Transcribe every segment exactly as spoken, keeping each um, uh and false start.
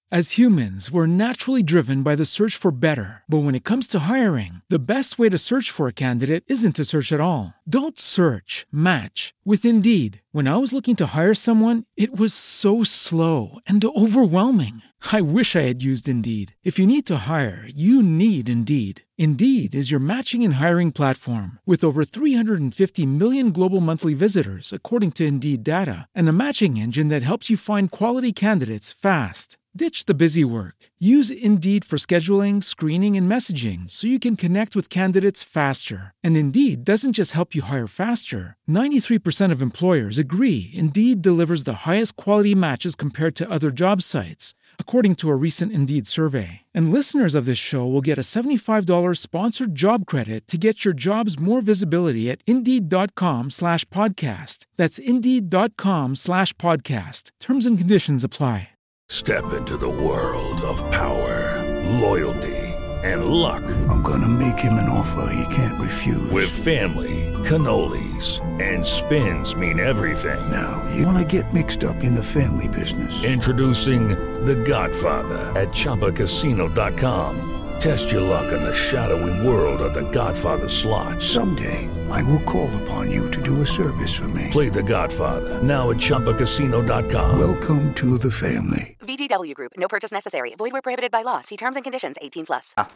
As humans, we're naturally driven by the search for better. But when it comes to hiring, the best way to search for a candidate isn't to search at all. Don't search, match with Indeed. When I was looking to hire someone, it was so slow and overwhelming. I wish I had used Indeed. If you need to hire, you need Indeed. Indeed is your matching and hiring platform with over three hundred fifty million global monthly visitors, according to Indeed data, and a matching engine that helps you find quality candidates fast. Ditch the busy work. Use Indeed for scheduling, screening, and messaging so you can connect with candidates faster. And Indeed doesn't just help you hire faster. ninety-three percent of employers agree Indeed delivers the highest quality matches compared to other job sites, according to a recent Indeed survey. And listeners of this show will get a seventy-five dollars sponsored job credit to get your jobs more visibility at Indeed.com slash podcast. That's Indeed.com slash podcast. Terms and conditions apply. Step into the world of power, loyalty, and luck. I'm gonna make him an offer he can't refuse. With family, cannolis, and spins mean everything. Now, you wanna get mixed up in the family business. Introducing The Godfather at Chumba Casino dot com. Test your luck in the shadowy world of The Godfather slot. Someday, I will call upon you to do a service for me. Play The Godfather, now at Chumba Casino dot com. Welcome to the family. V G W Group. No purchase necessary. Void where prohibited by law. See terms and conditions. eighteen plus. Ah.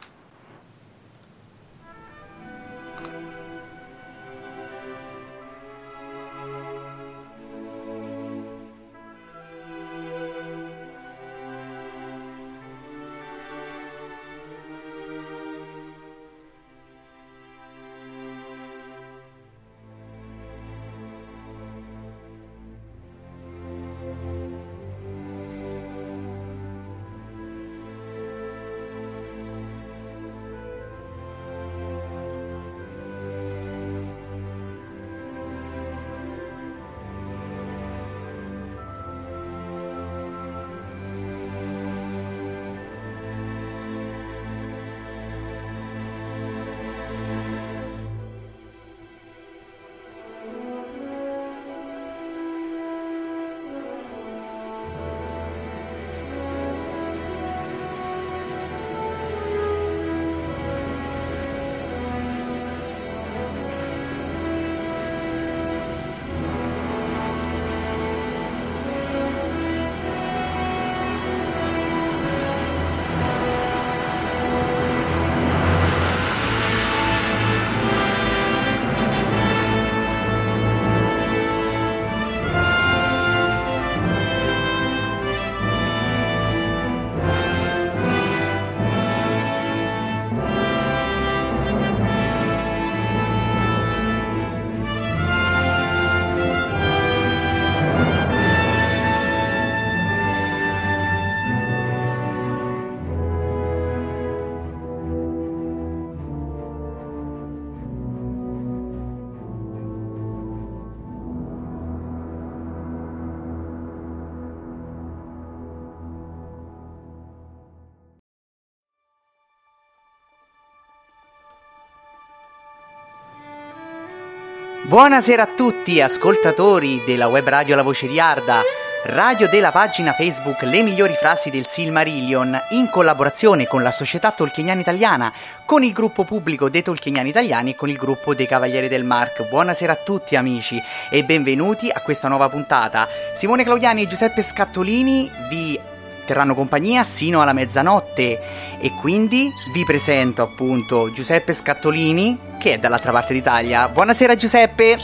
Buonasera a tutti, ascoltatori della web radio La Voce di Arda, radio della pagina Facebook Le migliori frasi del Silmarillion, in collaborazione con la Società Tolkieniana Italiana, con il gruppo pubblico dei Tolkieniani Italiani e con il gruppo dei Cavalieri del Mark. Buonasera a tutti amici e benvenuti a questa nuova puntata. Simone Claudiani e Giuseppe Scattolini vi terranno compagnia sino alla mezzanotte e quindi vi presento appunto Giuseppe Scattolini, che è dall'altra parte d'Italia. Buonasera Giuseppe.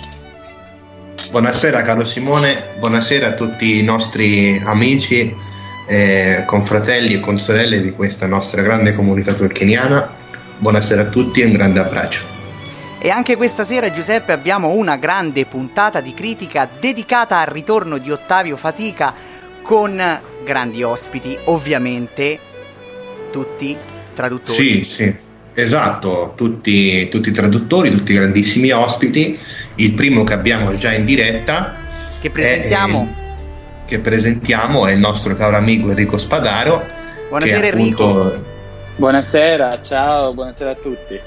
Buonasera caro Simone, buonasera a tutti i nostri amici, eh, confratelli e consorelle di questa nostra grande comunità tolkieniana. Buonasera a tutti e un grande abbraccio. E anche questa sera, Giuseppe, abbiamo una grande puntata di critica dedicata al ritorno di Ottavio Fatica, con grandi ospiti, ovviamente tutti traduttori. Sì, sì, esatto, tutti, tutti traduttori, tutti grandissimi ospiti. Il primo che abbiamo già in diretta, che presentiamo, è, che presentiamo è il nostro caro amico Enrico Spadaro. Buonasera che appunto, Enrico. Buonasera, ciao, buonasera a tutti.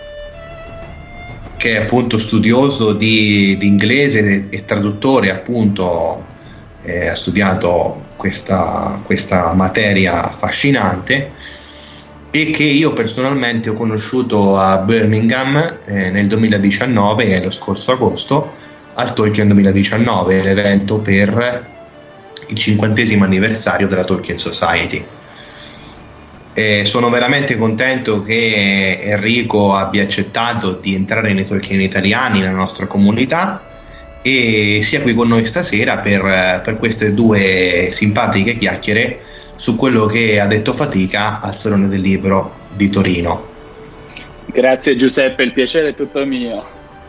Che è appunto studioso di, di inglese e traduttore, appunto, eh, ha studiato questa, questa materia affascinante e che io personalmente ho conosciuto a Birmingham eh, nel duemiladiciannove, lo scorso agosto, al Tolkien duemiladiciannove, l'evento per il cinquantesimo anniversario della Tolkien Society. E sono veramente contento che Enrico abbia accettato di entrare nei Tolkien italiani nella nostra comunità e sia qui con noi stasera per, per queste due simpatiche chiacchiere su quello che ha detto Fatica al Salone del Libro di Torino. Grazie Giuseppe, il piacere è tutto mio.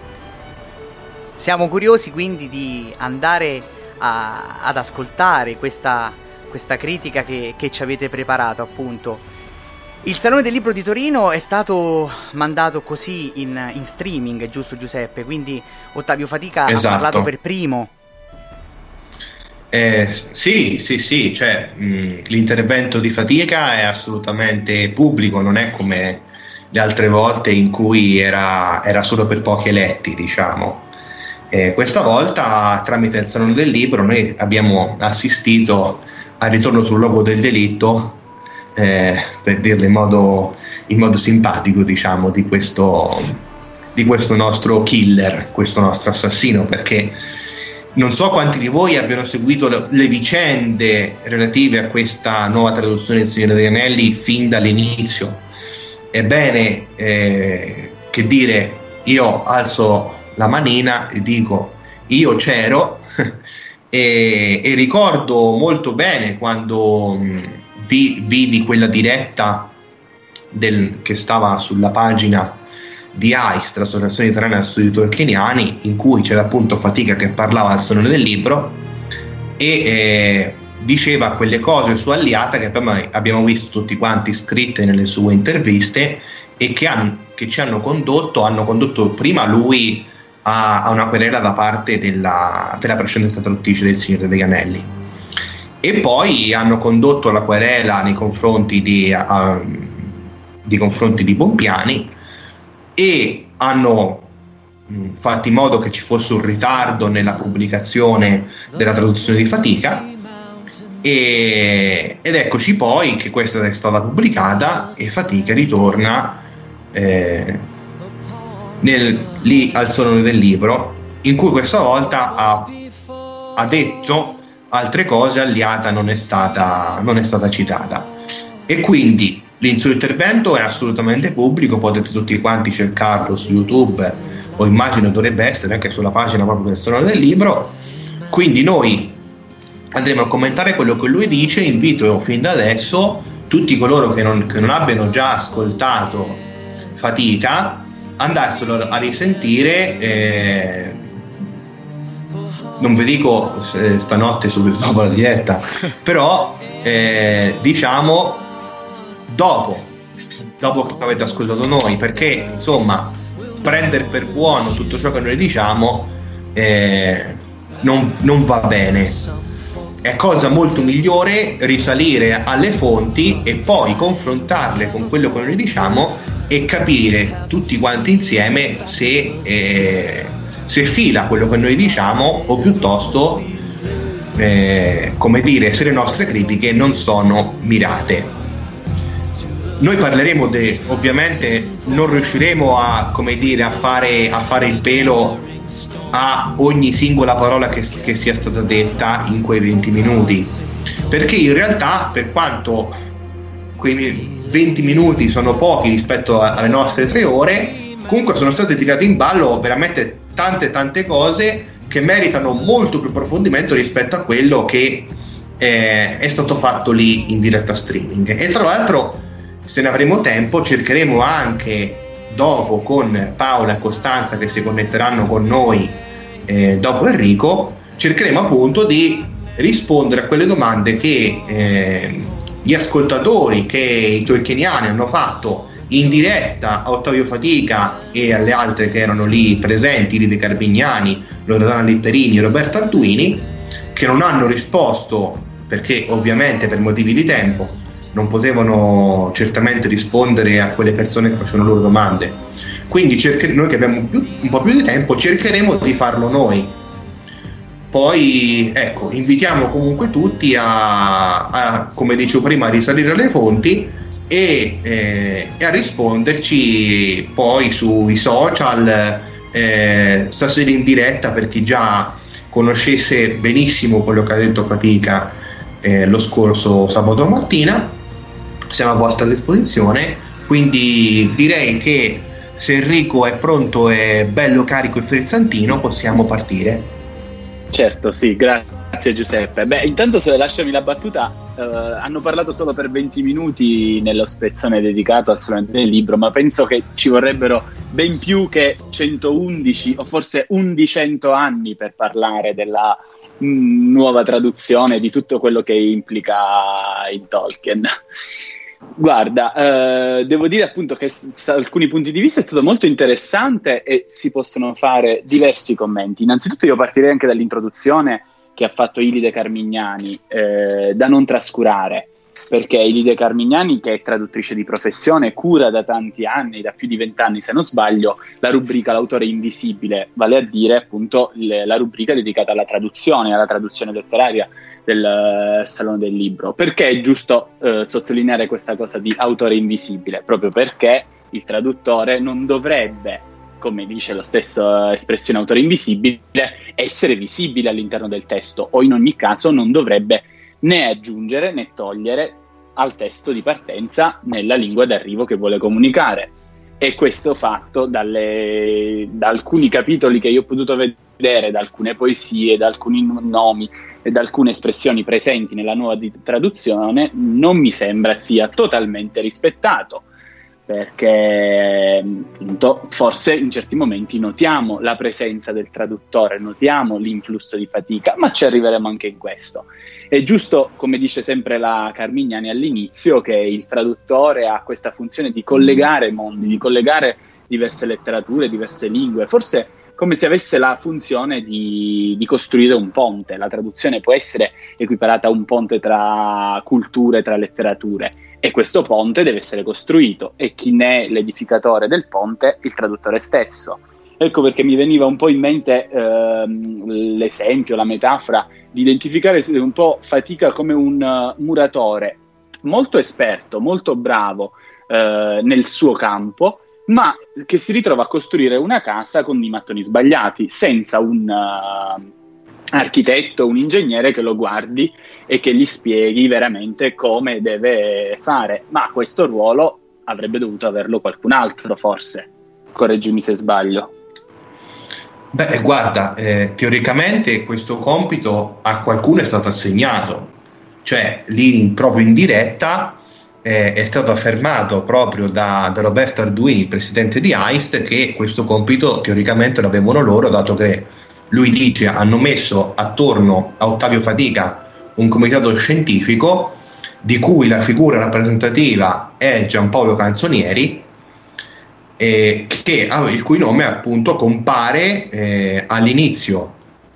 Siamo curiosi quindi di andare a, ad ascoltare questa, questa critica che, che ci avete preparato, appunto. Il Salone del Libro di Torino è stato mandato così in, in streaming, giusto Giuseppe? Quindi Ottavio Fatica esatto. ha parlato per primo. Eh, sì, sì, sì, cioè mh, l'intervento di Fatica è assolutamente pubblico, non è come le altre volte in cui era, era solo per pochi eletti, diciamo. Eh, questa volta, tramite il Salone del Libro, noi abbiamo assistito al ritorno sul luogo del delitto, eh, per dirlo in modo, in modo simpatico, diciamo, di questo, di questo nostro killer, questo nostro assassino, perché non so quanti di voi abbiano seguito le, le vicende relative a questa nuova traduzione del Signore degli Anelli fin dall'inizio. Ebbene, eh, che dire, io alzo la manina e dico io c'ero e, e ricordo molto bene quando mh, vi, vidi quella diretta del, che stava sulla pagina di A I S T, l'Associazione Italiana Studi Tolkieniani, in cui c'era appunto Fatica che parlava al Salone del Libro e eh, diceva quelle cose su Alliata che poi abbiamo visto tutti quanti scritte nelle sue interviste e che, han, che ci hanno condotto, hanno condotto prima lui a, a una querela da parte della, della precedente traduttrice del Signore degli Anelli e poi hanno condotto la querela nei confronti di, a, di confronti di Bompiani e hanno mh, fatto in modo che ci fosse un ritardo nella pubblicazione della traduzione di Fatica e, ed eccoci poi che questa è stata pubblicata e Fatica ritorna eh, nel, lì al Salone del Libro, in cui questa volta ha, ha detto altre cose. Alliata non è stata, non è stata citata e quindi il suo intervento è assolutamente pubblico, potete tutti quanti cercarlo su YouTube o immagino dovrebbe essere anche sulla pagina proprio del Salone del Libro. Quindi noi andremo a commentare quello che lui dice. Invito fin da adesso tutti coloro che non, che non abbiano già ascoltato Fatica andarselo a risentire, eh, non vi dico eh, stanotte subito dopo la diretta, però eh, diciamo dopo dopo che avete ascoltato noi, perché insomma prendere per buono tutto ciò che noi diciamo eh, non, non va bene. È cosa molto migliore risalire alle fonti e poi confrontarle con quello che noi diciamo e capire tutti quanti insieme se, eh, se fila quello che noi diciamo o piuttosto eh, come dire, se le nostre critiche non sono mirate. Noi parleremo de, ovviamente non riusciremo a, come dire, a fare, a fare il pelo a ogni singola parola che, che sia stata detta in quei venti minuti, perché in realtà, per quanto quei venti minuti sono pochi rispetto a, alle nostre tre ore, comunque sono state tirate in ballo veramente tante tante cose che meritano molto più approfondimento rispetto a quello che eh, è stato fatto lì in diretta streaming. E tra l'altro, se ne avremo tempo, cercheremo anche dopo con Paola e Costanza che si connetteranno con noi eh, dopo Enrico, cercheremo appunto di rispondere a quelle domande che eh, gli ascoltatori, che i tolkieniani hanno fatto in diretta a Ottavio Fatica e alle altre che erano lì presenti, Lide Carbignani, Loredana Litterini e Roberto Arduini, che non hanno risposto perché ovviamente per motivi di tempo non potevano certamente rispondere a quelle persone che facevano loro domande. Quindi cercher- noi che abbiamo più, un po' più di tempo cercheremo di farlo noi. poi ecco, invitiamo comunque tutti a, a come dicevo prima, a risalire alle fonti e, eh, e a risponderci poi sui social, eh, stasera in diretta, per chi già conoscesse benissimo quello che ha detto Fatica eh, lo scorso sabato mattina. Siamo a vostra disposizione, quindi direi che se Enrico è pronto e bello carico e frizzantino possiamo partire. Certo, sì, grazie Giuseppe. Beh, intanto, se lasciami la battuta, eh, hanno parlato solo per venti minuti nello spezzone dedicato al Salone del Libro, ma penso che ci vorrebbero ben più che centoundici o forse undicento anni per parlare della mh, nuova traduzione, di tutto quello che implica in Tolkien. Guarda, eh, devo dire appunto che s- alcuni punti di vista è stato molto interessante e si possono fare diversi commenti. Innanzitutto io partirei anche dall'introduzione che ha fatto Ilide Carmignani, eh, da non trascurare, perché Ilide Carmignani, che è traduttrice di professione, cura da tanti anni, da più di vent'anni se non sbaglio, la rubrica L'autore invisibile, vale a dire appunto le, la rubrica dedicata alla traduzione, alla traduzione letteraria del uh, Salone del Libro. Perché è giusto uh, sottolineare questa cosa di autore invisibile? Proprio perché il traduttore non dovrebbe, come dice la stessa espressione autore invisibile, essere visibile all'interno del testo, o in ogni caso non dovrebbe né aggiungere né togliere al testo di partenza nella lingua d'arrivo che vuole comunicare. E questo fatto dalle, da alcuni capitoli che io ho potuto vedere, da alcune poesie, da alcuni nomi e da alcune espressioni presenti nella nuova di- traduzione, non mi sembra sia totalmente rispettato, perché appunto, forse in certi momenti notiamo la presenza del traduttore, notiamo l'influsso di fatica, ma ci arriveremo anche in questo. È giusto, come dice sempre la Carmignani all'inizio, che il traduttore ha questa funzione di collegare mondi, di collegare diverse letterature, diverse lingue, forse come se avesse la funzione di, di costruire un ponte. La traduzione può essere equiparata a un ponte tra culture, tra letterature, e questo ponte deve essere costruito, e chi ne è l'edificatore del ponte? Il traduttore stesso. Ecco perché mi veniva un po' in mente ehm, l'esempio, la metafora di identificare un po' Fatica come un uh, muratore molto esperto, molto bravo eh, nel suo campo, ma che si ritrova a costruire una casa con i mattoni sbagliati, senza un uh, architetto, un ingegnere che lo guardi e che gli spieghi veramente come deve fare. Ma questo ruolo avrebbe dovuto averlo qualcun altro, forse. Correggimi se sbaglio. Beh, guarda, eh, teoricamente questo compito a qualcuno è stato assegnato, cioè lì proprio in diretta eh, è stato affermato proprio da, da Roberto Arduini, presidente di Heist, che questo compito teoricamente l'avevano loro, dato che lui dice hanno messo attorno a Ottavio Fatica un comitato scientifico di cui la figura rappresentativa è Giampaolo Canzonieri, Eh, che, il cui nome appunto compare eh, all'inizio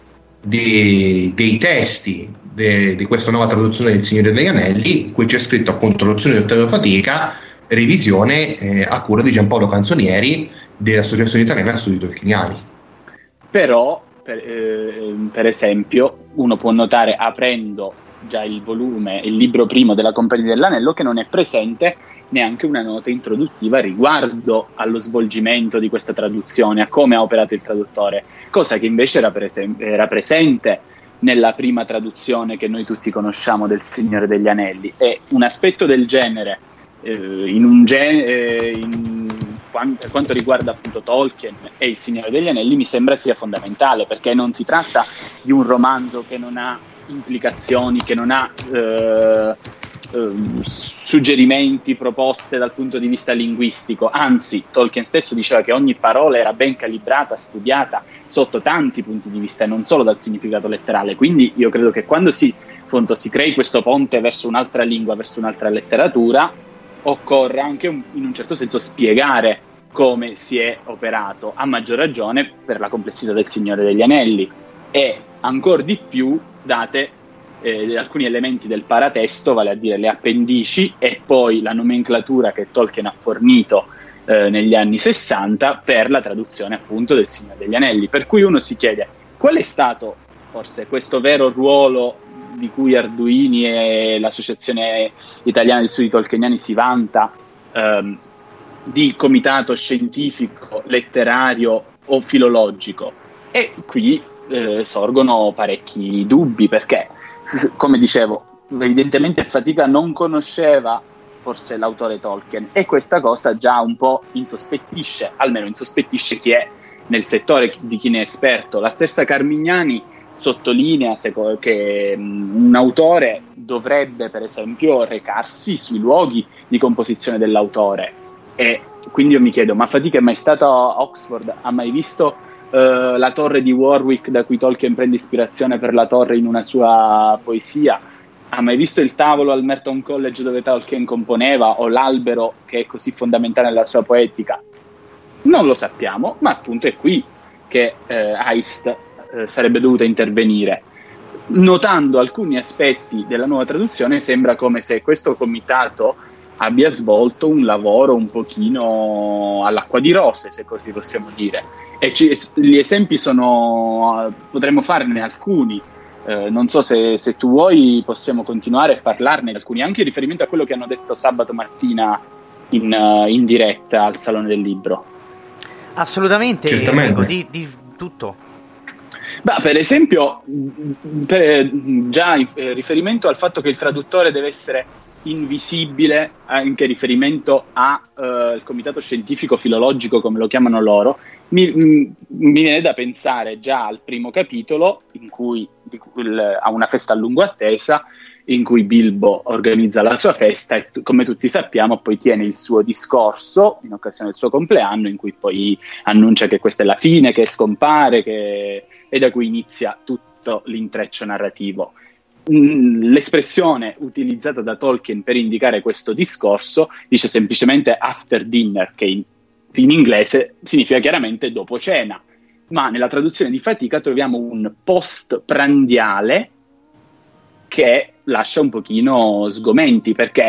di, dei testi de, di questa nuova traduzione del Signore degli Anelli, in cui c'è scritto appunto Lozione di Ottavio Fatica, revisione eh, a cura di Giampaolo Canzonieri dell'Associazione Italiana Studi Tolkieniani. Però per, eh, per esempio uno può notare, aprendo già il volume, il libro primo della Compagnia dell'Anello, che non è presente neanche una nota introduttiva riguardo allo svolgimento di questa traduzione, a come ha operato il traduttore, cosa che invece era, presen- era presente nella prima traduzione che noi tutti conosciamo del Signore degli Anelli. E un aspetto del genere eh, in un gen- eh, in quanto, per quanto riguarda appunto Tolkien e il Signore degli Anelli mi sembra sia fondamentale, perché non si tratta di un romanzo che non ha implicazioni, che non ha eh, eh, suggerimenti, proposte dal punto di vista linguistico. Anzi, Tolkien stesso diceva che ogni parola era ben calibrata, studiata sotto tanti punti di vista e non solo dal significato letterale. Quindi io credo che quando si, appunto, si crei questo ponte verso un'altra lingua, verso un'altra letteratura, occorre anche un, in un certo senso spiegare come si è operato, a maggior ragione per la complessità del Signore degli Anelli, e ancor di più date eh, alcuni elementi del paratesto, vale a dire le appendici e poi la nomenclatura che Tolkien ha fornito eh, negli anni sessanta per la traduzione appunto del Signore degli Anelli. Per cui uno si chiede qual è stato forse questo vero ruolo di cui Arduini e l'Associazione Italiana di Studi Tolkieniani si vanta, ehm, di comitato scientifico, letterario o filologico. E qui eh, sorgono parecchi dubbi, perché, come dicevo, evidentemente Fatica non conosceva forse l'autore Tolkien, e questa cosa già un po' insospettisce, almeno insospettisce chi è nel settore, di chi ne è esperto. La stessa Carmignani sottolinea che un autore dovrebbe, per esempio, recarsi sui luoghi di composizione dell'autore, e quindi io mi chiedo, ma Fatica è mai stato a Oxford? Ha mai visto uh, la torre di Warwick da cui Tolkien prende ispirazione per la torre in una sua poesia? Ha mai visto il tavolo al Merton College dove Tolkien componeva, o l'albero che è così fondamentale nella sua poetica? Non lo sappiamo, ma appunto è qui che eh, Heist eh, sarebbe dovuta intervenire. Notando alcuni aspetti della nuova traduzione, sembra come se questo comitato abbia svolto un lavoro un pochino all'acqua di rose, se così possiamo dire. E ci, gli esempi sono, potremmo farne alcuni. Eh, non so se, se tu vuoi, possiamo continuare a parlarne alcuni, anche in riferimento a quello che hanno detto sabato mattina in, uh, in diretta al Salone del Libro. Assolutamente, certamente. Di, di tutto. Beh, per esempio, per, già in eh, riferimento al fatto che il traduttore deve essere invisibile, anche in riferimento al uh, comitato scientifico filologico, come lo chiamano loro, mi, mi viene da pensare già al primo capitolo, in cui di, il, a una festa a lungo attesa, in cui Bilbo organizza la sua festa e, t- come tutti sappiamo, poi tiene il suo discorso in occasione del suo compleanno, in cui poi annuncia che questa è la fine, che scompare, che... e da cui inizia tutto l'intreccio narrativo. L'espressione utilizzata da Tolkien per indicare questo discorso dice semplicemente after dinner, che in, in inglese significa chiaramente dopo cena, ma nella traduzione di Fatica troviamo un post prandiale che lascia un pochino sgomenti, perché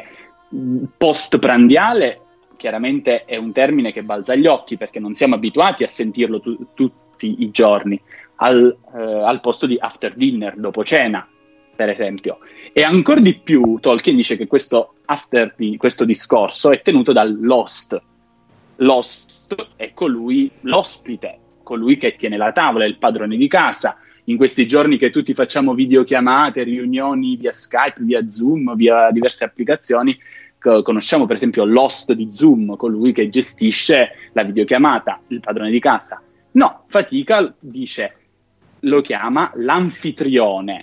post prandiale chiaramente è un termine che balza agli occhi, perché non siamo abituati a sentirlo tu, tutti i giorni, al, eh, al posto di after dinner, dopo cena, per esempio. E ancora di più Tolkien dice che questo after di questo discorso è tenuto dall'host. L'host è colui, l'ospite, colui che tiene la tavola, è il padrone di casa. In questi giorni che tutti facciamo videochiamate, riunioni via Skype, via Zoom, via diverse applicazioni, co- conosciamo per esempio l'host di Zoom, colui che gestisce la videochiamata, il padrone di casa. No, Fatica dice, lo chiama l'anfitrione.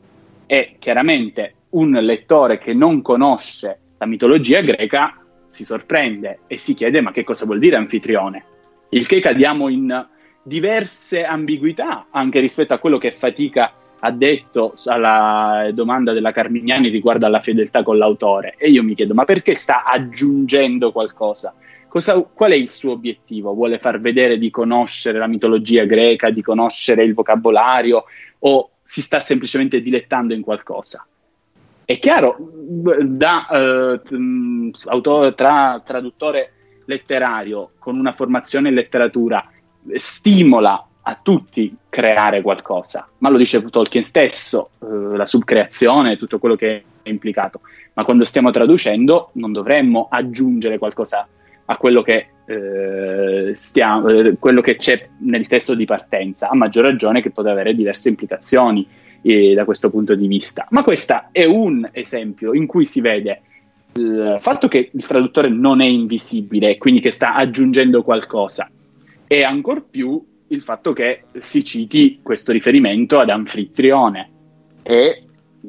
E chiaramente un lettore che non conosce la mitologia greca si sorprende e si chiede, ma che cosa vuol dire anfitrione? Il che cadiamo in diverse ambiguità anche rispetto a quello che Fatica ha detto alla domanda della Carmignani riguardo alla fedeltà con l'autore. E io mi chiedo, ma perché sta aggiungendo qualcosa? Cosa, qual è il suo obiettivo? Vuole far vedere di conoscere la mitologia greca, di conoscere il vocabolario, o si sta semplicemente dilettando in qualcosa? È chiaro, da eh, autore, tra, traduttore letterario con una formazione in letteratura, stimola a tutti creare qualcosa, ma lo dice Tolkien stesso, eh, la subcreazione, tutto quello che è implicato. Ma quando stiamo traducendo non dovremmo aggiungere qualcosa a quello che, eh, stiamo, eh, quello che c'è nel testo di partenza, a maggior ragione che potrebbe avere diverse implicazioni eh, da questo punto di vista. Ma questo è un esempio in cui si vede il fatto che il traduttore non è invisibile e quindi che sta aggiungendo qualcosa, e ancor più il fatto che si citi questo riferimento ad anfitrione, e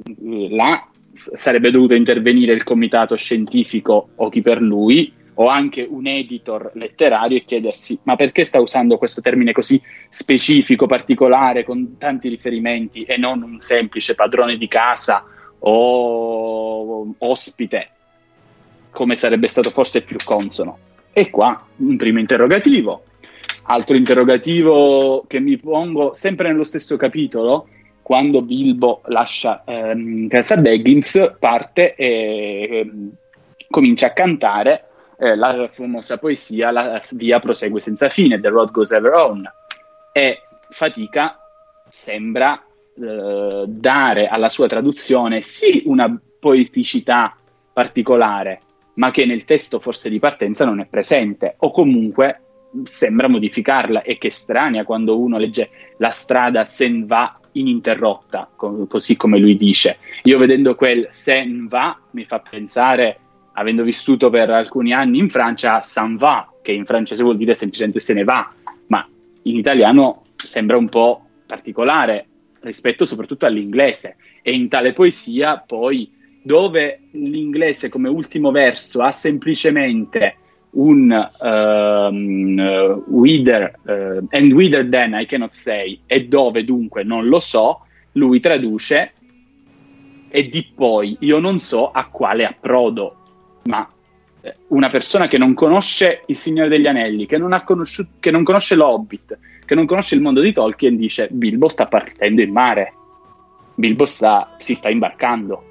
là sarebbe dovuto intervenire il comitato scientifico o chi per lui, o anche un editor letterario, e chiedersi, ma perché sta usando questo termine così specifico, particolare, con tanti riferimenti, e non un semplice padrone di casa o ospite, come sarebbe stato forse più consono. E qua un primo interrogativo. Altro interrogativo che mi pongo sempre nello stesso capitolo, quando Bilbo lascia ehm, casa Baggins, parte e ehm, comincia a cantare eh, la famosa poesia La via prosegue senza fine, The Road Goes Ever On, e Fatica sembra eh, dare alla sua traduzione sì una poeticità particolare, ma che nel testo forse di partenza non è presente, o comunque sembra modificarla, e che è strana quando uno legge la strada sen va ininterrotta, co- così come lui dice. Io vedendo quel sen va mi fa pensare, avendo vissuto per alcuni anni in Francia, a s'en va, che in francese vuol dire semplicemente se ne va, ma in italiano sembra un po' particolare rispetto soprattutto all'inglese. E in tale poesia poi, dove l'inglese come ultimo verso ha semplicemente un um, whither uh, and whither then I cannot say, e dove dunque non lo so, lui traduce e di poi io non so a quale approdo. Ma eh, una persona che non conosce Il Signore degli Anelli, che non ha conosciuto, che non conosce l'Hobbit, che non conosce il mondo di Tolkien, dice Bilbo sta partendo in mare, Bilbo sta, si sta imbarcando.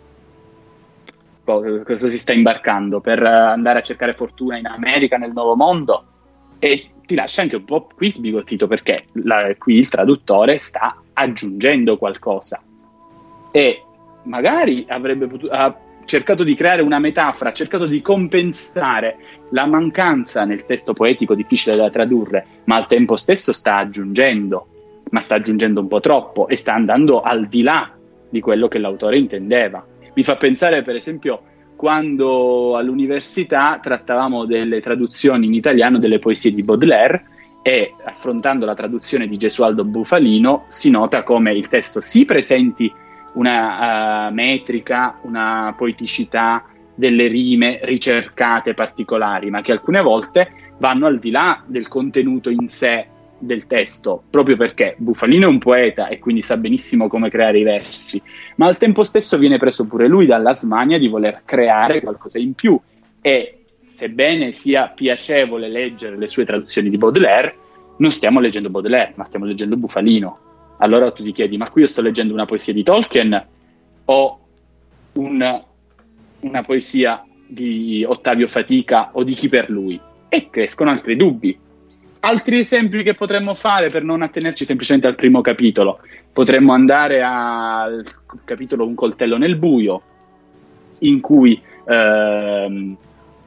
Cosa si sta imbarcando? Per andare a cercare fortuna in America, nel Nuovo Mondo? E ti lascia anche un po' qui sbigottito, perché la, qui il traduttore sta aggiungendo qualcosa e magari avrebbe potuto, ha cercato di creare una metafora, ha cercato di compensare la mancanza nel testo poetico difficile da tradurre, ma al tempo stesso sta aggiungendo, ma sta aggiungendo un po' troppo e sta andando al di là di quello che l'autore intendeva. Mi fa pensare, per esempio, quando all'università trattavamo delle traduzioni in italiano delle poesie di Baudelaire, e affrontando la traduzione di Gesualdo Bufalino si nota come il testo si presenti una uh, metrica, una poeticità, delle rime ricercate particolari, ma che alcune volte vanno al di là del contenuto in sé del testo, proprio perché Bufalino è un poeta e quindi sa benissimo come creare i versi, ma al tempo stesso viene preso pure lui dalla smania di voler creare qualcosa in più. E sebbene sia piacevole leggere le sue traduzioni di Baudelaire, non stiamo leggendo Baudelaire, ma stiamo leggendo Bufalino. Allora tu ti chiedi, ma qui io sto leggendo una poesia di Tolkien o un, una poesia di Ottavio Fatica o di chi per lui? E crescono altri dubbi. Altri esempi che potremmo fare, per non attenerci semplicemente al primo capitolo, potremmo andare al capitolo Un coltello nel buio, in cui ehm,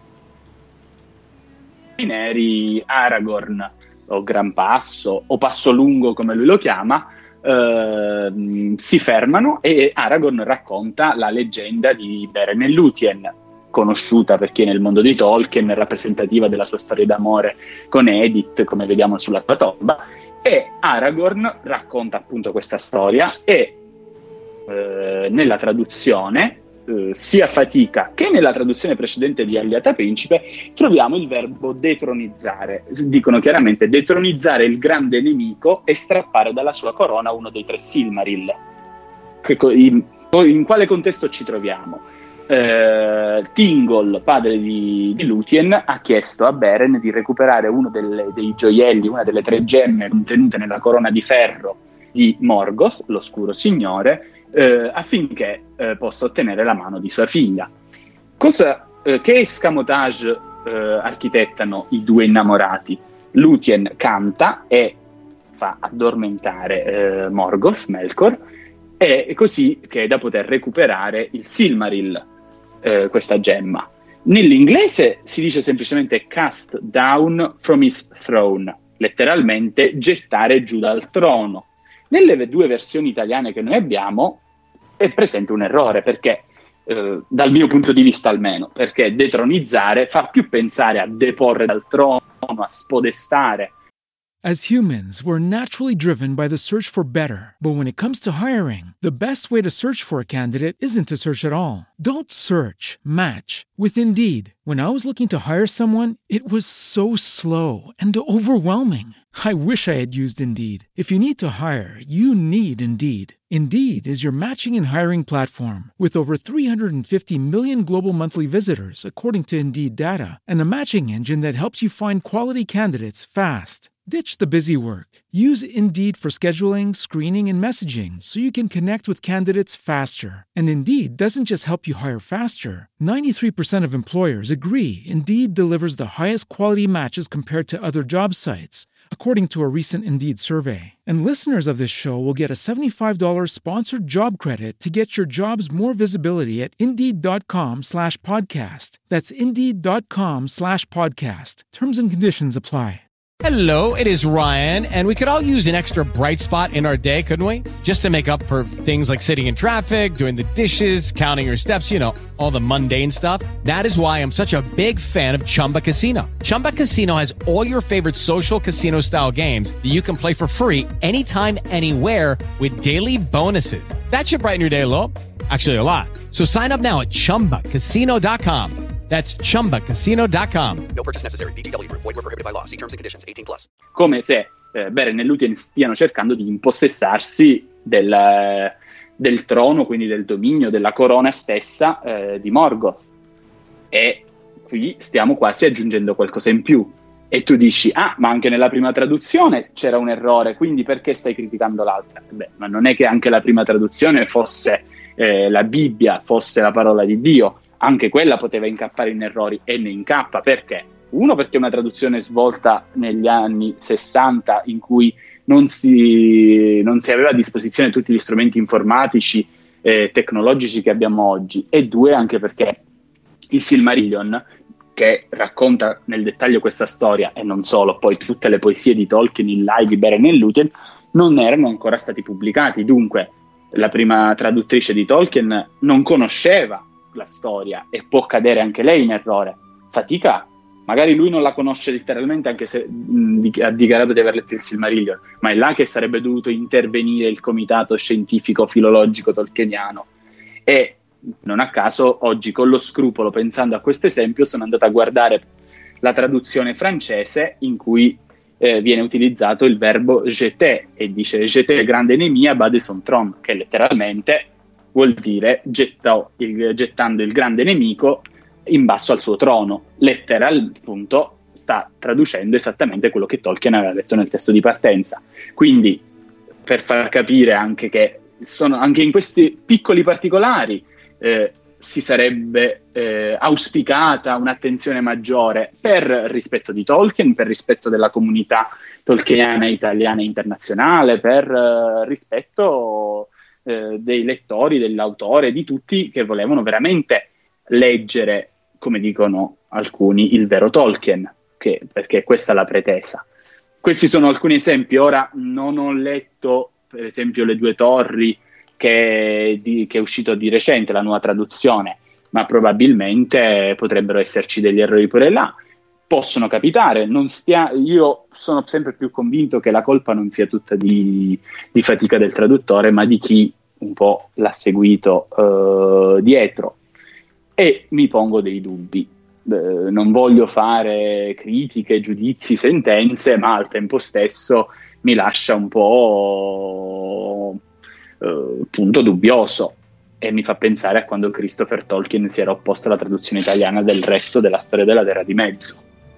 i neri, Aragorn o Gran Passo o Passo Lungo come lui lo chiama, ehm, si fermano e Aragorn racconta la leggenda di Beren e Lúthien, conosciuta per chi è nel mondo di Tolkien, rappresentativa della sua storia d'amore con Edith, come vediamo sulla sua tomba. E Aragorn racconta appunto questa storia e eh, nella traduzione eh, sia Fatica che nella traduzione precedente di Aliata Principe troviamo il verbo detronizzare. Dicono chiaramente detronizzare il grande nemico e strappare dalla sua corona uno dei tre Silmaril. Che, in, in quale contesto ci troviamo? Uh, Thingol, padre di, di Lúthien, ha chiesto a Beren di recuperare uno delle, dei gioielli, una delle tre gemme contenute nella corona di ferro di Morgoth, l'oscuro signore, uh, affinché uh, possa ottenere la mano di sua figlia. Cosa, uh, che escamotage uh, architettano i due innamorati? Lúthien canta e fa addormentare uh, Morgoth, Melkor, e così che è da poter recuperare il Silmaril, eh, questa gemma. Nell'inglese si dice semplicemente cast down from his throne, letteralmente gettare giù dal trono. Nelle due versioni italiane che noi abbiamo è presente un errore, perché eh, dal mio punto di vista almeno, perché detronizzare fa più pensare a deporre dal trono, a spodestare. As humans, we're naturally driven by the search for better. But when it comes to hiring, the best way to search for a candidate isn't to search at all. Don't search, match with Indeed. When I was looking to hire someone, it was so slow and overwhelming. I wish I had used Indeed. If you need to hire, you need Indeed. Indeed is your matching and hiring platform with over three hundred fifty million global monthly visitors, according to Indeed data, and a matching engine that helps you find quality candidates fast. Ditch the busy work. Use Indeed for scheduling, screening, and messaging so you can connect with candidates faster. And Indeed doesn't just help you hire faster. ninety-three percent of employers agree Indeed delivers the highest quality matches compared to other job sites. according to a recent Indeed survey. And listeners of this show will get a seventy-five dollars sponsored job credit to get your jobs more visibility at Indeed.com slash podcast. That's Indeed.com slash podcast. Terms and conditions apply. Hello, it is Ryan, and we could all use an extra bright spot in our day, couldn't we? Just to make up for things like sitting in traffic, doing the dishes, counting your steps, you know, all the mundane stuff. That is why I'm such a big fan of Chumba Casino. Chumba Casino has all your favorite social casino-style games that you can play for free anytime, anywhere with daily bonuses. That should brighten your day a little. Actually, a lot. So sign up now at Chumba Casino dot com. That's Chumba Casino dot com. No purchase necessary. V G W Group. Void where prohibited by law. See terms and conditions. eighteen plus. Come se eh, Beren e Lúthien stiano cercando di impossessarsi del, del trono, quindi del dominio, della corona stessa eh, di Morgoth. E qui stiamo quasi aggiungendo qualcosa in più. E tu dici, ah, ma anche nella prima traduzione c'era un errore, quindi perché stai criticando l'altra? Beh, ma non è che anche la prima traduzione fosse eh, la Bibbia, fosse la parola di Dio. Anche quella poteva incappare in errori e ne incappa. Perché? Uno, perché è una traduzione svolta negli anni sessanta in cui non si, non si aveva a disposizione tutti gli strumenti informatici e tecnologici che abbiamo oggi, e due, anche perché il Silmarillion, che racconta nel dettaglio questa storia, e non solo, poi tutte le poesie di Tolkien, il Lai di Beren e Lúthien, non erano ancora stati pubblicati. Dunque la prima traduttrice di Tolkien non conosceva la storia e può cadere anche lei in errore. Fatica, magari lui non la conosce letteralmente, anche se mh, ha dichiarato di aver letto il Silmarillion, ma è là che sarebbe dovuto intervenire il comitato scientifico filologico tolkieniano. E non a caso oggi, con lo scrupolo, pensando a questo esempio, sono andato a guardare la traduzione francese in cui eh, viene utilizzato il verbo jeter, e dice jeter grande nemica bas de son trône, che letteralmente vuol dire gettò il, gettando il grande nemico in basso al suo trono. Lettera, appunto, sta traducendo esattamente quello che Tolkien aveva detto nel testo di partenza. Quindi, per far capire anche che sono anche in questi piccoli particolari eh, si sarebbe eh, auspicata un'attenzione maggiore per rispetto di Tolkien, per rispetto della comunità tolkieniana italiana e internazionale, per eh, rispetto eh, dei lettori, dell'autore, di tutti che volevano veramente leggere, come dicono alcuni, il vero Tolkien, che, perché questa è la pretesa. Questi sono alcuni esempi. Ora non ho letto, per esempio, Le Due Torri, che, di, che è uscito di recente, la nuova traduzione, ma probabilmente potrebbero esserci degli errori pure là. Possono capitare. Non stia, io sono sempre più convinto che la colpa non sia tutta di, di fatica del traduttore, ma di chi un po' l'ha seguito uh, dietro. E mi pongo dei dubbi. Eh, non voglio fare critiche, giudizi, sentenze, ma al tempo stesso mi lascia un po' eh, punto dubbioso, e mi fa pensare a quando Christopher Tolkien si era opposto alla traduzione italiana del resto della storia della Terra di Mezzo.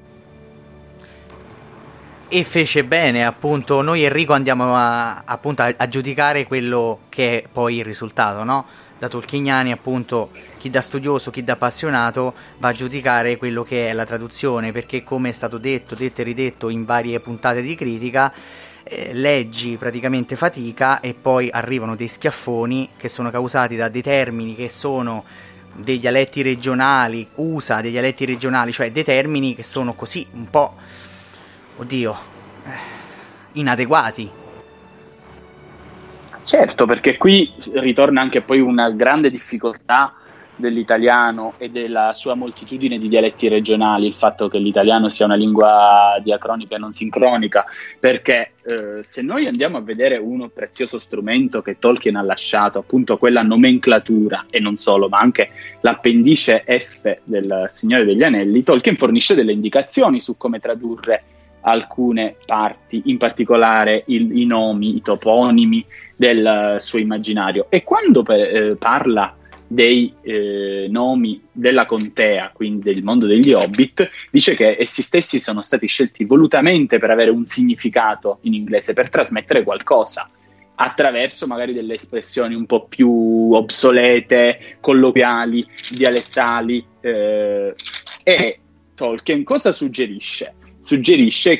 E fece bene, appunto. Noi, Enrico, andiamo a, appunto a, a giudicare quello che è poi il risultato, no? Da tolkieniani, appunto, chi da studioso, chi da appassionato va a giudicare quello che è la traduzione, perché, come è stato detto, detto e ridetto in varie puntate di critica, eh, leggi praticamente fatica e poi arrivano dei schiaffoni che sono causati da dei termini che sono dei dialetti regionali, usa dei dialetti regionali, cioè dei termini che sono così un po', oddio, inadeguati. Certo, perché qui ritorna anche poi una grande difficoltà dell'italiano e della sua moltitudine di dialetti regionali, il fatto che l'italiano sia una lingua diacronica e non sincronica, perché eh, se noi andiamo a vedere uno prezioso strumento che Tolkien ha lasciato, appunto quella nomenclatura, e non solo, ma anche l'appendice F del Signore degli Anelli, Tolkien fornisce delle indicazioni su come tradurre alcune parti, in particolare il, i nomi, i toponimi del uh, suo immaginario. E quando eh, parla dei eh, nomi della contea, quindi del mondo degli Hobbit, dice che essi stessi sono stati scelti volutamente per avere un significato in inglese, per trasmettere qualcosa attraverso magari delle espressioni un po' più obsolete, colloquiali, dialettali, eh, e Tolkien cosa suggerisce? Suggerisce che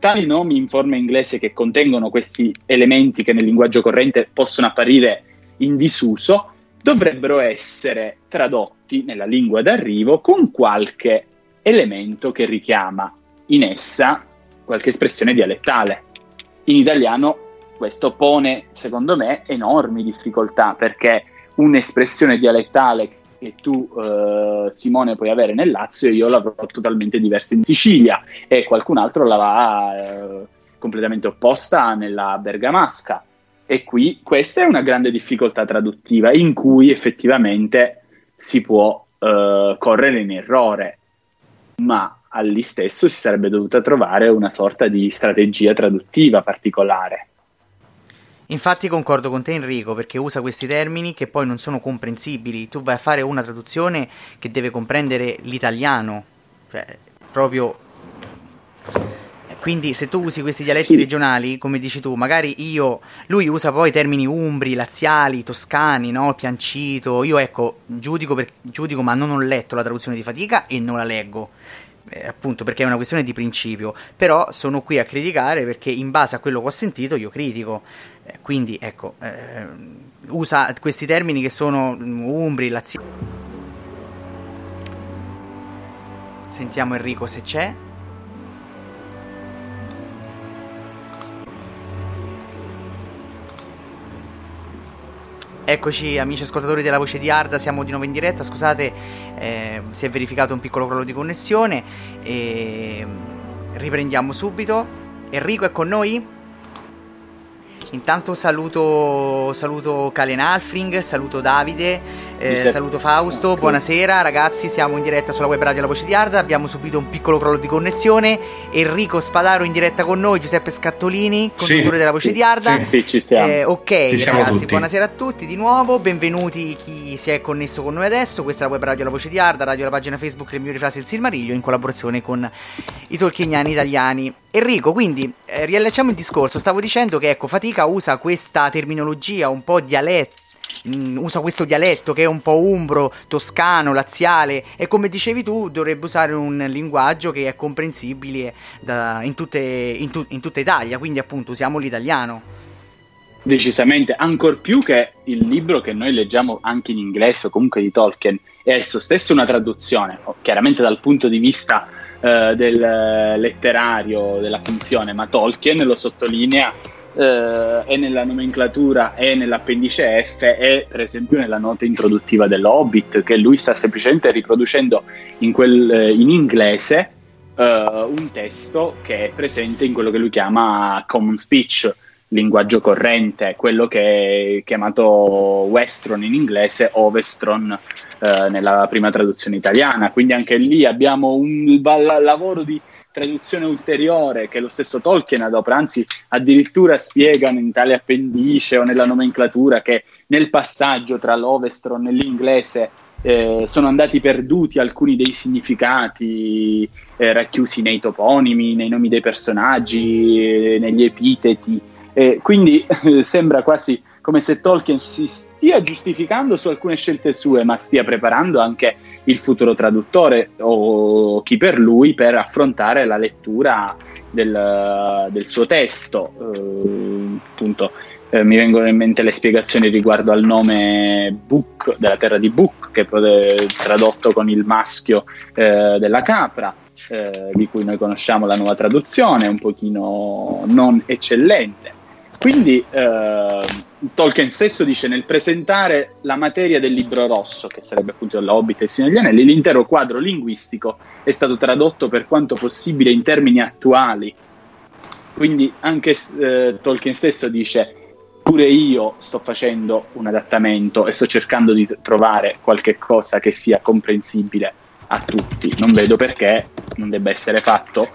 tali nomi in forma inglese che contengono questi elementi che nel linguaggio corrente possono apparire in disuso dovrebbero essere tradotti nella lingua d'arrivo con qualche elemento che richiama in essa qualche espressione dialettale. In italiano questo pone, secondo me, enormi difficoltà, perché un'espressione dialettale che tu, eh, Simone, puoi avere nel Lazio, io l'avrò totalmente diversa in Sicilia e qualcun altro l'avrà eh, completamente opposta nella bergamasca. E qui questa è una grande difficoltà traduttiva in cui effettivamente si può eh, correre in errore, ma al lì stesso si sarebbe dovuta trovare una sorta di strategia traduttiva particolare. Infatti concordo con te, Enrico, perché usa questi termini che poi non sono comprensibili. Tu vai a fare una traduzione che deve comprendere l'italiano, cioè proprio... Quindi se tu usi questi dialetti sì. regionali, come dici tu, magari io... Lui usa poi termini umbri, laziali, toscani, no? Piancito. Io ecco, giudico, per, giudico ma non ho letto la traduzione di Fatica e non la leggo. Eh, appunto perché è una questione di principio, però sono qui a criticare perché in base a quello che ho sentito io critico, eh, quindi ecco eh, usa questi termini che sono um, umbri, laziali. Sentiamo Enrico se c'è. Eccoci amici ascoltatori della Voce di Arda, siamo di nuovo in diretta, scusate, eh, si è verificato un piccolo crollo di connessione e riprendiamo subito. Enrico è con noi? Intanto saluto, saluto Kalen Alfring, saluto Davide, eh, saluto Fausto, buonasera ragazzi, siamo in diretta sulla web radio La Voce di Arda, abbiamo subito un piccolo crollo di connessione. Enrico Spadaro in diretta con noi, Giuseppe Scattolini, conduttore sì, della Voce sì, di Arda. Sì, sì, ci stiamo. Eh, ok ci ragazzi, tutti. Buonasera a tutti di nuovo, benvenuti chi si è connesso con noi adesso, questa è la web radio La Voce di Arda, radio la pagina Facebook Le Migliori Frasi del Silmarillion in collaborazione con i tolkieniani italiani. Enrico, quindi eh, riallacciamo il discorso, stavo dicendo che ecco Fatica usa questa terminologia un po' dialetto, mh, usa questo dialetto che è un po' umbro, toscano, laziale e come dicevi tu dovrebbe usare un linguaggio che è comprensibile da, in, tutte, in, tu, in tutta Italia, quindi appunto usiamo l'italiano. Decisamente, ancor più che il libro che noi leggiamo anche in inglese o comunque di Tolkien è esso stesso una traduzione, chiaramente dal punto di vista Uh, del letterario, della funzione, ma Tolkien lo sottolinea uh, e nella nomenclatura e nell'appendice F e per esempio nella nota introduttiva dell'Hobbit, che lui sta semplicemente riproducendo in, quel, in inglese uh, un testo che è presente in quello che lui chiama common speech, linguaggio corrente, quello che è chiamato Westron in inglese, Ovestron eh, nella prima traduzione italiana. Quindi anche lì abbiamo un val- lavoro di traduzione ulteriore che lo stesso Tolkien adopera, anzi addirittura spiegano in tale appendice o nella nomenclatura che nel passaggio tra l'Ovestron e l'inglese eh, sono andati perduti alcuni dei significati eh, racchiusi nei toponimi, nei nomi dei personaggi, eh, negli epiteti. Eh, quindi eh, sembra quasi come se Tolkien si stia giustificando su alcune scelte sue, ma stia preparando anche il futuro traduttore o chi per lui per affrontare la lettura del, del suo testo. Eh, appunto, eh, mi vengono in mente le spiegazioni riguardo al nome Book, della terra di Book, che è tradotto con il maschio eh, della capra. Eh, di cui noi conosciamo la nuova traduzione, un pochino non eccellente. Quindi eh, Tolkien stesso dice nel presentare la materia del libro rosso, che sarebbe appunto l'Hobbit e il Signore degli Anelli, l'intero quadro linguistico è stato tradotto per quanto possibile in termini attuali. Quindi anche eh, Tolkien stesso dice pure io sto facendo un adattamento e sto cercando di trovare qualche cosa che sia comprensibile a tutti, non vedo perché non debba essere fatto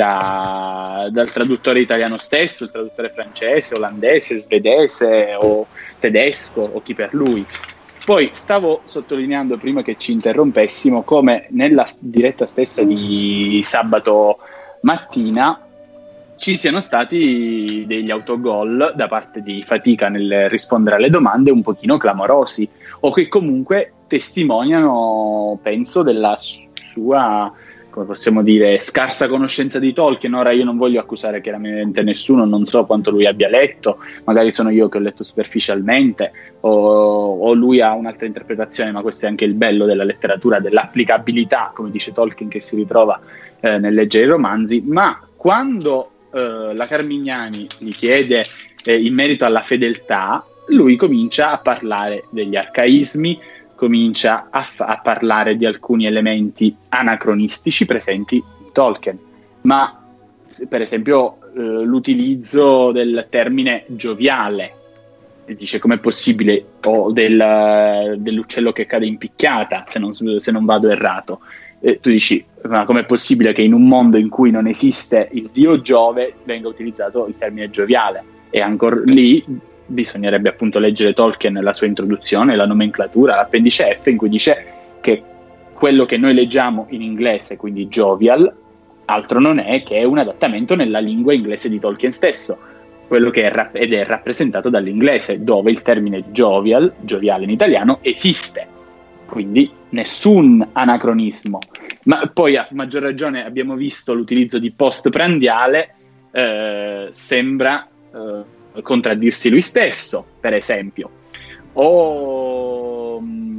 da, dal traduttore italiano stesso, il traduttore francese, olandese, svedese o tedesco o chi per lui. Poi stavo sottolineando prima che ci interrompessimo come nella diretta stessa di sabato mattina ci siano stati degli autogol da parte di Fatica nel rispondere alle domande un pochino clamorosi o che comunque testimoniano, penso, della sua come possiamo dire, scarsa conoscenza di Tolkien. Ora io non voglio accusare chiaramente nessuno, non so quanto lui abbia letto, magari sono io che ho letto superficialmente o, o lui ha un'altra interpretazione, ma questo è anche il bello della letteratura, dell'applicabilità, come dice Tolkien, che si ritrova eh, nel leggere i romanzi. Ma quando eh, la Carmignani gli chiede eh, in merito alla fedeltà, lui comincia a parlare degli arcaismi, comincia a, f- a parlare di alcuni elementi anacronistici presenti in Tolkien, ma per esempio eh, l'utilizzo del termine gioviale, e dice com'è possibile, o del, dell'uccello che cade in picchiata, se non, se non vado errato. E tu dici, ma com'è possibile che in un mondo in cui non esiste il dio Giove venga utilizzato il termine gioviale? E ancora lì bisognerebbe appunto leggere Tolkien, la sua introduzione, la nomenclatura, l'appendice F, in cui dice che quello che noi leggiamo in inglese, quindi jovial, altro non è che un adattamento nella lingua inglese di Tolkien stesso, quello che è rap- ed è rappresentato dall'inglese, dove il termine jovial, gioviale in italiano, esiste, quindi nessun anacronismo. Ma poi a maggior ragione abbiamo visto l'utilizzo di postprandiale, eh, sembra eh, contraddirsi lui stesso, per esempio. O mh,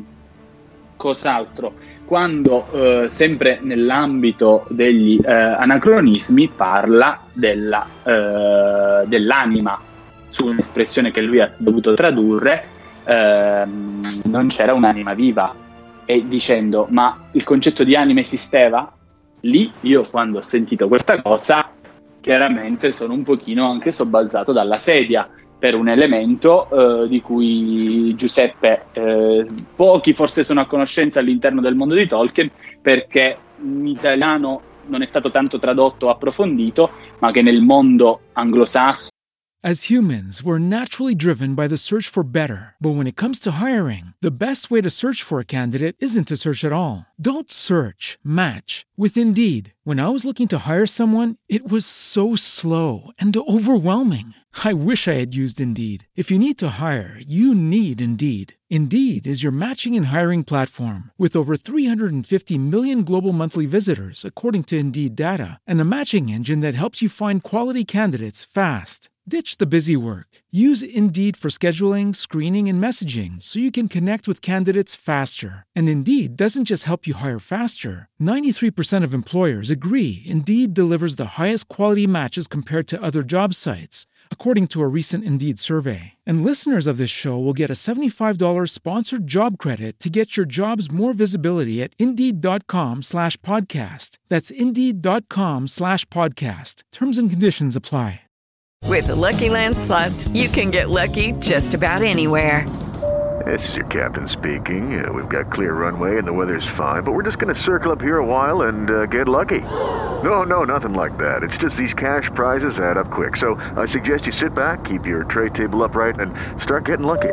cos'altro? Quando eh, sempre nell'ambito degli eh, anacronismi parla della, eh, dell'anima, su un'espressione che lui ha dovuto tradurre, eh, non c'era un'anima viva, e dicendo ma il concetto di anima esisteva? Lì io, quando ho sentito questa cosa, chiaramente sono un pochino anche sobbalzato dalla sedia per un elemento eh, di cui Giuseppe eh, pochi forse sono a conoscenza all'interno del mondo di Tolkien, perché in italiano non è stato tanto tradotto o approfondito, ma che nel mondo anglosassone. As humans, we're naturally driven by the search for better. But when it comes to hiring, the best way to search for a candidate isn't to search at all. Don't search, match with Indeed. When I was looking to hire someone, it was so slow and overwhelming. I wish I had used Indeed. If you need to hire, you need Indeed. Indeed is your matching and hiring platform with over three hundred fifty million global monthly visitors, according to Indeed data, and a matching engine that helps you find quality candidates fast. Ditch the busy work. Use Indeed for scheduling, screening, and messaging so you can connect with candidates faster. And Indeed doesn't just help you hire faster. ninety-three percent of employers agree Indeed delivers the highest quality matches compared to other job sites, according to a recent Indeed survey. And listeners of this show will get a seventy-five dollars sponsored job credit to get your jobs more visibility at Indeed.com slash podcast. That's Indeed.com slash podcast. Terms and conditions apply. With the Lucky Land Slots, you can get lucky just about anywhere. This is your captain speaking. Uh, we've got clear runway and the weather's fine, but we're just going to circle up here a while and uh, get lucky. No, no, nothing like that. It's just these cash prizes add up quick. So I suggest you sit back, keep your tray table upright, and start getting lucky.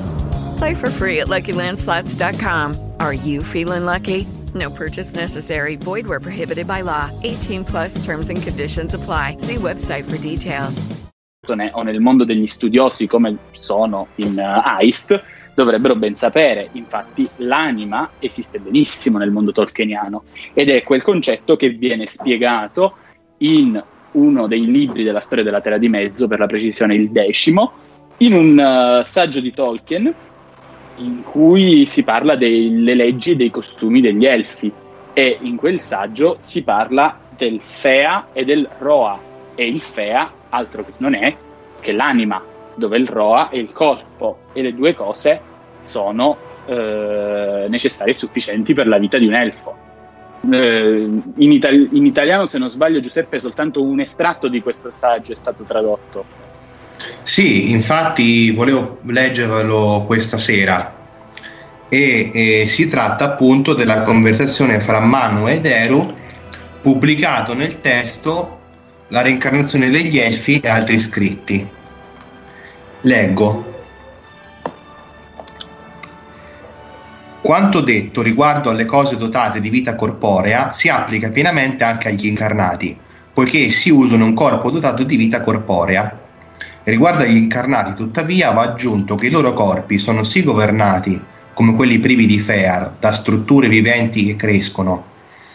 Play for free at Lucky Land Slots dot com. Are you feeling lucky? No purchase necessary. Void where prohibited by law. eighteen plus terms and conditions apply. See website for details. O nel mondo degli studiosi come sono in uh, Aist, dovrebbero ben sapere. Infatti l'anima esiste benissimo nel mondo tolkieniano ed è quel concetto che viene spiegato in uno dei libri della storia della Terra di Mezzo, per la precisione il decimo, in un uh, saggio di Tolkien in cui si parla delle leggi e dei costumi degli elfi, e in quel saggio si parla del Fea e del Roa, e il Fea altro che non è che l'anima, dove il Roa è il corpo, e le due cose sono eh, necessarie e sufficienti per la vita di un elfo. Eh, in, itali- in italiano, se non sbaglio, Giuseppe, soltanto un estratto di questo saggio è stato tradotto. Sì, infatti volevo leggerlo questa sera e, e si tratta appunto della conversazione fra Manu ed Eru, pubblicato nel testo La reincarnazione degli elfi e altri scritti. Leggo. Quanto detto riguardo alle cose dotate di vita corporea si applica pienamente anche agli incarnati, poiché essi usano un corpo dotato di vita corporea. Riguardo agli incarnati, tuttavia, va aggiunto che i loro corpi sono sì governati, come quelli privi di Fear, da strutture viventi che crescono,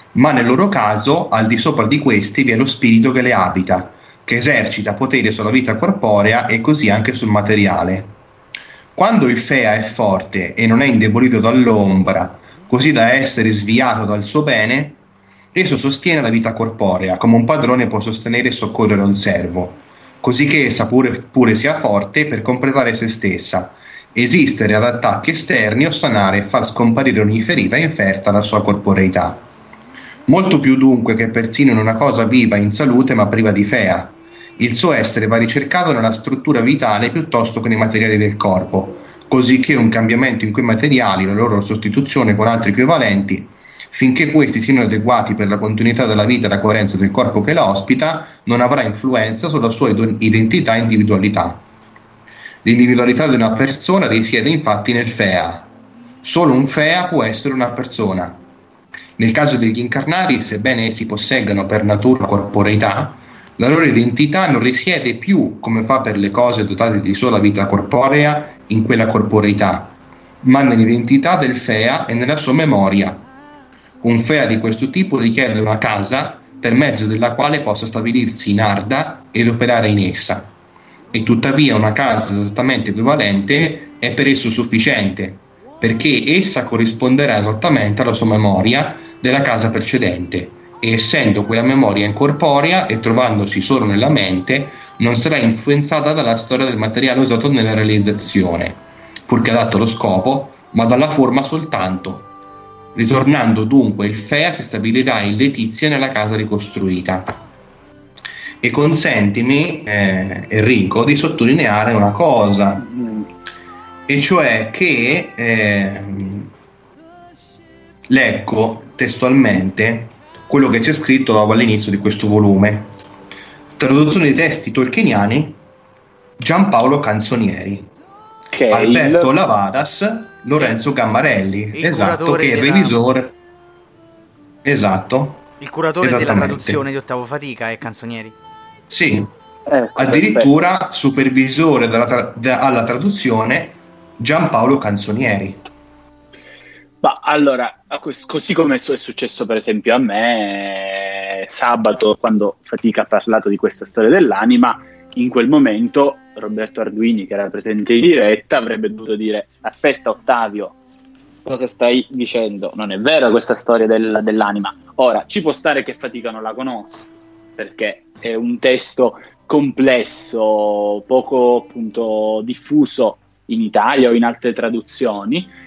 ma nel loro caso al di sopra di questi vi è lo spirito che le abita, che esercita potere sulla vita corporea e così anche sul materiale. Quando il Fea è forte e non è indebolito dall'ombra, così da essere sviato dal suo bene, esso sostiene la vita corporea, come un padrone può sostenere e soccorrere un servo, così che essa pure, pure sia forte per completare se stessa, esistere ad attacchi esterni o sanare e far scomparire ogni ferita inferta alla sua corporeità. Molto più dunque che persino in una cosa viva in salute ma priva di Fea. Il suo essere va ricercato nella struttura vitale piuttosto che nei materiali del corpo, così che un cambiamento in quei materiali, la loro sostituzione con altri equivalenti, finché questi siano adeguati per la continuità della vita e la coerenza del corpo che la ospita, non avrà influenza sulla sua identità e individualità. L'individualità di una persona risiede infatti nel Fea. Solo un Fea può essere una persona. Nel caso degli incarnati, sebbene essi posseggano per natura corporeità, la loro identità non risiede più, come fa per le cose dotate di sola vita corporea, in quella corporeità, ma nell'identità del Fea e nella sua memoria. Un Fea di questo tipo richiede una casa per mezzo della quale possa stabilirsi in Arda ed operare in essa. E tuttavia una casa esattamente equivalente è per esso sufficiente, perché essa corrisponderà esattamente alla sua memoria della casa precedente, e essendo quella memoria incorporea e trovandosi solo nella mente, non sarà influenzata dalla storia del materiale usato nella realizzazione, purché adatto allo scopo, ma dalla forma soltanto. Ritornando dunque il Fea si stabilirà in Letizia nella casa ricostruita. E consentimi, eh, Enrico, di sottolineare una cosa, e cioè che eh, leggo testualmente quello che c'è scritto all'inizio di questo volume. Traduzione dei testi tolkieniani, Giampaolo Canzonieri, okay, Alberto il... Lavadas, Lorenzo Gammarelli, il esatto, che è il della... revisore, esatto, il curatore della traduzione di Ottavo Fatica è Canzonieri. Sì, ecco, addirittura perfetto. Supervisore della tra- de- alla traduzione Giampaolo Canzonieri. Ma allora, così come è successo per esempio a me sabato, quando Fatica ha parlato di questa storia dell'anima, in quel momento Roberto Arduini, che era presente in diretta, avrebbe dovuto dire: aspetta Ottavio, cosa stai dicendo? Non è vera questa storia del, dell'anima. Ora, ci può stare che Fatica non la conosca, perché è un testo complesso, poco appunto diffuso in Italia o in altre traduzioni,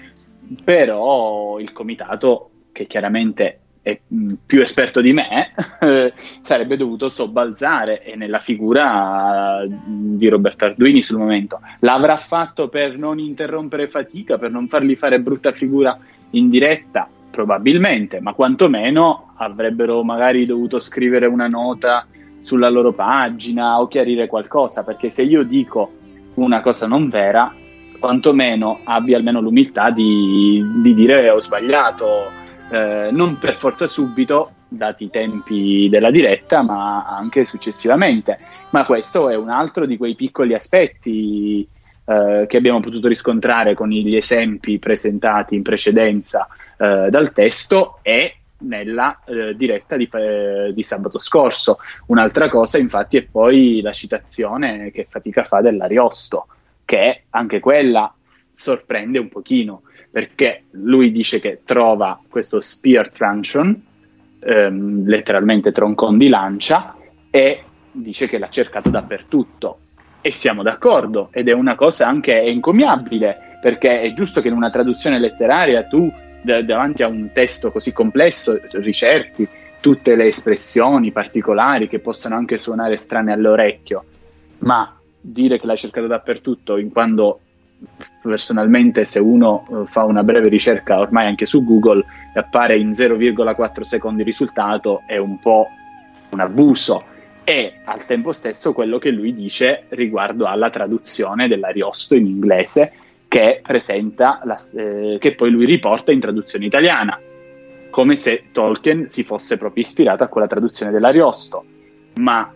però il comitato, che chiaramente è più esperto di me, eh, sarebbe dovuto sobbalzare, e nella figura di Roberto Arduini sul momento. L'avrà fatto per non interrompere Fatica, per non fargli fare brutta figura in diretta? Probabilmente, ma quantomeno avrebbero magari dovuto scrivere una nota sulla loro pagina o chiarire qualcosa, perché se io dico una cosa non vera, quantomeno abbia almeno l'umiltà di, di dire ho sbagliato, eh, non per forza subito, dati i tempi della diretta, ma anche successivamente. Ma questo è un altro di quei piccoli aspetti eh, che abbiamo potuto riscontrare con gli esempi presentati in precedenza eh, dal testo e nella eh, diretta di, eh, di sabato scorso. Un'altra cosa infatti è poi la citazione che Fatica fa dell'Ariosto, che anche quella sorprende un pochino, perché lui dice che trova questo spear truncheon, ehm, letteralmente troncon di lancia, e dice che l'ha cercato dappertutto, e siamo d'accordo, ed è una cosa anche encomiabile, perché è giusto che in una traduzione letteraria tu d- davanti a un testo così complesso ricerchi tutte le espressioni particolari che possono anche suonare strane all'orecchio, ma dire che l'hai cercato dappertutto, in quando personalmente se uno uh, fa una breve ricerca ormai anche su Google e appare in zero virgola quattro secondi il risultato, è un po' un abuso. E al tempo stesso quello che lui dice riguardo alla traduzione dell'Ariosto in inglese, che presenta la, eh, che poi lui riporta in traduzione italiana, come se Tolkien si fosse proprio ispirato a quella traduzione dell'Ariosto. Ma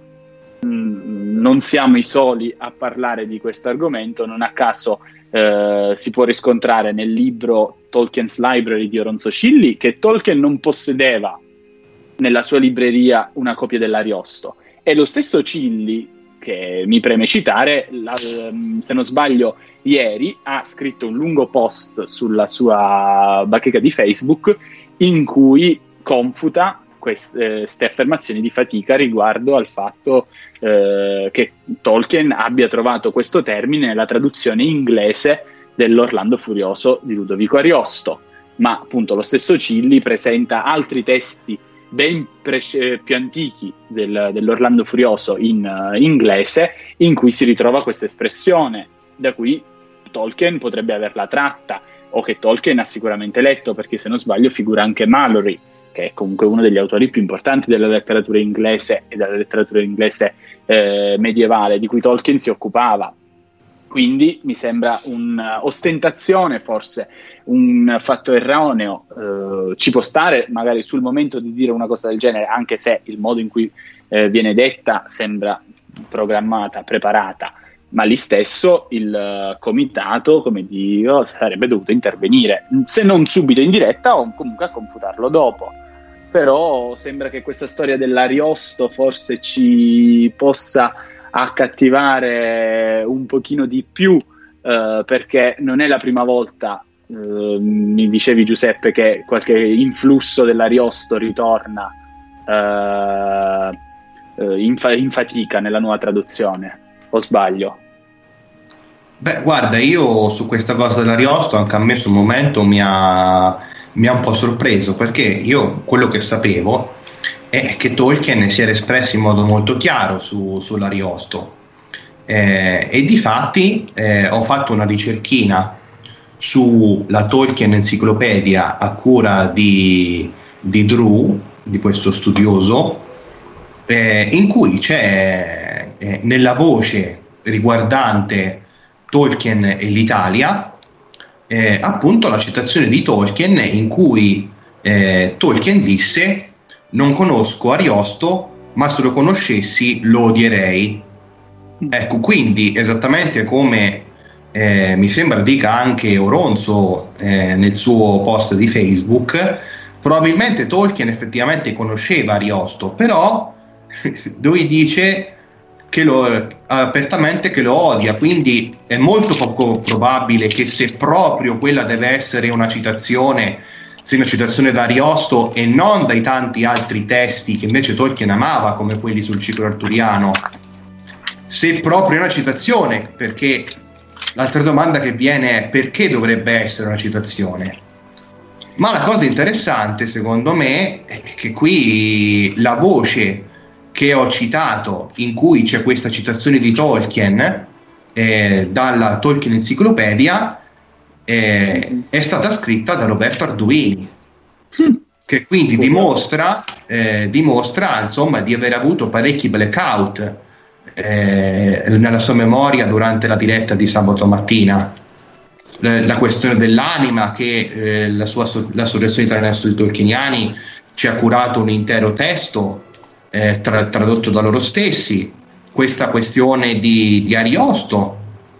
non siamo i soli a parlare di questo argomento. Non a caso eh, si può riscontrare nel libro Tolkien's Library di Oronzo Scilli che Tolkien non possedeva nella sua libreria una copia dell'Ariosto. E lo stesso Cilli, che mi preme citare, la, se non sbaglio ieri ha scritto un lungo post sulla sua bacheca di Facebook in cui confuta queste eh, affermazioni di fatica riguardo al fatto eh, che Tolkien abbia trovato questo termine nella traduzione inglese dell'Orlando Furioso di Ludovico Ariosto, ma appunto lo stesso Cilli presenta altri testi ben pre- più antichi del, dell'Orlando Furioso in uh, inglese in cui si ritrova questa espressione, da cui Tolkien potrebbe averla tratta, o che Tolkien ha sicuramente letto, perché se non sbaglio figura anche Malory, che è comunque uno degli autori più importanti della letteratura inglese e della letteratura inglese eh, medievale, di cui Tolkien si occupava. Quindi mi sembra un'ostentazione, forse un fatto erroneo, eh, ci può stare magari sul momento di dire una cosa del genere, anche se il modo in cui eh, viene detta sembra programmata, preparata, ma lì stesso il uh, comitato, come dico, sarebbe dovuto intervenire, se non subito in diretta o comunque a confutarlo dopo. Però sembra che questa storia dell'Ariosto forse ci possa accattivare un pochino di più, uh, perché non è la prima volta, uh, mi dicevi Giuseppe, che qualche influsso dell'Ariosto ritorna uh, uh, in, fa- in fatica nella nuova traduzione. O sbaglio? Beh, guarda, io su questa cosa dell'Ariosto anche a me sul momento mi ha, mi ha un po' sorpreso, perché io quello che sapevo è che Tolkien si era espresso in modo molto chiaro su, sull'Ariosto, eh, e difatti eh, ho fatto una ricerchina sulla Tolkien Enciclopedia a cura di, di Drew, di questo studioso, eh, in cui c'è eh, nella voce riguardante Tolkien e l'Italia eh, appunto la citazione di Tolkien in cui eh, Tolkien disse: non conosco Ariosto, ma se lo conoscessi lo odierei. Ecco, quindi esattamente come eh, mi sembra dica anche Oronzo eh, nel suo post di Facebook, probabilmente Tolkien effettivamente conosceva Ariosto, però lui dice che lo, apertamente che lo odia, quindi è molto poco probabile che, se proprio quella deve essere una citazione, sia una citazione da Ariosto e non dai tanti altri testi che invece Tolkien amava, come quelli sul ciclo arturiano. Se proprio è una citazione, perché l'altra domanda che viene è: perché dovrebbe essere una citazione? Ma la cosa interessante secondo me è che qui la voce che ho citato, in cui c'è questa citazione di Tolkien eh, dalla Tolkien Enciclopedia, eh, è stata scritta da Roberto Arduini, che quindi dimostra, eh, dimostra insomma di aver avuto parecchi blackout eh, nella sua memoria durante la diretta di sabato mattina. La, la questione dell'anima, che eh, la sua l'associazione italiana studi tolkieniani ci ha curato un intero testo Eh, tra, tradotto da loro stessi, questa questione di, di Ariosto,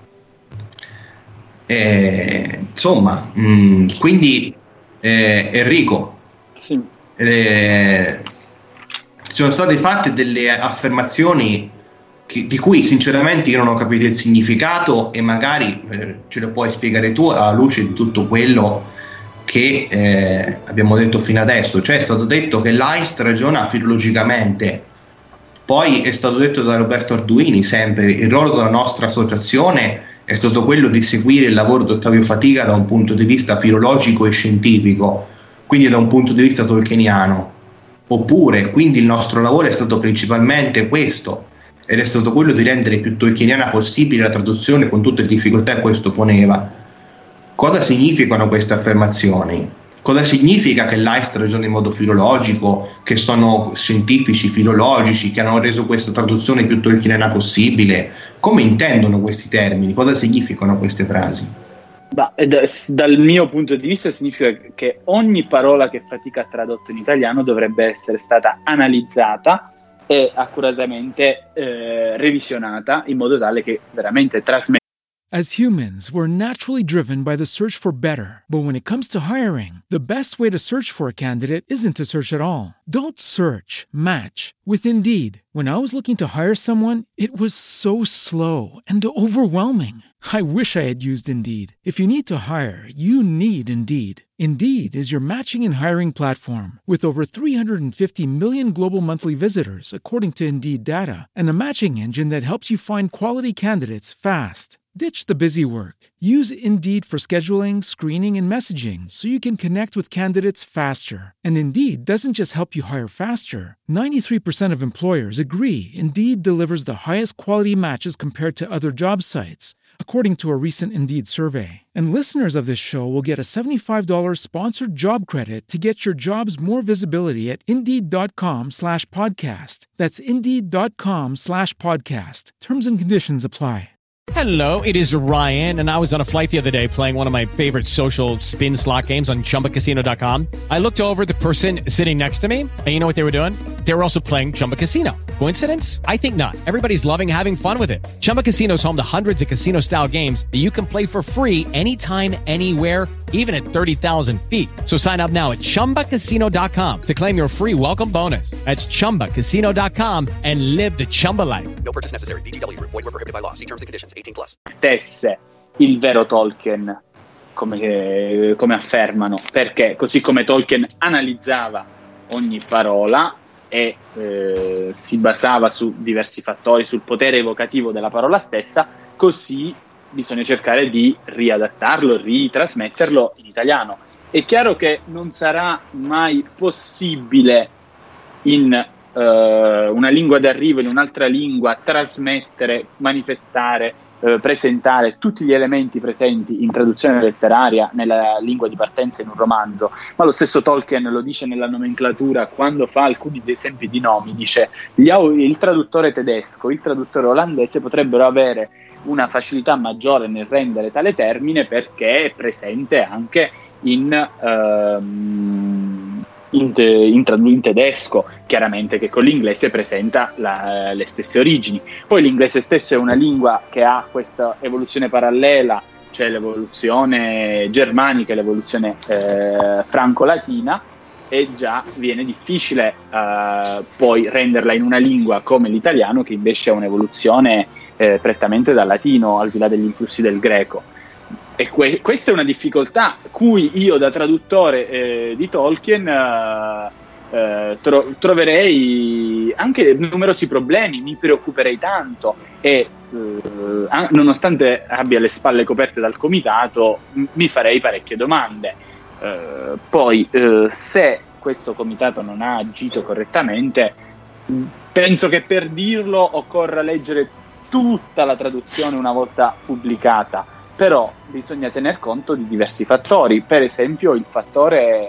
eh, insomma, mh, quindi eh, Enrico, sì. eh, sono state fatte delle affermazioni che, di cui sinceramente io non ho capito il significato, e magari eh, ce lo puoi spiegare tu alla luce di tutto quello che eh, abbiamo detto fino adesso. Cioè è stato detto che l'Aist ragiona filologicamente, poi è stato detto da Roberto Arduini sempre: il ruolo della nostra associazione è stato quello di seguire il lavoro di Ottavio Fatica da un punto di vista filologico e scientifico, quindi da un punto di vista tolkieniano. Oppure, quindi il nostro lavoro è stato principalmente questo, ed è stato quello di rendere più tolkieniana possibile la traduzione con tutte le difficoltà che questo poneva. Cosa significano queste affermazioni? Cosa significa che l'Aist ragiona in modo filologico, che sono scientifici filologici che hanno reso questa traduzione più tolkieniana possibile? Come intendono questi termini? Cosa significano queste frasi? Bah, da, dal mio punto di vista significa che ogni parola che Fatica ha tradotto in italiano dovrebbe essere stata analizzata e accuratamente eh, revisionata, in modo tale che veramente trasmetta As humans, we're naturally driven by the search for better. But when it comes to hiring, the best way to search for a candidate isn't to search at all. Don't search, match with Indeed. When I was looking to hire someone, it was so slow and overwhelming. I wish I had used Indeed. If you need to hire, you need Indeed. Indeed is your matching and hiring platform with over three hundred fifty million global monthly visitors, according to Indeed data, and a matching engine that helps you find quality candidates fast. Ditch the busy work. Use Indeed for scheduling, screening, and messaging so you can connect with candidates faster. And Indeed doesn't just help you hire faster. ninety-three percent of employers agree Indeed delivers the highest quality matches compared to other job sites, according to a recent Indeed survey. And listeners of this show will get a seventy-five dollars sponsored job credit to get your jobs more visibility at Indeed.com slash podcast. That's Indeed.com slash podcast. Terms and conditions apply. Hello, it is Ryan, and I was on a flight the other day playing one of my favorite social spin slot games on Chumba Casino dot com. I looked over at the person sitting next to me, and you know what they were doing? They were also playing Chumba Casino. Coincidence? I think not. Everybody's loving having fun with it. Chumba Casino is home to hundreds of casino-style games that you can play for free anytime, anywhere, even at thirty thousand feet. So sign up now at Chumba Casino dot com to claim your free welcome bonus. That's Chumba Casino dot com and live the Chumba life. No purchase necessary. V G W. Void where prohibited by law. See terms and conditions. eighteen plus. Tesse il vero Tolkien, come, eh, come affermano, perché così come Tolkien analizzava ogni parola e eh, si basava su diversi fattori, sul potere evocativo della parola stessa, così bisogna cercare di riadattarlo, ritrasmetterlo in italiano. È chiaro che non sarà mai possibile in eh, una lingua d'arrivo, in un'altra lingua, trasmettere, manifestare, eh, presentare tutti gli elementi presenti in traduzione letteraria nella lingua di partenza in un romanzo, ma lo stesso Tolkien lo dice nella nomenclatura quando fa alcuni esempi di nomi, dice gli, il traduttore tedesco, il traduttore olandese potrebbero avere una facilità maggiore nel rendere tale termine perché è presente anche in, um, in, te, in, in tedesco, chiaramente che con l'inglese presenta la, le stesse origini. Poi l'inglese stesso è una lingua che ha questa evoluzione parallela, cioè l'evoluzione germanica e l'evoluzione eh, franco-latina, e già viene difficile eh, poi renderla in una lingua come l'italiano, che invece ha un'evoluzione Eh, prettamente dal latino, al di là degli influssi del greco. E que- questa è una difficoltà cui io da traduttore eh, di Tolkien eh, eh, tro- troverei anche numerosi problemi, mi preoccuperei tanto e eh, an- nonostante abbia le spalle coperte dal comitato m- mi farei parecchie domande. Eh, poi eh, se questo comitato non ha agito correttamente, penso che per dirlo occorra leggere tutta la traduzione una volta pubblicata, però bisogna tener conto di diversi fattori, per esempio il fattore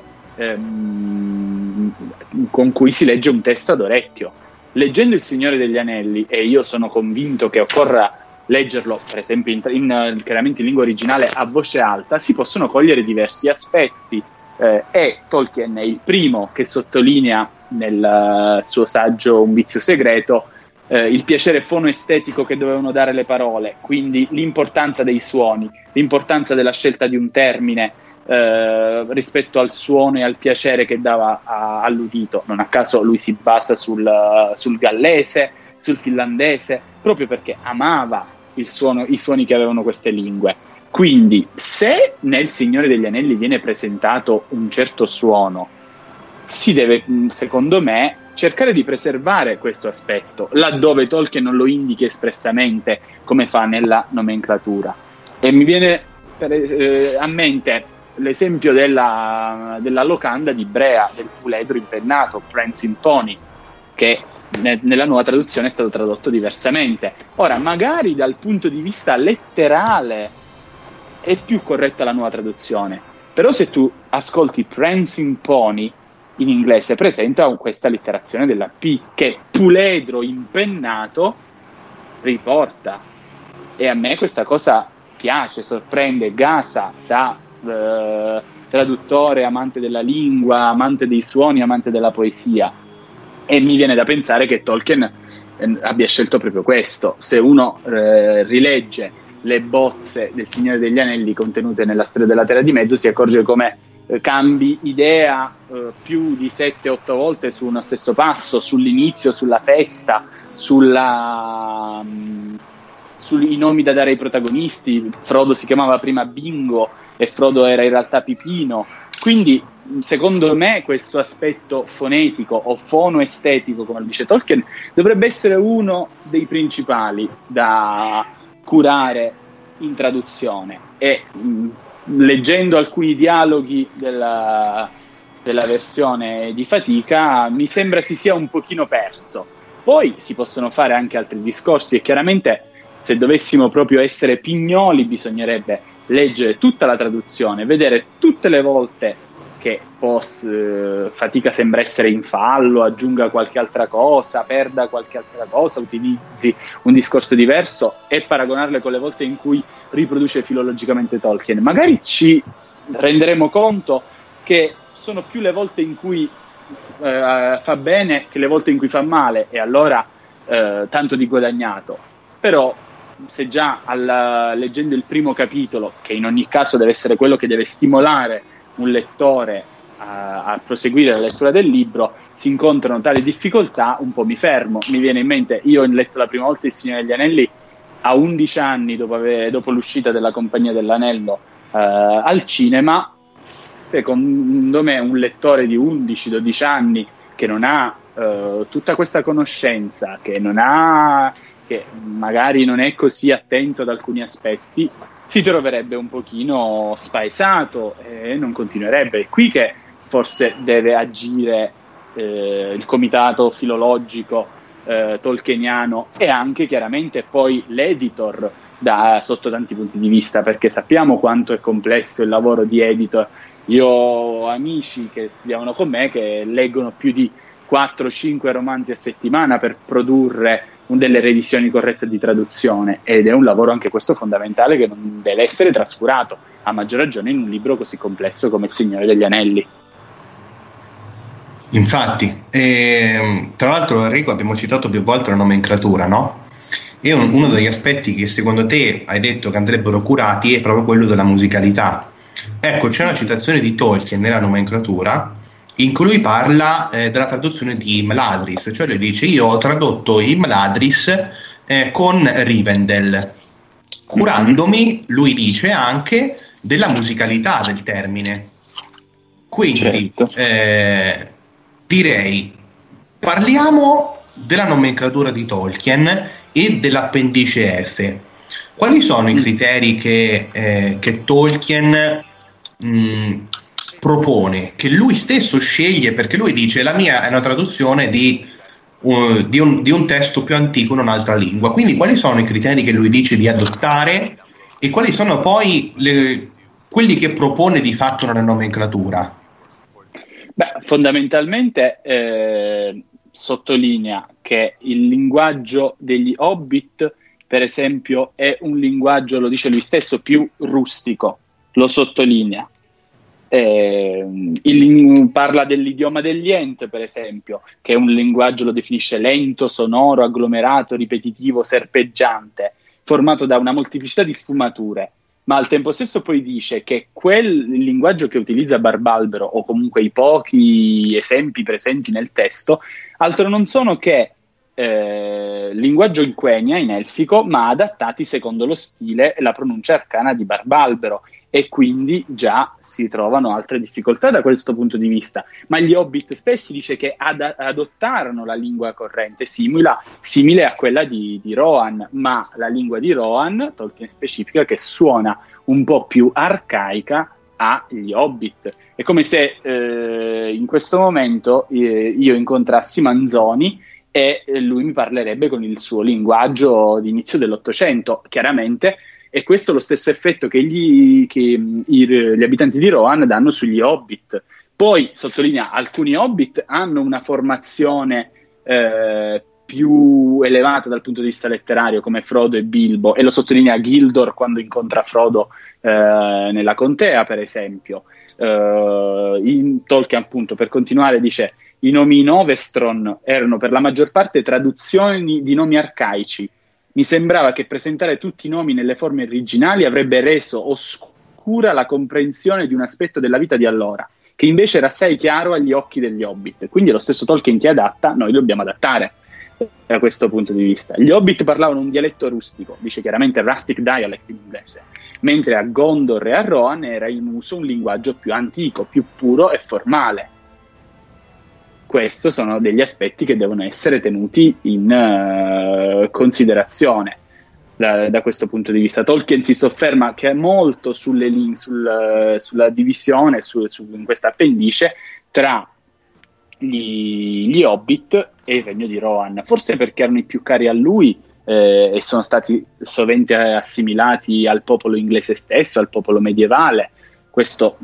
ehm, con cui si legge un testo ad orecchio. Leggendo Il Signore degli Anelli, e io sono convinto che occorra leggerlo per esempio in, in, chiaramente in lingua originale a voce alta, si possono cogliere diversi aspetti eh, e Tolkien è il primo che sottolinea nel uh, suo saggio Un vizio segreto Eh, il piacere fonoestetico che dovevano dare le parole, quindi l'importanza dei suoni, l'importanza della scelta di un termine eh, rispetto al suono e al piacere che dava a, all'udito. Non a caso lui si basa sul, sul gallese, sul finlandese, proprio perché amava il suono, i suoni che avevano queste lingue. Quindi se nel Signore degli Anelli viene presentato un certo suono, si deve, secondo me, cercare di preservare questo aspetto, laddove Tolkien non lo indichi espressamente come fa nella nomenclatura. E mi viene per, eh, a mente l'esempio della, della locanda di Brea, del puledro impennato, Prancing Pony, che ne, nella nuova traduzione è stato tradotto diversamente. Ora, magari dal punto di vista letterale è più corretta la nuova traduzione, però se tu ascolti Prancing Pony in inglese presenta questa allitterazione della P che puledro impennato riporta, e a me questa cosa piace, sorprende, gasa da eh, traduttore, amante della lingua, amante dei suoni, amante della poesia, e mi viene da pensare che Tolkien eh, abbia scelto proprio questo. Se uno eh, rilegge le bozze del Signore degli Anelli contenute nella Storia della Terra di Mezzo, si accorge come eh, cambi idea eh, più di sette otto volte su uno stesso passo, sull'inizio, sulla festa, sulla, mh, sui nomi da dare ai protagonisti. Frodo si chiamava prima Bingo e Frodo era in realtà Pipino. Quindi secondo me questo aspetto fonetico o fonoestetico, come lo dice Tolkien, dovrebbe essere uno dei principali da curare in traduzione, e mh, leggendo alcuni dialoghi della, della versione di fatica mi sembra si sia un pochino perso. Poi si possono fare anche altri discorsi, e chiaramente se dovessimo proprio essere pignoli bisognerebbe leggere tutta la traduzione, vedere tutte le volte che post, eh, fatica sembra essere in fallo, aggiunga qualche altra cosa, perda qualche altra cosa, utilizzi un discorso diverso, e paragonarle con le volte in cui riproduce filologicamente Tolkien. Magari ci renderemo conto che sono più le volte in cui eh, fa bene che le volte in cui fa male, e allora eh, tanto di guadagnato. Però se già alla, leggendo il primo capitolo, che in ogni caso deve essere quello che deve stimolare un lettore a, a proseguire la lettura del libro, si incontrano tali difficoltà, un po' mi fermo. Mi viene in mente, io ho letto la prima volta Il Signore degli Anelli a undici anni dopo, ave, dopo l'uscita della Compagnia dell'Anello eh, al cinema. Secondo me un lettore di undici dodici anni che non ha eh, tutta questa conoscenza, che non ha che magari non è così attento ad alcuni aspetti, si troverebbe un pochino spaesato e non continuerebbe. È qui che forse deve agire eh, il comitato filologico eh, tolkieniano, e anche chiaramente poi l'editor da, sotto tanti punti di vista, perché sappiamo quanto è complesso il lavoro di editor. Io ho amici che studiavano con me che leggono più di quattro cinque romanzi a settimana per produrre delle revisioni corrette di traduzione, ed è un lavoro anche questo fondamentale che non deve essere trascurato, a maggior ragione in un libro così complesso come Il Signore degli Anelli. Infatti, e, tra l'altro Enrico, abbiamo citato più volte la nomenclatura, no? E un, uno degli aspetti che secondo te hai detto che andrebbero curati è proprio quello della musicalità. Ecco, c'è una citazione di Tolkien nella nomenclatura in cui lui parla eh, della traduzione di Imladris, cioè lui dice: io ho tradotto Imladris eh, con Rivendell, curandomi, lui dice, anche della musicalità del termine. Quindi certo. eh, direi, parliamo della nomenclatura di Tolkien e dell'appendice F. Quali sono i criteri che, eh, che Tolkien mh, propone, che lui stesso sceglie? Perché lui dice: la mia è una traduzione di, uh, di, un, di un testo più antico in un'altra lingua. Quindi quali sono i criteri che lui dice di adottare, e quali sono poi le, quelli che propone di fatto nella nomenclatura? Beh, fondamentalmente eh, sottolinea che il linguaggio degli Hobbit, per esempio, è un linguaggio, lo dice lui stesso, più rustico, lo sottolinea. Eh, il, parla dell'idioma degli Ent, per esempio, che è un linguaggio, lo definisce lento, sonoro, agglomerato, ripetitivo, serpeggiante, formato da una molteplicità di sfumature, ma al tempo stesso poi dice che quel il linguaggio che utilizza Barbalbero, o comunque i pochi esempi presenti nel testo, altro non sono che eh, linguaggio in Quenya, in elfico, ma adattati secondo lo stile e la pronuncia arcana di Barbalbero, e quindi già si trovano altre difficoltà da questo punto di vista. Ma gli Hobbit stessi dice che ad- adottarono la lingua corrente simila, simile a quella di, di Rohan, ma la lingua di Rohan, Tolkien specifica, che suona un po' più arcaica agli Hobbit. È come se eh, in questo momento eh, io incontrassi Manzoni e lui mi parlerebbe con il suo linguaggio di inizio dell'Ottocento, chiaramente. E questo è lo stesso effetto che, gli, che i, gli abitanti di Rohan danno sugli Hobbit. Poi sottolinea: alcuni Hobbit hanno una formazione eh, più elevata dal punto di vista letterario, come Frodo e Bilbo, e lo sottolinea Gildor quando incontra Frodo eh, nella contea, per esempio. Uh, in Tolkien, appunto, per continuare, dice: i nomi in Ovestron erano per la maggior parte traduzioni di nomi arcaici, Mi sembrava che presentare tutti i nomi nelle forme originali avrebbe reso oscura la comprensione di un aspetto della vita di allora, che invece era assai chiaro agli occhi degli Hobbit. Quindi lo stesso Tolkien che adatta, noi dobbiamo adattare da questo punto di vista. Gli Hobbit parlavano un dialetto rustico, dice chiaramente rustic dialect in inglese, mentre a Gondor e a Rohan era in uso un linguaggio più antico, più puro e formale. Questi sono degli aspetti che devono essere tenuti in uh, considerazione da, da questo punto di vista. Tolkien si sofferma che molto sulle lin- sul, sulla divisione su, su, in questa appendice tra gli, gli Hobbit e il regno di Rohan, forse perché erano i più cari a lui eh, e sono stati sovente assimilati al popolo inglese stesso, al popolo medievale. Questo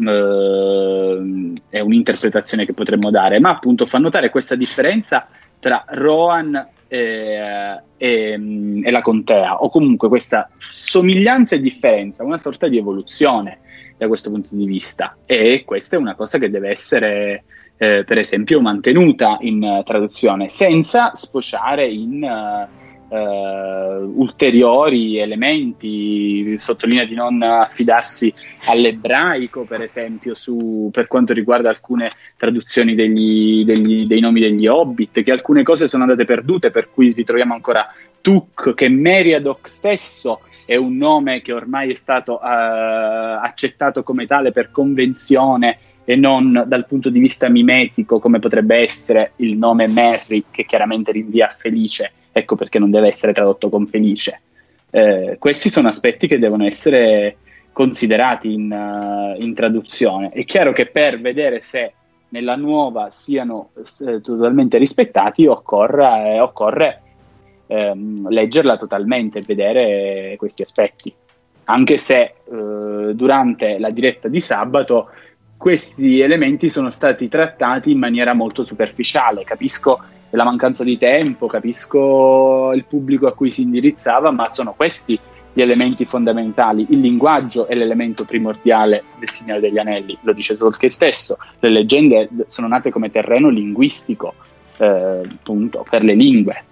eh, è un'interpretazione che potremmo dare, ma appunto fa notare questa differenza tra Rohan e, e, e la contea, o comunque questa somiglianza e differenza, una sorta di evoluzione da questo punto di vista, e questa è una cosa che deve essere eh, per esempio mantenuta in uh, traduzione, senza sfociare in uh, Uh, ulteriori elementi. Sottolinea di non affidarsi all'ebraico, per esempio, su, per quanto riguarda alcune traduzioni degli, degli, dei nomi degli Hobbit, che alcune cose sono andate perdute, per cui ritroviamo ancora Tuk, che Meriadoc stesso è un nome che ormai è stato uh, accettato come tale per convenzione e non dal punto di vista mimetico, come potrebbe essere il nome Merry, che chiaramente rinvia a Felice. Ecco perché non deve essere tradotto con Felice. Eh, questi sono aspetti che devono essere considerati in, uh, in traduzione. È chiaro che per vedere se nella nuova siano eh, totalmente rispettati occorre, eh, occorre ehm, leggerla totalmente e vedere questi aspetti. Anche se eh, durante la diretta di sabato questi elementi sono stati trattati in maniera molto superficiale. Capisco la mancanza di tempo, capisco il pubblico a cui si indirizzava, ma sono questi gli elementi fondamentali. Il linguaggio è l'elemento primordiale del Signore degli Anelli, lo dice Tolkien stesso. Le leggende sono nate come terreno linguistico, eh, appunto, per le lingue.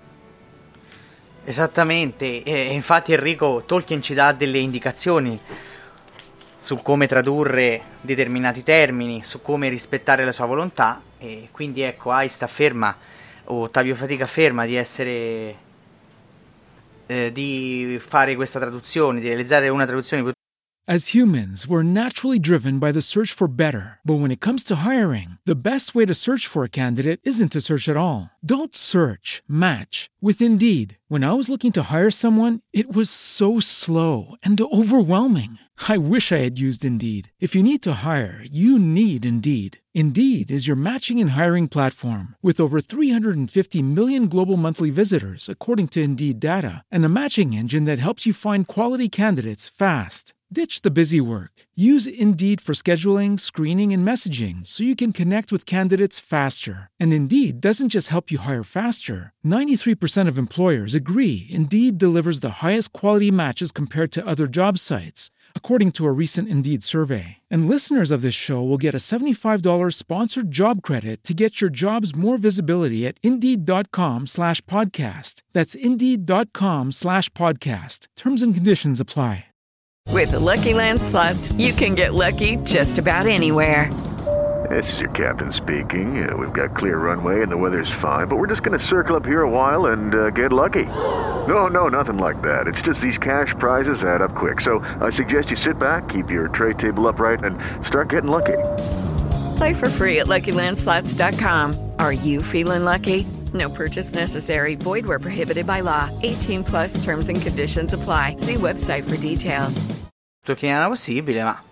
Esattamente, e infatti Enrico, Tolkien ci dà delle indicazioni su come tradurre determinati termini, su come rispettare la sua volontà, e quindi ecco, Aist afferma, o Ottavio Fatica afferma di essere eh, di fare questa traduzione, di realizzare una traduzione. As humans, we're naturally driven by the search for better. But when it comes to hiring, the best way to search for a candidate isn't to search at all. Don't search, match with Indeed. When I was looking to hire someone, it was so slow and overwhelming. I wish I had used Indeed. If you need to hire, you need Indeed. Indeed is your matching and hiring platform with over three hundred fifty million global monthly visitors, according to Indeed data, and a matching engine that helps you find quality candidates fast. Ditch the busy work. Use Indeed for scheduling, screening, and messaging so you can connect with candidates faster. And Indeed doesn't just help you hire faster. ninety-three percent of employers agree Indeed delivers the highest quality matches compared to other job sites, according to a recent Indeed survey. And listeners of this show will get a seventy-five dollars sponsored job credit to get your jobs more visibility at Indeed.com slash podcast. That's Indeed.com slash podcast. Terms and conditions apply. With the Lucky Land Slots, you can get lucky just about anywhere. This is your captain speaking. Uh, we've got clear runway and the weather's fine, but we're just going to circle up here a while and uh, get lucky. No, no, nothing like that. It's just these cash prizes add up quick. So I suggest you sit back, keep your tray table upright, and start getting lucky. Play for free at Lucky Land Slots dot com. Are you feeling lucky? No purchase necessary. Void where prohibited by law. eighteen plus terms and conditions apply. See website for details. Tolkieniana possibile, ma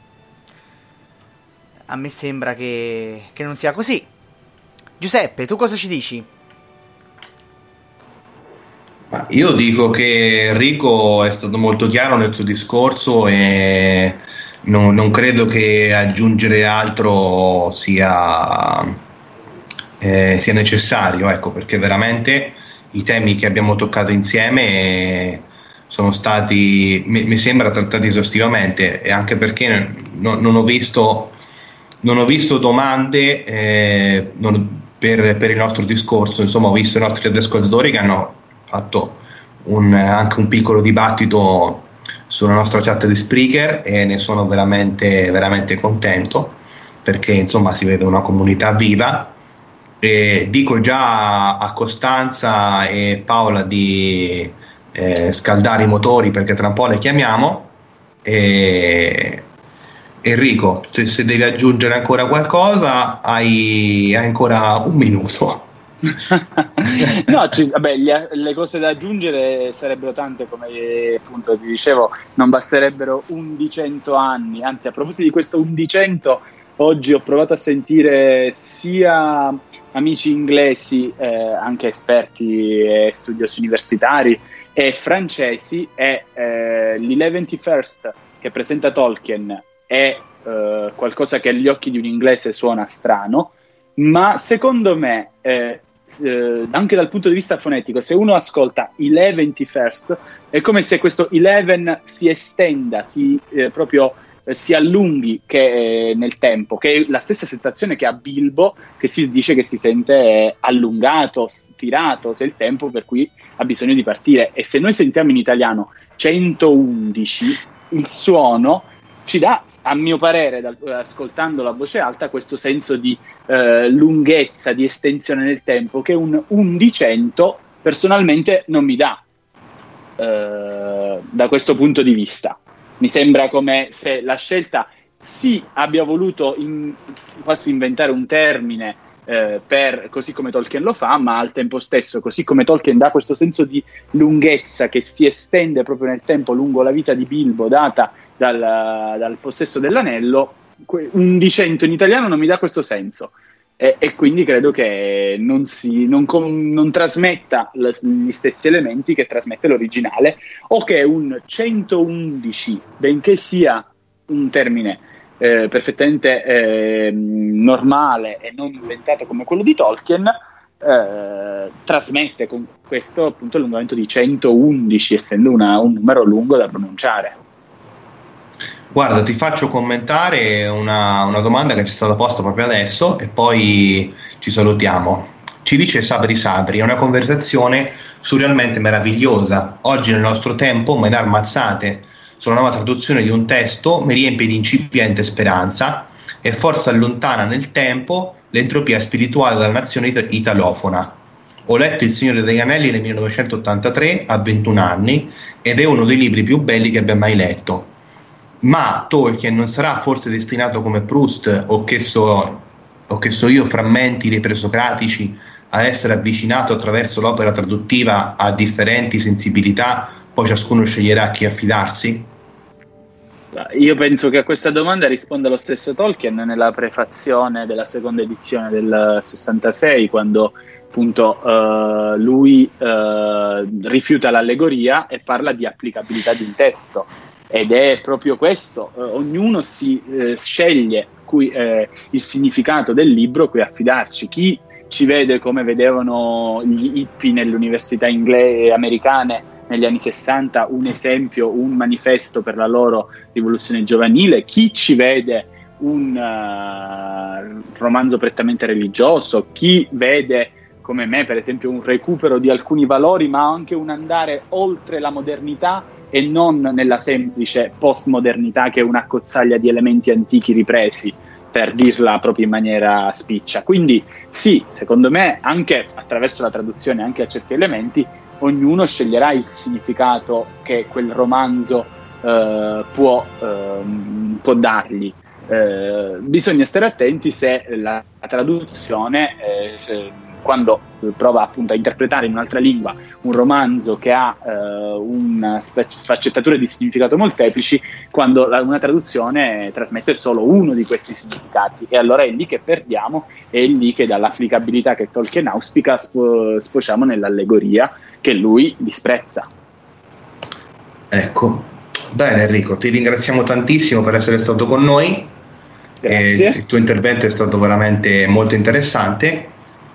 a me sembra che, che non sia così. Giuseppe, tu cosa ci dici? Ma io dico che Enrico è stato molto chiaro nel suo discorso e non, non credo che aggiungere altro sia, eh, sia necessario, ecco, perché veramente i temi che abbiamo toccato insieme sono stati, mi, mi sembra, trattati esaustivamente, e anche perché non, non ho visto non ho visto domande eh, non, per, per il nostro discorso. Insomma, ho visto i nostri ascoltatori che hanno fatto un, anche un piccolo dibattito sulla nostra chat di Spreaker, e ne sono veramente, veramente contento, perché insomma si vede una comunità viva. E dico già a Costanza e Paola di eh, scaldare i motori, perché tra un po' le chiamiamo. E Enrico, se, se devi aggiungere ancora qualcosa, hai, hai ancora un minuto. No, ci, vabbè, gli, le cose da aggiungere sarebbero tante, come appunto ti dicevo, non basterebbero undicento anni. Anzi, a proposito di questo undicento, oggi ho provato a sentire sia amici inglesi, eh, anche esperti e studiosi universitari, e francesi, e eh, l'Eleventy-First che presenta Tolkien è eh, qualcosa che agli occhi di un inglese suona strano, ma secondo me eh, eh, anche dal punto di vista fonetico, se uno ascolta Eleventy-First, è come se questo eleven si estenda, si eh, proprio eh, si allunghi che, eh, nel tempo, che è la stessa sensazione che ha Bilbo, che si dice che si sente eh, allungato, stirato, c'è il tempo per cui ha bisogno di partire. E se noi sentiamo in italiano centoundici, il suono ci dà, a mio parere, dal, ascoltandolo a voce alta, questo senso di eh, lunghezza, di estensione nel tempo, che un undicento personalmente non mi dà eh, da questo punto di vista. Mi sembra come se la scelta sì abbia voluto in, quasi inventare un termine eh, per, così come Tolkien lo fa, ma al tempo stesso, così come Tolkien dà questo senso di lunghezza che si estende proprio nel tempo lungo la vita di Bilbo data Dal, dal possesso dell'anello, undicento in italiano non mi dà questo senso, e, e quindi credo che non, si, non, com, non trasmetta l, gli stessi elementi che trasmette l'originale, o che un centoundici, benché sia un termine eh, perfettamente eh, normale e non inventato come quello di Tolkien, eh, trasmette con questo appunto l'allungamento di centoundici, essendo una, un numero lungo da pronunciare. Guarda, ti faccio commentare una, una domanda che ci è stata posta proprio adesso e poi ci salutiamo. Ci dice Sabri Sabri: è una conversazione surrealmente meravigliosa. Oggi nel nostro tempo menare mazzate sulla nuova traduzione di un testo mi riempie di incipiente speranza e forse allontana nel tempo l'entropia spirituale della nazione it- italofona. Ho letto Il Signore degli Anelli nel millenovecentottantatré a ventuno anni ed è uno dei libri più belli che abbia mai letto. Ma Tolkien non sarà forse destinato come Proust o che so, o che so io frammenti dei presocratici a essere avvicinato attraverso l'opera traduttiva a differenti sensibilità, poi ciascuno sceglierà a chi affidarsi? Io penso che a questa domanda risponda lo stesso Tolkien nella prefazione della seconda edizione del sessantasei, quando appunto uh, lui uh, rifiuta l'allegoria e parla di applicabilità di un testo. Ed è proprio questo, eh, ognuno si eh, sceglie cui, eh, il significato del libro a cui affidarci. Chi ci vede come vedevano gli hippie nelle università inglesi americane negli anni sessanta, un esempio, un manifesto per la loro rivoluzione giovanile, chi ci vede un uh, romanzo prettamente religioso, chi vede come me per esempio un recupero di alcuni valori, ma anche un andare oltre la modernità e non nella semplice postmodernità che è un'accozzaglia di elementi antichi ripresi, per dirla proprio in maniera spiccia. Quindi sì, secondo me anche attraverso la traduzione anche a certi elementi ognuno sceglierà il significato che quel romanzo eh, può, eh, può dargli. Eh, bisogna stare attenti se la, la traduzione eh, quando prova appunto a interpretare in un'altra lingua un romanzo che ha eh, una sfaccettatura di significato molteplici, quando la, una traduzione trasmette solo uno di questi significati, e allora è lì che perdiamo, è lì che dall'applicabilità che Tolkien auspica spo, sfociamo nell'allegoria che lui disprezza. Ecco, bene Enrico, ti ringraziamo tantissimo per essere stato con noi. Grazie. E il tuo intervento è stato veramente molto interessante.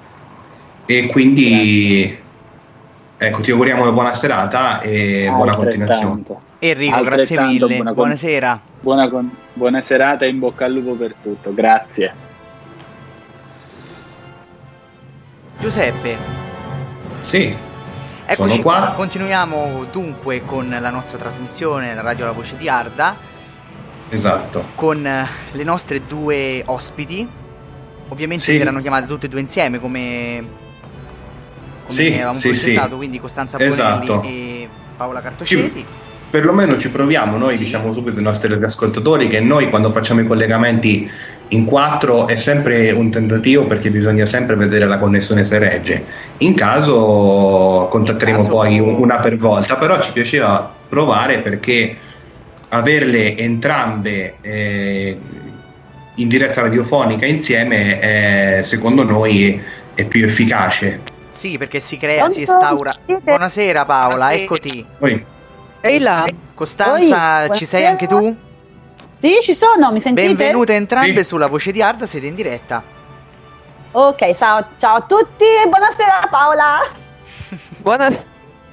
E quindi ecco, ti auguriamo una buona serata e buona continuazione. Enrico, grazie mille, buona buonasera. Buona, con- buona serata e in bocca al lupo per tutto, grazie. Giuseppe. Sì. Eccoci sono qua. qua. Continuiamo dunque con la nostra trasmissione, la Radio La Voce di Arda. Esatto. Con eh, le nostre due ospiti. Ovviamente Sì. verranno chiamate tutte e due insieme come, come Sì, avevamo sì, presentato, sì. quindi Costanza Bonelli Esatto. e Paola Cartoceti. Ci- perlomeno ci proviamo, noi Sì. diciamo subito ai nostri ascoltatori che noi quando facciamo i collegamenti in quattro è sempre un tentativo, perché bisogna sempre vedere la connessione se regge. In caso contatteremo In caso- poi un- una per volta, però ci piaceva provare perché averle entrambe eh, in diretta radiofonica insieme è, secondo noi è più efficace. Sì, perché si crea, si instaura. Buonasera Paola, eccoti. Poi, Ehi là. Costanza, Oi, ci sei anche tu? Sì, ci sono, mi sentite? Benvenute entrambe Sì. sulla Voce di Arda, siete in diretta. Ok, ciao, ciao a tutti e buonasera Paola. Buonasera.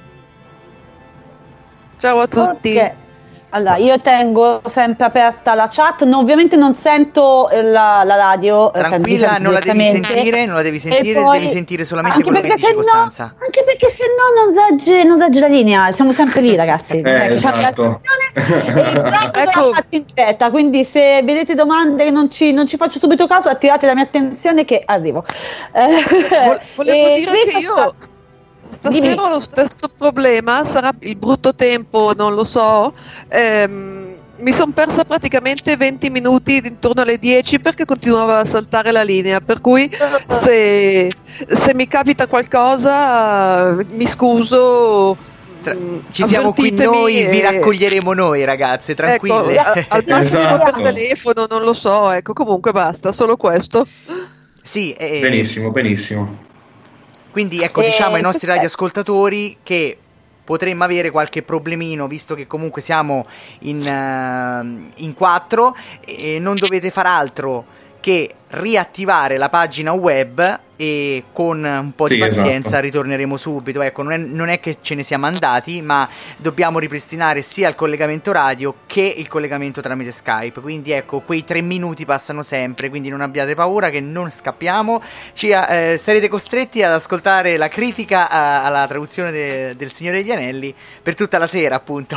Ciao a tutti. Ok. Allora, io tengo sempre aperta la chat, no, ovviamente non sento eh, la, la radio. eh, Tranquilla, sento non la devi direttamente. sentire, non la devi E sentire, poi- devi sentire solamente anche quello che perché dice se no- Costanza. Anche perché se no non regge, non regge la linea, siamo sempre lì ragazzi. Eh, Ecco, faccio la esatto. stazione e prendo Ecco. la chat in diretta, quindi se vedete domande che non ci, non ci faccio subito caso, attirate la mia attenzione che arrivo. Eh, Vo- Volevo e dire qui che io sta- stasera Dimmi. ho lo stesso problema, sarà il brutto tempo, non lo so. Ehm, mi sono persa praticamente venti minuti intorno alle dieci perché continuava a saltare la linea, per cui se, se mi capita qualcosa mi scuso. Tra- mm, Ci siamo qui avvertitemi noi, vi e- raccoglieremo noi ragazze, tranquille. Ecco, al massimo Esatto. per telefono, non lo so, ecco, comunque basta, solo questo. Sì, eh, benissimo, benissimo. quindi ecco, Eh, diciamo ai nostri perfetto. radioascoltatori che potremmo avere qualche problemino, visto che comunque siamo in, eh, in quattro, e non dovete far altro che riattivare la pagina web e con un po' Sì, di pazienza esatto. ritorneremo subito. Ecco, non è, non è che ce ne siamo andati, ma dobbiamo ripristinare sia il collegamento radio che il collegamento tramite Skype. Quindi ecco, quei tre minuti passano sempre, quindi non abbiate paura che non scappiamo. Ci, eh, sarete costretti ad ascoltare la critica a- alla traduzione de- del Signore degli Anelli per tutta la sera, appunto.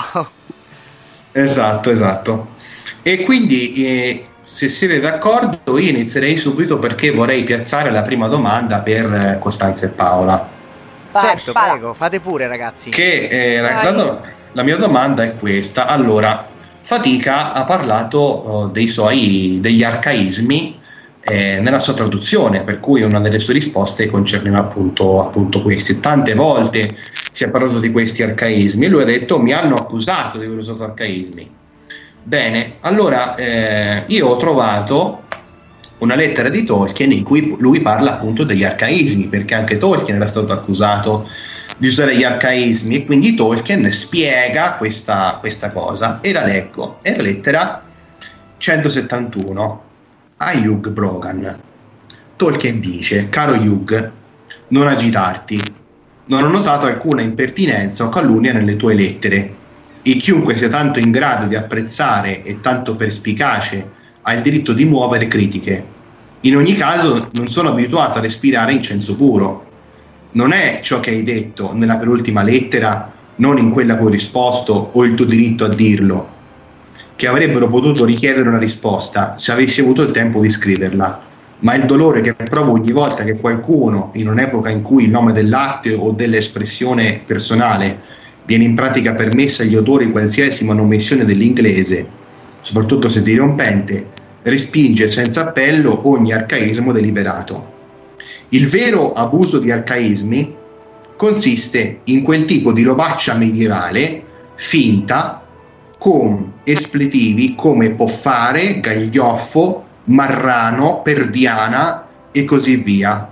Esatto, esatto. E quindi, eh, se siete d'accordo, io inizierei subito perché vorrei piazzare la prima domanda per eh, Costanza e Paola. Vai, Certo, spara. prego, fate pure ragazzi. Che eh, la, Vai. la do- la mia domanda è questa. Allora, Fatica ha parlato oh, dei suoi degli arcaismi eh, nella sua traduzione, per cui una delle sue risposte concerneva appunto, appunto questi. Tante volte si è parlato di questi arcaismi e lui ha detto: mi hanno accusato di aver usato arcaismi. Bene, allora eh, io ho trovato una lettera di Tolkien in cui lui parla appunto degli arcaismi, perché anche Tolkien era stato accusato di usare gli arcaismi, e quindi Tolkien spiega questa, questa cosa, e la leggo. È la lettera centosettantuno a Hugh Brogan. Tolkien dice: caro Hugh, non agitarti, non ho notato alcuna impertinenza o calunnia nelle tue lettere, e chiunque sia tanto in grado di apprezzare e tanto perspicace ha il diritto di muovere critiche. In ogni caso non sono abituato a respirare incenso puro. Non è ciò che hai detto nella penultima lettera, non in quella a cui ho risposto, o il tuo diritto a dirlo, che avrebbero potuto richiedere una risposta se avessi avuto il tempo di scriverla, ma il dolore che provo ogni volta che qualcuno, in un'epoca in cui il nome dell'arte o dell'espressione personale viene in pratica permessa agli autori qualsiasi manomissione dell'inglese, soprattutto se dirompente, respinge senza appello ogni arcaismo deliberato. Il vero abuso di arcaismi consiste in quel tipo di robaccia medievale finta con espletivi come poffare, gaglioffo, marrano, perdiana e così via.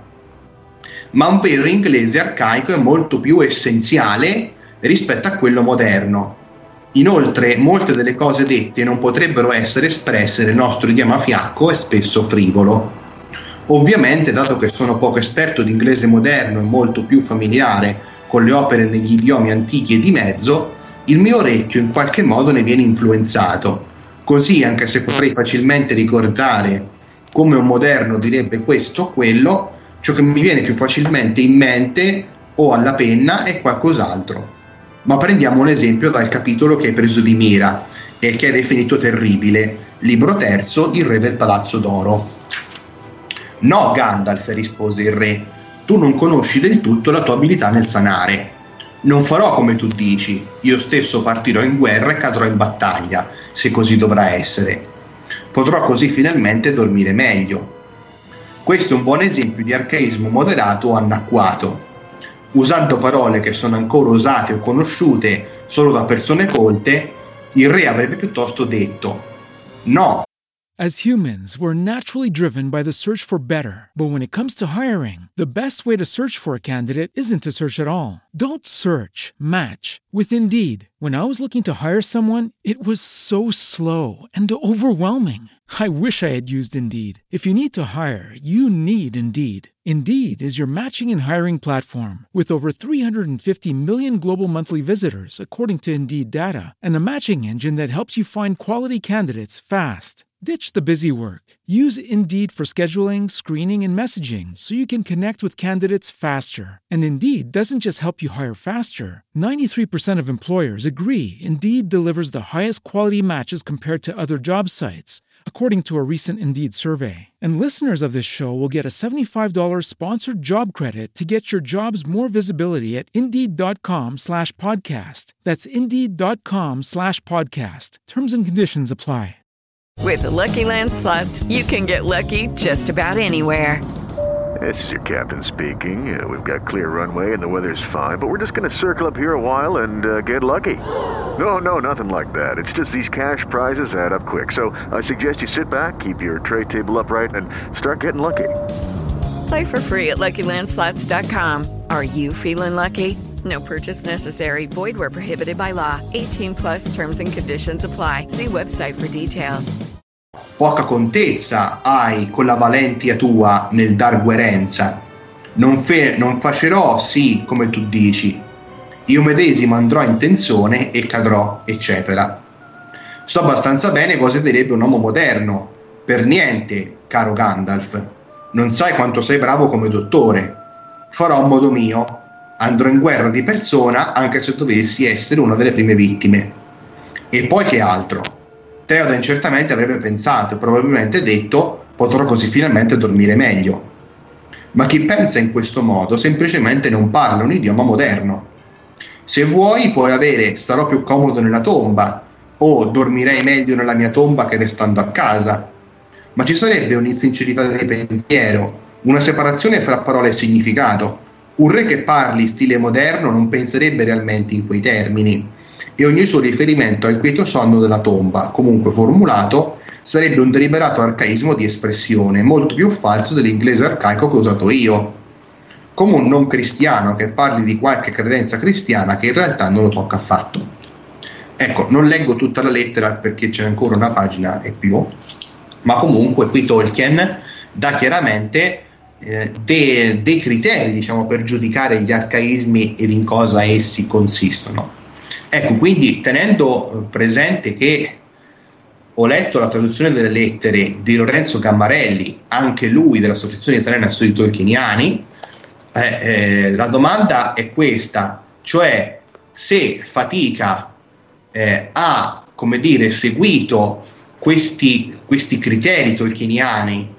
Ma un vero inglese arcaico è molto più essenziale rispetto a quello moderno. Inoltre, molte delle cose dette non potrebbero essere espresse nel nostro idioma fiacco e spesso frivolo. Ovviamente, dato che sono poco esperto di inglese moderno e molto più familiare con le opere negli idiomi antichi e di mezzo, il mio orecchio in qualche modo ne viene influenzato. Così, anche se potrei facilmente ricordare come un moderno direbbe questo o quello, ciò che mi viene più facilmente in mente o alla penna è qualcos'altro. Ma prendiamo un esempio dal capitolo che hai preso di mira e che è definito terribile, libro terzo, il re del palazzo d'oro. No, Gandalf, rispose il re, tu non conosci del tutto la tua abilità nel sanare. Non farò come tu dici, io stesso partirò in guerra e cadrò in battaglia, se così dovrà essere. Potrò così finalmente dormire meglio. Questo è un buon esempio di arcaismo moderato o annacquato. Usando parole che sono ancora usate o conosciute solo da persone colte, il re avrebbe piuttosto detto: no. As humans, we're naturally driven by the search for better. But when it comes to hiring, the best way to search for a candidate isn't to search at all. Don't search, match with Indeed. When I was looking to hire someone, it was so slow and overwhelming. I wish I had used Indeed. If you need to hire, you need Indeed. Indeed is your matching and hiring platform with over three hundred fifty million global monthly visitors, according to Indeed data, and a matching engine that helps you find quality candidates fast. Ditch the busy work. Use Indeed for scheduling, screening, and messaging so you can connect with candidates faster. And Indeed doesn't just help you hire faster. ninety-three percent of employers agree Indeed delivers the highest quality matches compared to other job sites, according to a recent Indeed survey. And listeners of this show will get a seventy-five dollars sponsored job credit to get your jobs more visibility at Indeed.com slash podcast. That's Indeed.com slash podcast. Terms and conditions apply. With the Lucky Land Slots, you can get lucky just about anywhere. This is your captain speaking. Uh, we've got clear runway and the weather's fine, but we're just going to circle up here a while and uh, get lucky. No, no, nothing like that. It's just these cash prizes add up quick. So I suggest you sit back, keep your tray table upright, and start getting lucky. Play for free at Lucky Land Slots dot com. Are you feeling lucky? No purchase necessary. Void where prohibited by law. eighteen plus terms and conditions apply. See website for details. Poca contezza hai con la valentia tua nel dar guerenza. Non, fe- non facerò sì come tu dici. Io medesimo andrò in tensione e cadrò, eccetera. So abbastanza bene cosa direbbe un uomo moderno. Per niente, caro Gandalf. Non sai quanto sei bravo come dottore. Farò a modo mio. Andrò in guerra di persona anche se dovessi essere una delle prime vittime. E poi che altro? Theoden certamente avrebbe pensato e probabilmente detto: potrò così finalmente dormire meglio. Ma chi pensa in questo modo semplicemente non parla un idioma moderno. Se vuoi puoi avere starò più comodo nella tomba o dormirei meglio nella mia tomba che restando a casa. Ma ci sarebbe un'insincerità di pensiero, una separazione fra parole e significato. Un re che parli stile moderno non penserebbe realmente in quei termini e ogni suo riferimento al quieto sonno della tomba, comunque formulato, sarebbe un deliberato arcaismo di espressione, molto più falso dell'inglese arcaico che ho usato io, come un non cristiano che parli di qualche credenza cristiana che in realtà non lo tocca affatto. Ecco, non leggo tutta la lettera perché c'è ancora una pagina e più, ma comunque qui Tolkien dà chiaramente eh, de- dei criteri, diciamo, per giudicare gli arcaismi ed in cosa essi consistono. Ecco, quindi tenendo presente che ho letto la traduzione delle lettere di Lorenzo Gammarelli, anche lui dell'Associazione Italiana Studi Tolkieniani, eh, eh, la domanda è questa, cioè se Fatica eh, ha, come dire, seguito questi, questi criteri tolkieniani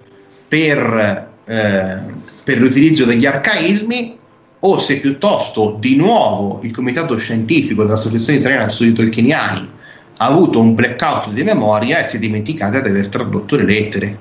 per, eh, per l'utilizzo degli arcaismi, o se piuttosto di nuovo il comitato scientifico dell'Associazione Italiana Studi Tolkieniani ha avuto un blackout di memoria e si è dimenticata di aver tradotto le lettere.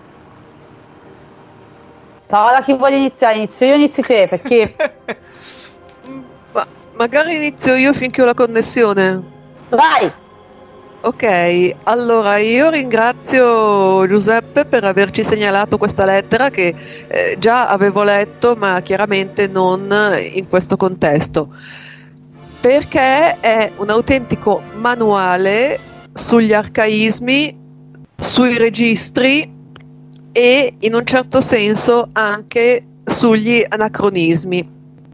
Paola, chi vuole iniziare? Inizio io, inizi te, perché Ma magari inizio io finché ho la connessione. Vai! Ok, allora io ringrazio Giuseppe per averci segnalato questa lettera che eh, già avevo letto, ma chiaramente non in questo contesto, perché è un autentico manuale sugli arcaismi, sui registri e in un certo senso anche sugli anacronismi.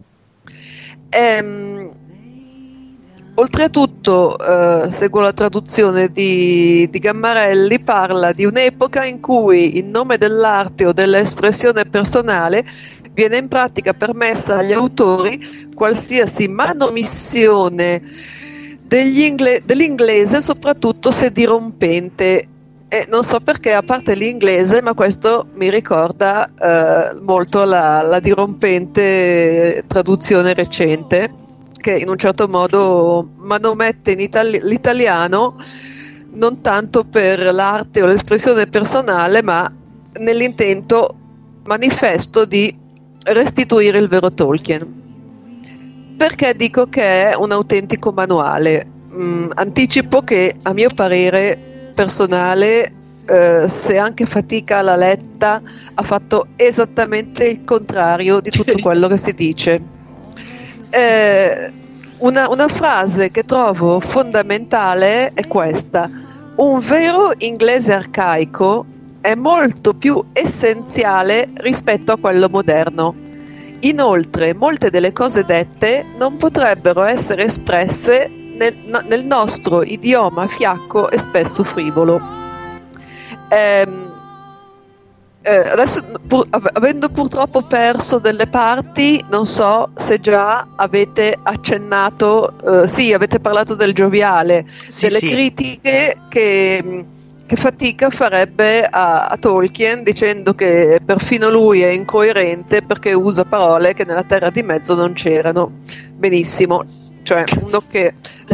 Ehm, Oltretutto, eh, seguo la traduzione di, di Gammarelli, parla di un'epoca in cui in nome dell'arte o dell'espressione personale viene in pratica permessa agli autori qualsiasi manomissione degli ingle- dell'inglese, soprattutto se dirompente. E non so perché, a parte l'inglese, ma questo mi ricorda eh, molto la, la dirompente traduzione recente, che in un certo modo manomette in itali- l'italiano non tanto per l'arte o l'espressione personale, ma nell'intento manifesto di restituire il vero Tolkien. Perché dico che è un autentico manuale? Mm, anticipo che, a mio parere personale, eh, se anche fatica alla letta, ha fatto esattamente il contrario di tutto quello che si dice. Eh, una, una frase che trovo fondamentale è questa: un vero inglese arcaico è molto più essenziale rispetto a quello moderno. Inoltre, molte delle cose dette non potrebbero essere espresse nel, nel nostro idioma fiacco e spesso frivolo. Ehm, eh, adesso, pur, avendo purtroppo perso delle parti, non so se già avete accennato, eh, sì, avete parlato del gioviale, sì, delle sì. critiche che, che fatica farebbe a, a Tolkien, dicendo che perfino lui è incoerente perché usa parole che nella Terra di Mezzo non c'erano. Benissimo, cioè uno che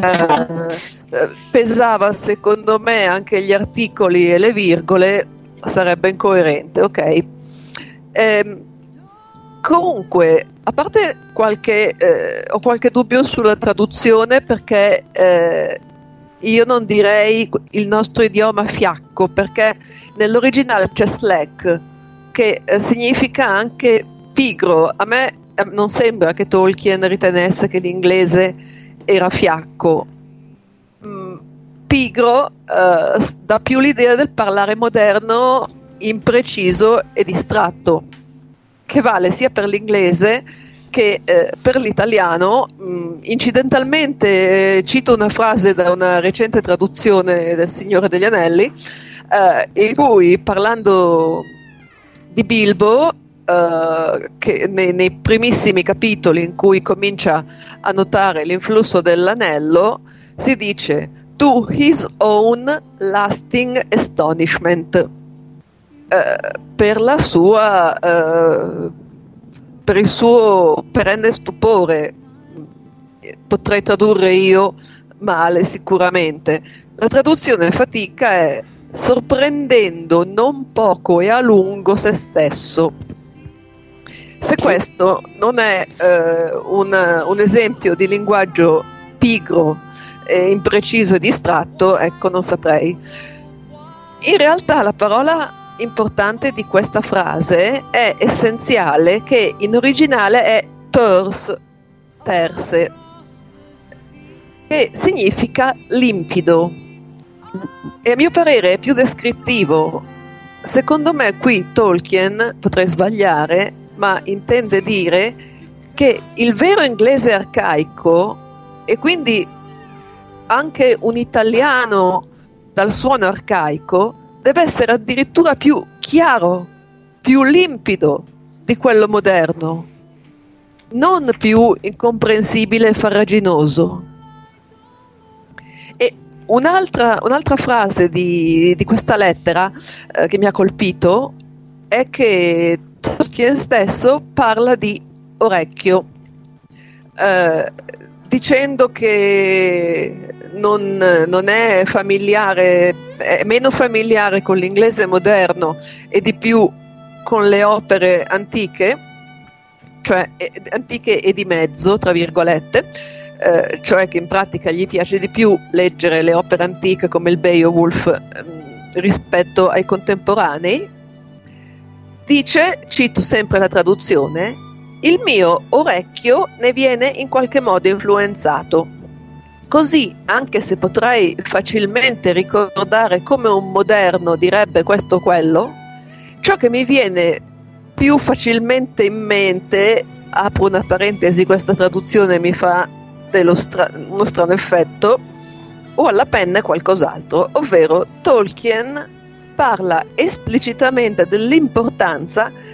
eh, pesava secondo me anche gli articoli e le virgole sarebbe incoerente, ok? Ehm, comunque, a parte qualche eh, ho qualche dubbio sulla traduzione, perché eh, io non direi il nostro idioma fiacco, perché nell'originale c'è slack, che eh, significa anche pigro. A me eh, non sembra che Tolkien ritenesse che l'inglese era fiacco. Mm, pigro eh, dà più l'idea del parlare moderno, impreciso e distratto, che vale sia per l'inglese che eh, per l'italiano. Mh, incidentalmente eh, cito una frase da una recente traduzione del Signore degli Anelli, eh, in cui, parlando di Bilbo, eh, che nei, nei primissimi capitoli in cui comincia a notare l'influsso dell'anello, si dice "to his own lasting astonishment", eh, per la sua eh, per il suo perenne stupore. Potrei tradurre io male sicuramente. La traduzione fatica è "sorprendendo non poco e a lungo se stesso". Se questo non è eh, un, un esempio di linguaggio pigro, eh, impreciso e distratto, ecco, non saprei. In realtà la parola importante di questa frase è essenziale, che in originale è ters, terse, che significa limpido, e a mio parere è più descrittivo. Secondo me qui Tolkien, potrei sbagliare, ma intende dire che il vero inglese arcaico, e quindi anche un italiano dal suono arcaico, deve essere addirittura più chiaro, più limpido di quello moderno, non più incomprensibile e farraginoso. E un'altra, un'altra frase di, di questa lettera eh, che mi ha colpito è che Tolkien stesso parla di orecchio, eh, dicendo che non, non è familiare, è meno familiare con l'inglese moderno e di più con le opere antiche, cioè eh, antiche e di mezzo, tra virgolette, eh, cioè che in pratica gli piace di più leggere le opere antiche come il Beowulf eh, rispetto ai contemporanei. Dice, cito sempre la traduzione: "Il mio orecchio ne viene in qualche modo influenzato. Così, anche se potrei facilmente ricordare come un moderno direbbe questo o quello, ciò che mi viene più facilmente in mente", apro una parentesi, questa traduzione mi fa dello stra- uno strano effetto, "o alla penna è qualcos'altro", ovvero Tolkien parla esplicitamente dell'importanza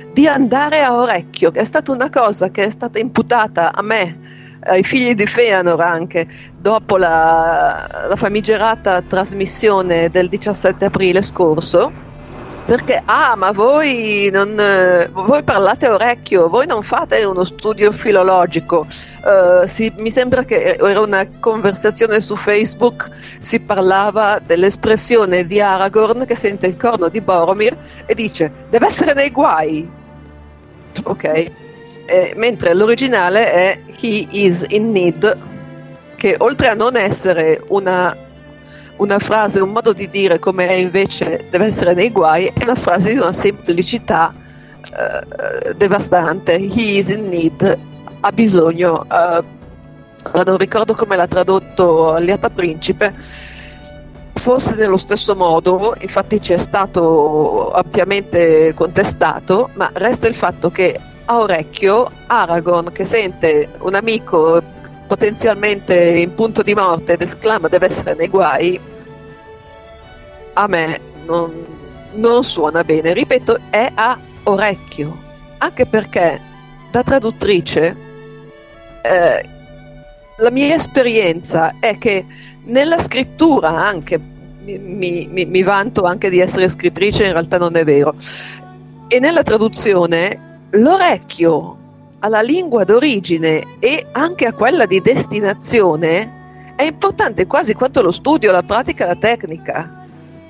di andare a orecchio, che è stata una cosa che è stata imputata a me, ai figli di Feanor anche, dopo la, la famigerata trasmissione del diciassette aprile scorso, perché ah ma voi non voi parlate a orecchio, voi non fate uno studio filologico. Uh, si, mi sembra che era una conversazione su Facebook, si parlava dell'espressione di Aragorn che sente il corno di Boromir e dice deve essere nei guai, ok, eh, mentre l'originale è he is in need, che oltre a non essere una una frase, un modo di dire come è invece deve essere nei guai, è una frase di una semplicità uh, devastante. He is in need, ha bisogno, uh, non ricordo come l'ha tradotto Liata Principe, forse nello stesso modo, infatti ci è stato ampiamente contestato, ma resta il fatto che a orecchio Aragorn, che sente un amico potenzialmente in punto di morte ed esclama deve essere nei guai, a me non, non suona bene. Ripeto, è a orecchio, anche perché da traduttrice eh, la mia esperienza è che nella scrittura, anche mi, mi, mi vanto anche di essere scrittrice, in realtà non è vero, e nella traduzione l'orecchio alla lingua d'origine e anche a quella di destinazione è importante quasi quanto lo studio, la pratica, la tecnica.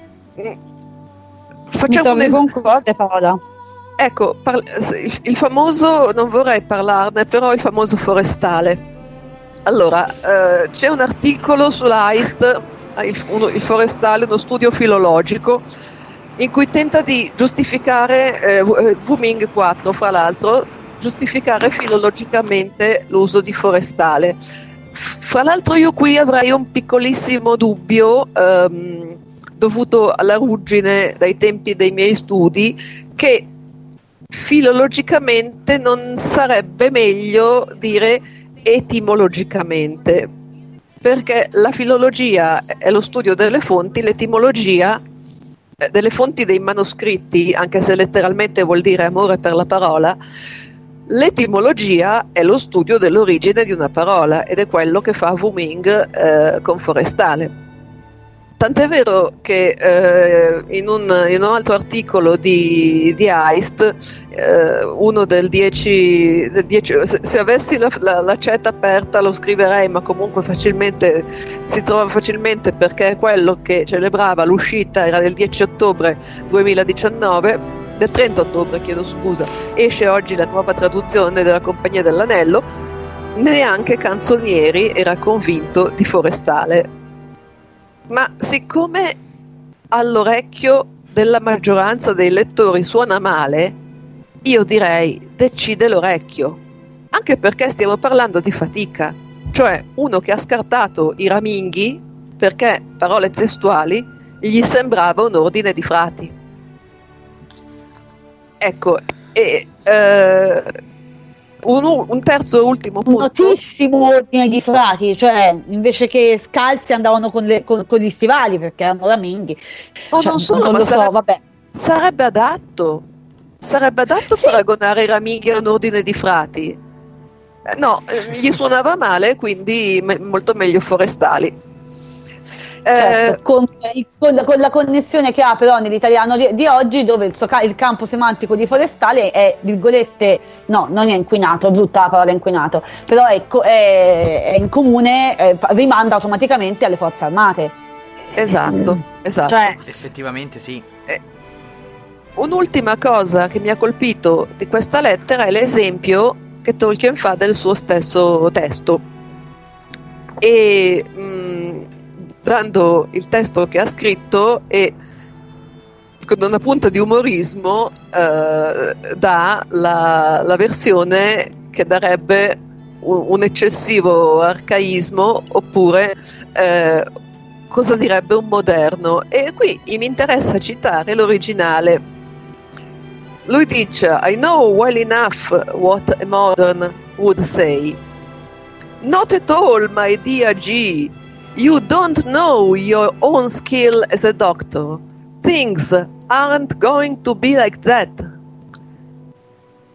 Facciamo un esempio. Concorde, Paola. Ecco, par- il, il famoso, non vorrei parlarne, però il famoso forestale. Allora, eh, c'è un articolo sull'A I S T, il, uno, il forestale, uno studio filologico, in cui tenta di giustificare, eh, Wuming quattro fra l'altro, giustificare filologicamente l'uso di forestale. Fra l'altro io qui avrei un piccolissimo dubbio ehm, dovuto alla ruggine dai tempi dei miei studi, che filologicamente non sarebbe meglio dire etimologicamente, perché la filologia è lo studio delle fonti, l'etimologia delle fonti dei manoscritti, anche se letteralmente vuol dire amore per la parola. L'etimologia è lo studio dell'origine di una parola ed è quello che fa Wuming eh, con forestale. Tant'è vero che eh, in, un, in un altro articolo di, di A I S T, eh, uno del dieci, del dieci se, se avessi la, la, la chat aperta lo scriverei, ma comunque facilmente si trova facilmente, perché è quello che celebrava l'uscita, era del dieci ottobre duemiladiciannove, del trenta ottobre, chiedo scusa, esce oggi la nuova traduzione della Compagnia dell'Anello. Neanche Canzonieri era convinto di forestale, ma siccome all'orecchio della maggioranza dei lettori suona male, io direi decide l'orecchio, anche perché stiamo parlando di fatica, cioè uno che ha scartato i raminghi perché, parole testuali, gli sembrava un ordine di frati. Ecco, e eh, un, un terzo ultimo punto. Un notissimo ordine di frati, cioè invece che scalzi andavano con, le, con, con gli stivali perché erano raminghi. Oh, cioè, non solo, non ma lo sarebbe, so, vabbè. Sarebbe adatto, sarebbe adatto sì. Paragonare i raminghi a un ordine di frati. Eh, no, eh, gli suonava male, quindi me, molto meglio forestali. Certo, con, con, con la connessione che ha però nell'italiano di, di oggi, dove il, suo, il campo semantico di forestale è, virgolette, no, non è inquinato, brutta la parola inquinato, però è, è, è in comune, eh, rimanda automaticamente alle forze armate. Esatto, mm. esatto. Cioè, effettivamente sì. Eh, un'ultima cosa che mi ha colpito di questa lettera è l'esempio che Tolkien fa del suo stesso testo. E... Mh, dando il testo che ha scritto e con una punta di umorismo eh, dà la, la versione che darebbe un, un eccessivo arcaismo, oppure eh, cosa direbbe un moderno. E qui mi interessa citare l'originale. Lui dice: I know well enough what a modern would say. Not at all, my dear G. You don't know your own skill as a doctor. Things aren't going to be like that.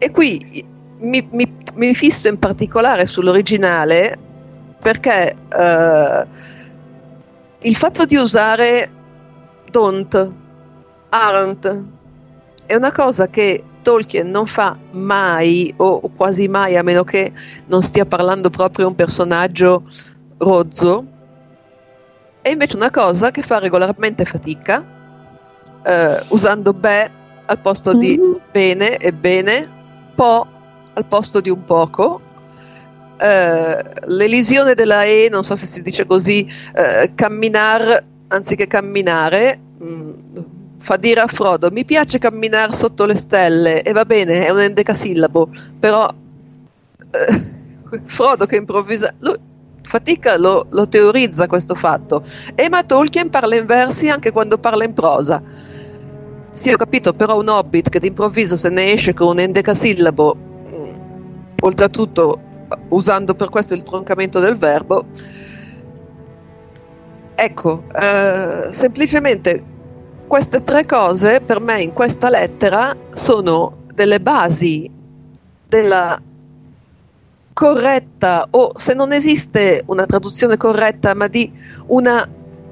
e qui mi, mi, mi fisso in particolare sull'originale perché uh, il fatto di usare don't, aren't è una cosa che Tolkien non fa mai o quasi mai, a meno che non stia parlando proprio un personaggio rozzo, è invece una cosa che fa regolarmente fatica, eh, usando be al posto di mm-hmm. bene e bene, po al posto di un poco, eh, l'elisione della e, non so se si dice così, eh, camminar anziché camminare, mh, fa dire a Frodo mi piace camminare sotto le stelle, e va bene, è un endecasillabo, però eh, Frodo che improvvisa lui, fatica lo, lo teorizza questo fatto. E ma Tolkien parla in versi anche quando parla in prosa. Sì, ho capito, però un hobbit che d'improvviso se ne esce con un endecasillabo, mh, oltretutto usando per questo il troncamento del verbo, ecco, eh, semplicemente queste tre cose per me in questa lettera sono delle basi della corretta, o se non esiste una traduzione corretta, ma di una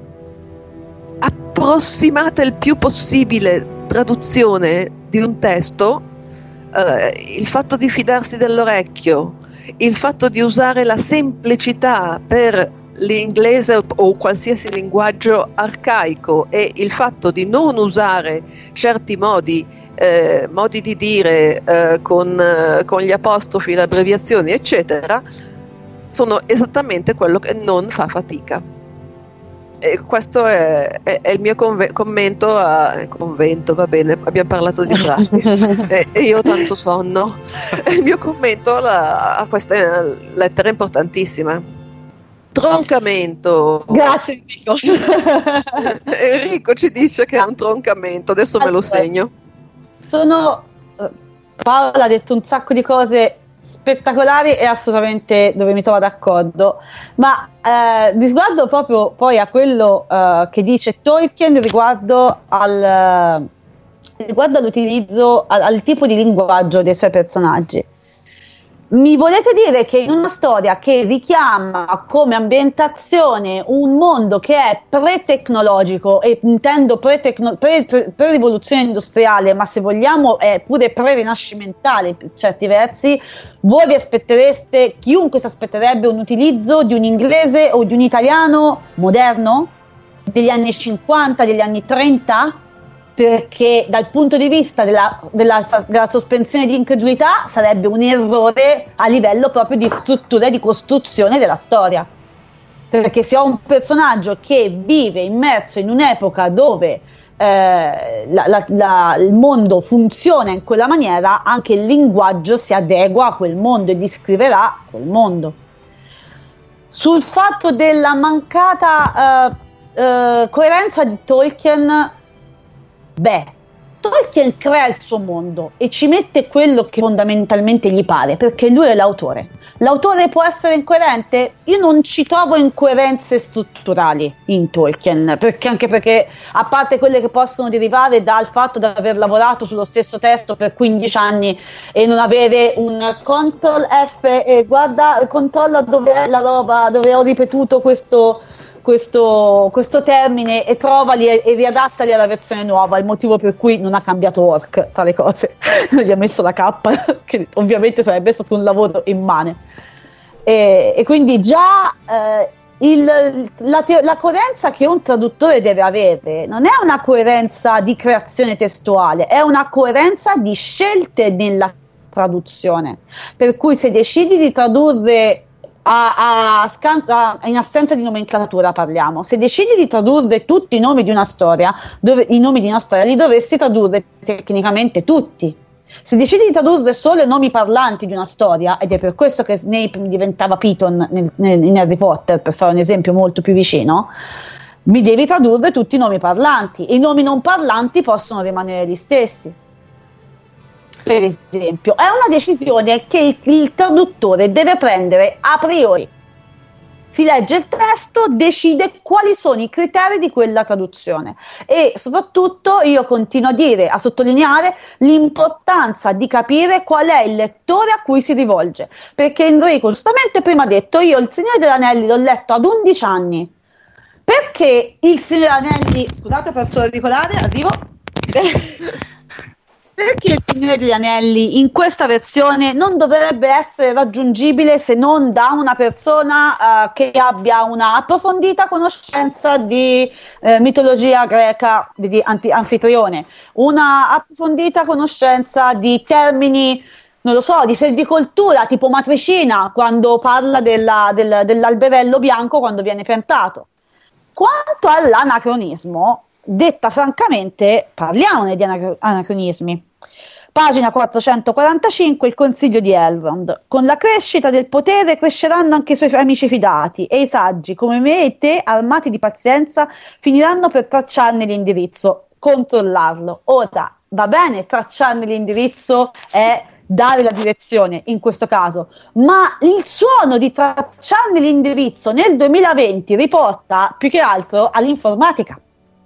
approssimata il più possibile traduzione di un testo, eh, il fatto di fidarsi dell'orecchio, il fatto di usare la semplicità per l'inglese o qualsiasi linguaggio arcaico e il fatto di non usare certi modi, eh, modi di dire eh, con, eh, con gli apostrofi, le abbreviazioni eccetera, sono esattamente quello che non fa fatica. E questo è, è, è il mio conve- commento a convento, va bene, abbiamo parlato di frasi e, e io ho tanto sonno. È il mio commento alla, a questa lettera importantissima. Troncamento. Grazie Enrico. Enrico ci dice che è un troncamento, adesso allora, me lo segno. Sono Paola ha detto un sacco di cose spettacolari e assolutamente dove mi trovo d'accordo, ma eh, riguardo proprio poi a quello eh, che dice Tolkien riguardo al riguardo all'utilizzo al, al tipo di linguaggio dei suoi personaggi. Mi volete dire che in una storia che richiama come ambientazione un mondo che è pre-tecnologico, e intendo pre-tecno- pre- pre- pre-rivoluzione industriale, ma se vogliamo è pure pre-rinascimentale per certi versi, voi vi aspettereste, chiunque si aspetterebbe un utilizzo di un inglese o di un italiano moderno degli anni cinquanta, degli anni trenta? Perché dal punto di vista della, della, della sospensione di incredulità sarebbe un errore a livello proprio di struttura e di costruzione della storia, perché se ho un personaggio che vive immerso in un'epoca dove eh, la, la, la, il mondo funziona in quella maniera, anche il linguaggio si adegua a quel mondo e descriverà quel mondo. Sul fatto della mancata eh, eh, coerenza di Tolkien, beh, Tolkien crea il suo mondo e ci mette quello che fondamentalmente gli pare, perché lui è l'autore. L'autore può essere incoerente? Io non ci trovo incoerenze strutturali in Tolkien, perché anche perché, a parte quelle che possono derivare dal fatto di aver lavorato sullo stesso testo per quindici anni e non avere un control F e guarda, controlla dove è la roba, dove ho ripetuto questo Questo, questo termine e trovali e, e riadattali alla versione nuova, il motivo per cui non ha cambiato orc tra le cose, non gli ha messo la K, che ovviamente sarebbe stato un lavoro immane, e, e quindi già eh, il, la, te- la coerenza che un traduttore deve avere non è una coerenza di creazione testuale, è una coerenza di scelte nella traduzione, per cui se decidi di tradurre A, a, a, in assenza di nomenclatura parliamo, se decidi di tradurre tutti i nomi di una storia, dove, i nomi di una storia li dovresti tradurre tecnicamente tutti. Se decidi di tradurre solo i nomi parlanti di una storia, ed è per questo che Snape diventava Piton nel, nel, in Harry Potter, per fare un esempio molto più vicino, mi devi tradurre tutti i nomi parlanti, e i nomi non parlanti possono rimanere gli stessi. Per esempio, è una decisione che il, il traduttore deve prendere a priori. si legge il testo, decide quali sono i criteri di quella traduzione e soprattutto io continuo a dire, a sottolineare l'importanza di capire qual è il lettore a cui si rivolge, perché Enrico giustamente prima ha detto io il Signore degli Anelli l'ho letto ad undici anni, perché il Signore degli Anelli, scusate ho perso l'auricolare, arrivo perché il Signore degli Anelli in questa versione non dovrebbe essere raggiungibile se non da una persona uh, che abbia una approfondita conoscenza di eh, mitologia greca, di anti- Anfitrione, una approfondita conoscenza di termini, non lo so, di selvicoltura, tipo Matricina, quando parla della, del, dell'alberello bianco quando viene piantato. Quanto all'anacronismo, detta francamente, parliamone di anacro- anacronismi. Pagina quattrocentoquarantacinque, il consiglio di Elrond. Con la crescita del potere cresceranno anche i suoi amici fidati e i saggi, come me e te, armati di pazienza, finiranno per tracciarne l'indirizzo, controllarlo. Ora, va bene, tracciarne l'indirizzo è dare la direzione in questo caso, ma il suono di tracciarne l'indirizzo nel duemilaventi riporta più che altro all'informatica.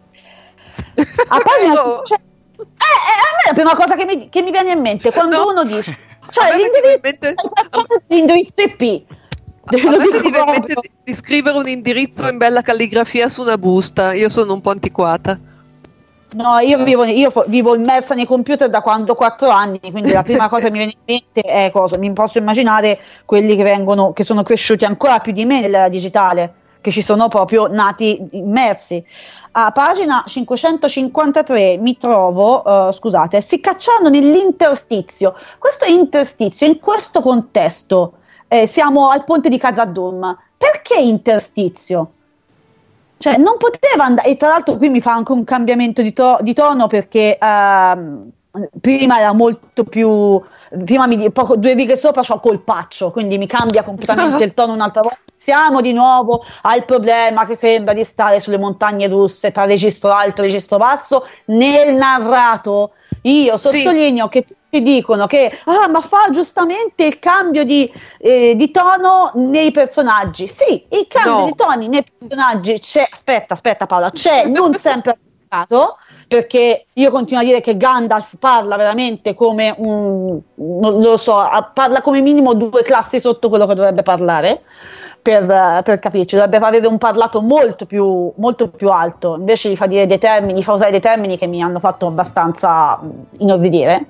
A pagina cioè, eh, eh, a me è la prima cosa che mi, che mi viene in mente quando no. uno dice cioè l'indirizzo, l'indirizzo I P. A me viene in mente di, di scrivere un indirizzo in bella calligrafia su una busta. Io sono un po' antiquata. No, io vivo, io vivo immersa nei computer da quando ho quattro anni, quindi la prima cosa che mi viene in mente è cosa, mi posso immaginare quelli che vengono, che sono cresciuti ancora più di me nell'era digitale, che ci sono proprio nati immersi. A pagina cinquecentocinquantatré mi trovo, uh, scusate, si cacciando nell'interstizio. Questo interstizio, in questo contesto, eh, siamo al ponte di Khazad-dûm. Perché interstizio? Cioè non poteva andare, e tra l'altro qui mi fa anche un cambiamento di, to- di tono perché uh, prima era molto più, prima mi poco, due righe sopra c'ho colpaccio, quindi mi cambia completamente il tono un'altra volta. Siamo di nuovo al problema che sembra di stare sulle montagne russe tra registro alto e registro basso nel narrato. Io sottolineo sì. che tutti dicono che ah, ma fa giustamente il cambio di, eh, di tono nei personaggi. Sì, il cambio no. di toni nei personaggi c'è. Aspetta, aspetta Paola, c'è non sempre applicato, perché io continuo a dire che Gandalf parla veramente come un, non lo so, parla come minimo due classi sotto quello che dovrebbe parlare. Per, per capirci, dovrebbe avere un parlato molto più, molto più alto, invece gli fa dire dei termini, fa usare dei termini che mi hanno fatto abbastanza inorridire.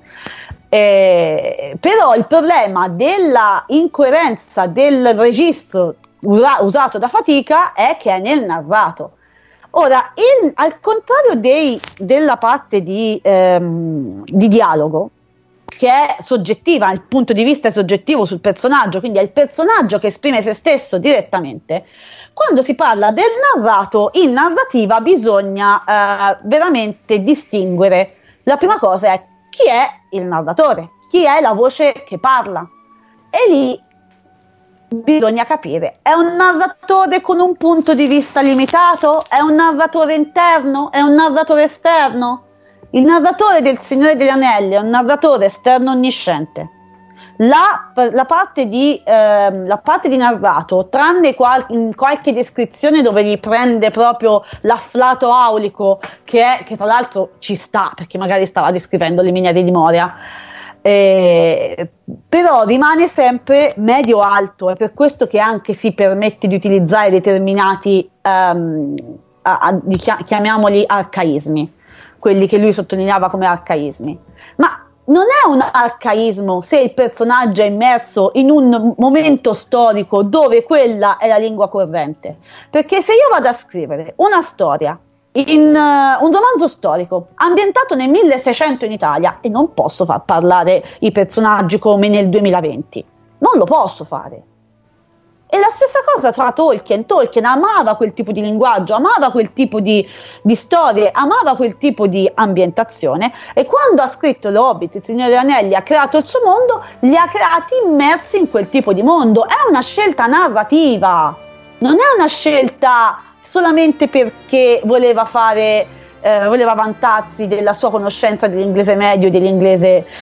Eh, però il problema della incoerenza del registro usa, usato da Fatica è che è nel narrato. Ora, il, al contrario dei, della parte di, ehm, di dialogo, che è soggettiva, il punto di vista è soggettivo sul personaggio, quindi è il personaggio che esprime se stesso direttamente. Quando si parla del narrato, in narrativa bisogna eh, veramente distinguere. La prima cosa è chi è il narratore, chi è la voce che parla. E lì bisogna capire, è un narratore con un punto di vista limitato? È un narratore interno? È un narratore esterno? Il narratore del Signore degli Anelli è un narratore esterno onnisciente. La, la, parte di, eh, la parte di narrato, tranne qual- in qualche descrizione dove gli prende proprio l'afflato aulico, che, è, che tra l'altro ci sta, perché magari stava descrivendo le miniere di Moria, eh, però rimane sempre medio-alto, è per questo che anche si permette di utilizzare determinati, ehm, a, a, di, chiamiamoli arcaismi, quelli che lui sottolineava come arcaismi. Ma non è un arcaismo se il personaggio è immerso in un momento storico dove quella è la lingua corrente, perché se io vado a scrivere una storia in uh, un romanzo storico ambientato nel milleseicento in Italia e non posso far parlare i personaggi come nel duemilaventi, non lo posso fare. E la stessa cosa tra Tolkien. Tolkien amava quel tipo di linguaggio, amava quel tipo di, di storie, amava quel tipo di ambientazione, e quando ha scritto L'Hobbit, il Signore degli Anelli, ha creato il suo mondo, li ha creati immersi in quel tipo di mondo. È una scelta narrativa, non è una scelta solamente perché voleva fare, eh, voleva vantarsi della sua conoscenza dell'inglese medio, dell'inglese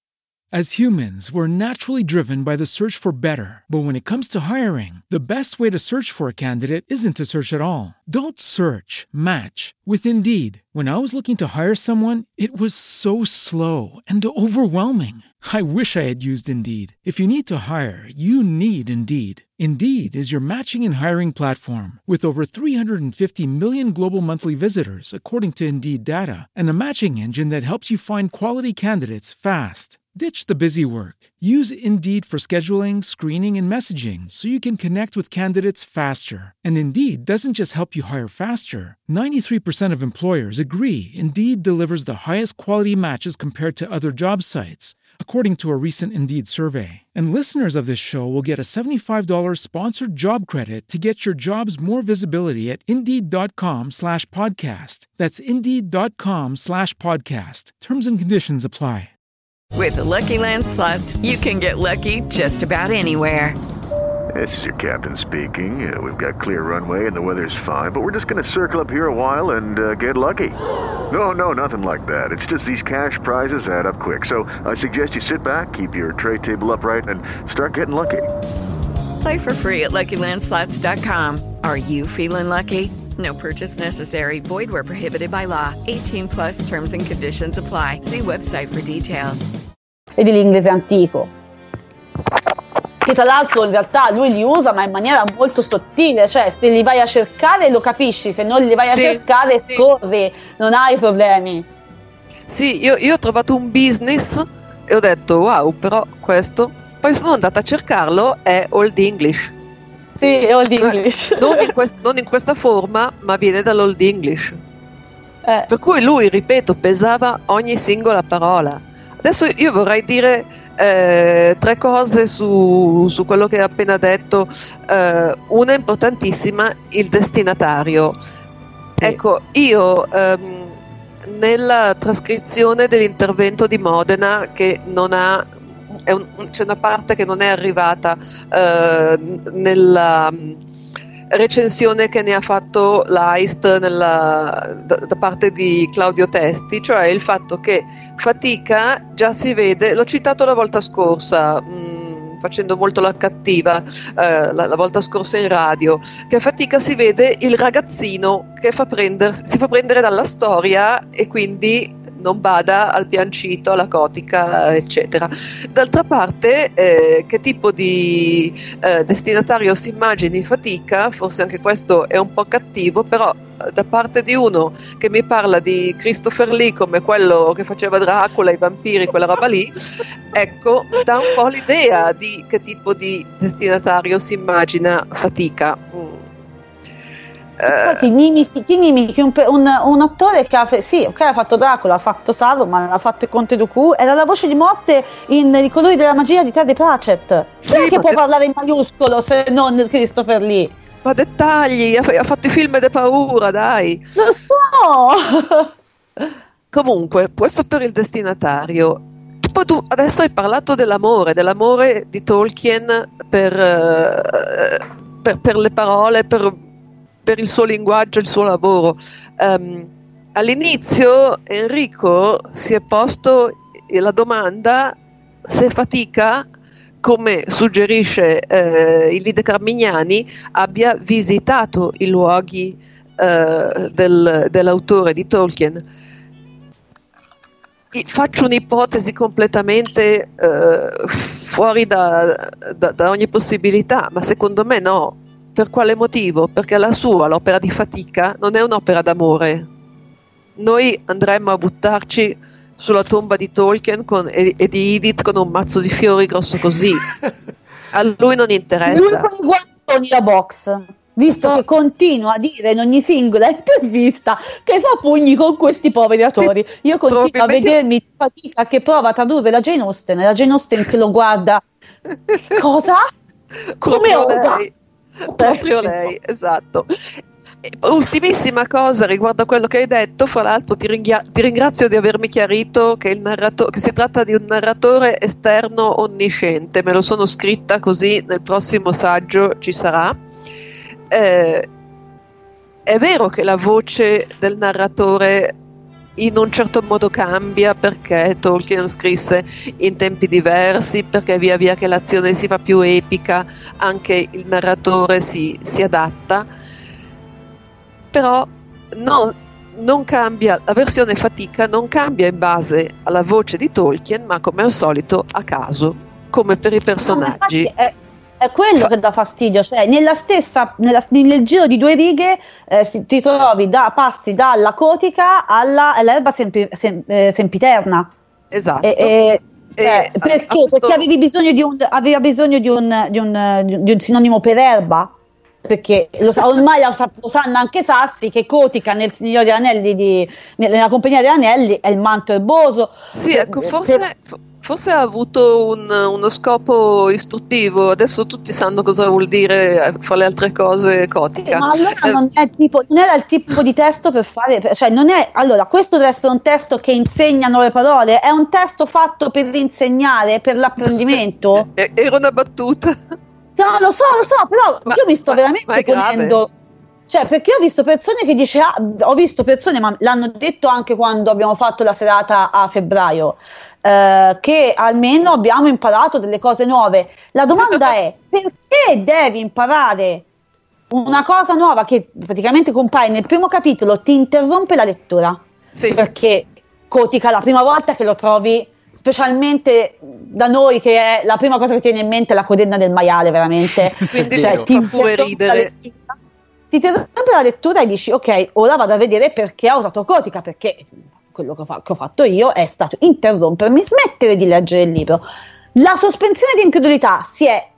As humans, we're naturally driven by the search for better. But when it comes to hiring, the best way to search for a candidate isn't to search at all. Don't search, match with Indeed. When I was looking to hire someone, it was so slow and overwhelming. I wish I had used Indeed. If you need to hire, you need Indeed. Indeed is your matching and hiring platform with over three hundred fifty million global monthly visitors, according to Indeed data, and a matching engine that helps you find quality candidates fast. Ditch the busy work. Use Indeed for scheduling, screening, and messaging so you can connect with candidates faster. And Indeed doesn't just help you hire faster. ninety-three percent of employers agree Indeed delivers the highest quality matches compared to other job sites, according to a recent Indeed survey. And listeners of this show will get a seventy-five dollars sponsored job credit to get your jobs more visibility at Indeed.com slash podcast. That's Indeed.com slash podcast. Terms and conditions apply. With the Lucky Land Slots, you can get lucky just about anywhere. This is your captain speaking. Uh, we've got clear runway and the weather's fine, but we're just going to circle up here a while and uh, get lucky. No, no, nothing like that. It's just these cash prizes add up quick. So I suggest you sit back, keep your tray table upright, and start getting lucky. Play for free at Lucky Land Slots dot com. Are you feeling lucky? No purchase necessary. Void where prohibited by law. eighteen plus terms and conditions apply. See website for details. E dell'inglese antico. Che tra l'altro in realtà lui li usa ma in maniera molto sottile, cioè se li vai a cercare lo capisci, se non li vai a sì, cercare sì. corri, non hai problemi. Sì, io, io ho trovato un business e ho detto wow, però questo, poi sono andata a cercarlo, è Old English. Sì, è Old English. Non in, quest- non in questa forma, ma viene dall'Old English. Eh. Per cui lui, ripeto, pesava ogni singola parola. Adesso io vorrei dire eh, tre cose su, su quello che hai appena detto. Eh, una importantissima, il destinatario. Sì. Ecco, io ehm, nella trascrizione dell'intervento di Modena, che non ha È un, c'è una parte che non è arrivata eh, nella recensione che ne ha fatto l'Aist nella, da, da parte di Claudio Testi, cioè il fatto che fatica già si vede, l'ho citato la volta scorsa mh, facendo molto la cattiva eh, la, la volta scorsa in radio, che a fatica si vede il ragazzino che fa prender, si fa prendere dalla storia e quindi non bada al piancito, alla cotica, eccetera. D'altra parte, eh, che tipo di eh, destinatario si immagini fatica, forse anche questo è un po' cattivo, però da parte di uno che mi parla di Christopher Lee come quello che faceva Dracula, i vampiri, quella roba lì, ecco, dà un po' l'idea di che tipo di destinatario si immagina fatica. Uh, ti nimichi, ti nimichi un, un, un attore che ha, sì, okay, ha fatto Dracula, ha fatto Saruman, ha fatto il Conte Dooku, era la voce di morte in I colori della magia di Terry Pratchett. Sì, sì, che può de- parlare in maiuscolo se non Christopher Lee? Ma dettagli, ha, ha fatto i film de paura, dai. Lo so. Comunque, questo per il destinatario. Poi tu adesso hai parlato dell'amore, dell'amore di Tolkien per, uh, per, per le parole, per per il suo linguaggio, il suo lavoro. Um, all'inizio Enrico si è posto la domanda se fatica, come suggerisce eh, il leader Carmignani, abbia visitato i luoghi eh, del, dell'autore di Tolkien. Faccio un'ipotesi completamente eh, fuori da, da, da ogni possibilità, ma secondo me no. Per quale motivo? Perché la sua, l'opera di fatica, non è un'opera d'amore. Noi andremmo a buttarci sulla tomba di Tolkien con, e, e di Edith con un mazzo di fiori grosso così. A lui non interessa. Lui con i guantoni da box, visto no. che continua a dire in ogni singola intervista che fa pugni con questi poveri attori. Io continuo a vedermi fatica che prova a tradurre la Jane Austen, la Jane Austen che lo guarda. Cosa? Come osa? Proprio lei, esatto. Ultimissima cosa riguardo a quello che hai detto, fra l'altro ti, ringhia- ti ringrazio di avermi chiarito che, il narrato- che si tratta di un narratore esterno onnisciente, me lo sono scritta così nel prossimo saggio ci sarà. Eh, è vero che la voce del narratore in un certo modo cambia perché Tolkien scrisse in tempi diversi, perché via via che l'azione si fa più epica anche il narratore si, si adatta, però non, non cambia, la versione fatica non cambia in base alla voce di Tolkien, ma come al solito a caso, come per i personaggi. No, è, è quello Fa- che dà fastidio, cioè nella stessa, nella, nel giro di due righe eh, si, ti trovi da passi dalla cotica alla, all'erba sempi, sem, eh, sempiterna. Esatto. E, e, cioè, e, perché? questo... Perché avevi bisogno di un, aveva bisogno di un, di un, di un sinonimo per erba? Perché lo sa, ormai lo, sa, lo sanno anche Sassi che Cotica nel Signore degli Anelli di, nella Compagnia degli Anelli è il manto erboso. Sì, ecco, forse, per... forse ha avuto un, uno scopo istruttivo, adesso tutti sanno cosa vuol dire fra le altre cose Cotica. Sì, ma allora eh. non, è tipo, non era il tipo di testo per fare, cioè non è, allora questo deve essere un testo che insegna nuove parole, è un testo fatto per insegnare, per l'apprendimento. Era una battuta. No, lo so, lo so, però ma, io mi sto ma, veramente ma ponendo, cioè perché ho visto persone che dice, ah, ho visto persone, ma l'hanno detto anche quando abbiamo fatto la serata a febbraio, eh, che almeno abbiamo imparato delle cose nuove. La domanda è, perché devi imparare una cosa nuova che praticamente compare nel primo capitolo, ti interrompe la lettura? Sì. Perché Cotica la prima volta che lo trovi, specialmente da noi, che è la prima cosa che tiene in mente la codenna del maiale, veramente. Quindi cioè, ti fa pure ridere. Ti interrompe la lettura e dici ok, ora vado a vedere perché ha usato Cotica, perché quello che ho, fa- che ho fatto io è stato interrompermi, smettere di leggere il libro. La sospensione di incredulità si è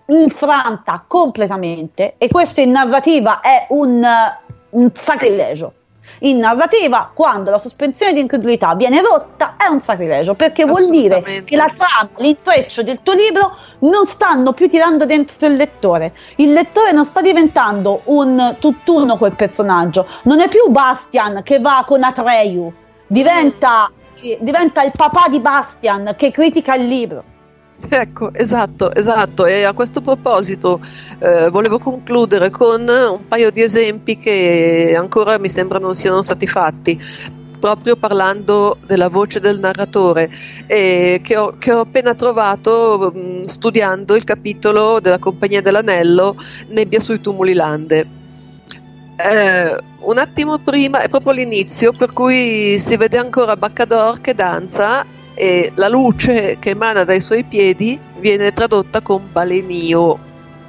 infranta completamente e questo in narrativa è un, un sacrilegio. In narrativa, quando la sospensione di incredulità viene rotta, è un sacrilegio, perché vuol dire che la trama, l'intreccio del tuo libro non stanno più tirando dentro il lettore. Il lettore non sta diventando un tutt'uno quel personaggio, non è più Bastian che va con Atreyu, diventa, mm. diventa il papà di Bastian che critica il libro. Ecco, esatto, esatto. E a questo proposito eh, volevo concludere con un paio di esempi che ancora mi sembra non siano stati fatti, proprio parlando della voce del narratore, eh, che, ho, che ho appena trovato mh, studiando il capitolo della Compagnia dell'Anello, Nebbia sui tumuli lande. Eh, un attimo prima, è proprio l'inizio, per cui si vede ancora Baccador che danza e la luce che emana dai suoi piedi viene tradotta con balenio.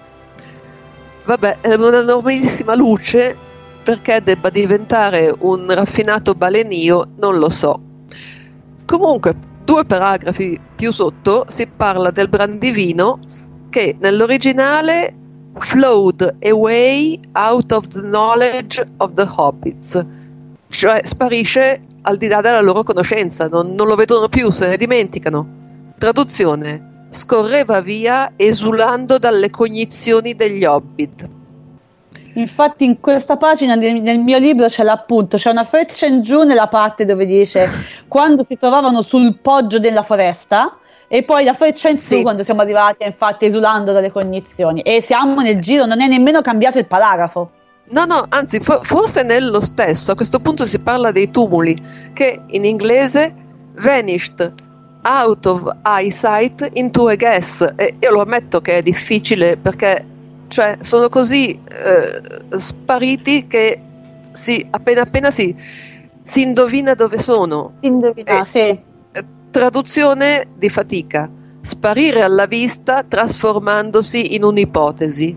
Vabbè, è una normalissima luce, perché debba diventare un raffinato balenio non lo so. Comunque, due paragrafi più sotto si parla del brandivino che nell'originale flowed away out of the knowledge of the hobbits, cioè sparisce al di là della loro conoscenza, non, non lo vedono più, se ne dimenticano. Traduzione: scorreva via esulando dalle cognizioni degli hobbit. Infatti in questa pagina nel, nel mio libro c'è l'appunto, c'è una freccia in giù nella parte dove dice quando si trovavano sul poggio della foresta, e poi la freccia in su sì. quando siamo arrivati, infatti, esulando dalle cognizioni, e siamo nel giro, non è nemmeno cambiato il paragrafo. No, no, anzi, for- forse nello stesso. A questo punto si parla dei tumuli, che in inglese vanished out of eyesight into a guess. E io lo ammetto che è difficile, perché cioè sono così eh, spariti che si, appena appena si, si indovina dove sono. Indovina, e, sì. Traduzione di fatica: sparire alla vista trasformandosi in un'ipotesi.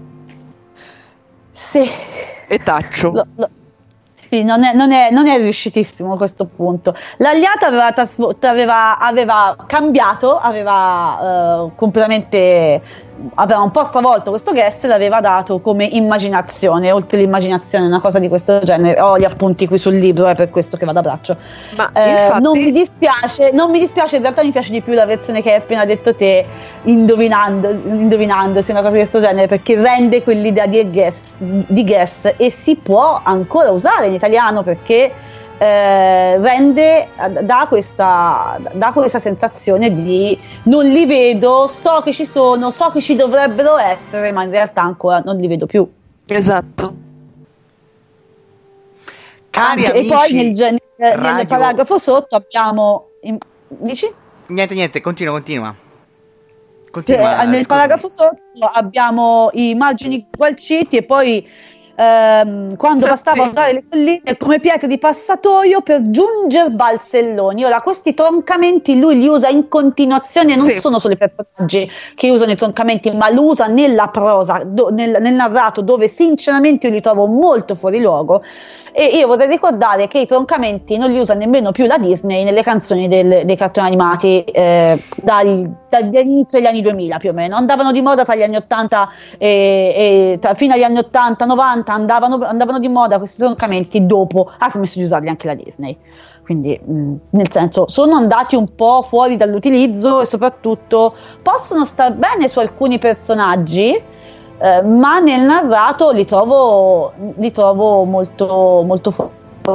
Sì. E taccio. Lo, lo, sì, non è, non, è, non è riuscitissimo a questo punto. L'Aliata aveva, trasfo- aveva, aveva cambiato, aveva uh, completamente, aveva un po' stravolto questo guest e l'aveva dato come immaginazione, oltre l'immaginazione, una cosa di questo genere. Ho gli appunti qui sul libro, è per questo che vado a braccio. Ma eh, infatti... non mi dispiace, non mi dispiace, in realtà mi piace di più la versione che hai appena detto te, indovinando, indovinandosi, una cosa di questo genere, perché rende quell'idea di guess, di guess e si può ancora usare in italiano, perché eh, rende, dà questa, dà questa sensazione di non li vedo, so che ci sono, so che ci dovrebbero essere, ma in realtà ancora non li vedo più. Esatto. Cari anche, amici, e poi nel, nel, radio... nel paragrafo sotto abbiamo dici? Niente, niente, continua, continua. continua eh, nel paragrafo sotto abbiamo i margini gualciti e poi ehm, quando bastava usare le colline come pietre di passatoio per giungere Balselloni. Ora, questi troncamenti lui li usa in continuazione, non sì. sono solo i personaggi che usano i troncamenti, ma lo usa nella prosa, do, nel, nel narrato, dove sinceramente io li trovo molto fuori luogo. E io vorrei ricordare che i troncamenti non li usa nemmeno più la Disney nelle canzoni del, dei cartoni animati eh, dal, dall'inizio degli anni duemila più o meno. Andavano di moda tra gli anni ottanta e, e tra, fino agli anni ottanta novanta andavano, andavano di moda questi troncamenti, dopo ha smesso di usarli anche la Disney. Quindi mh, nel senso sono andati un po' fuori dall'utilizzo e soprattutto possono star bene su alcuni personaggi, Eh, ma nel narrato li trovo, li trovo molto, molto fuori.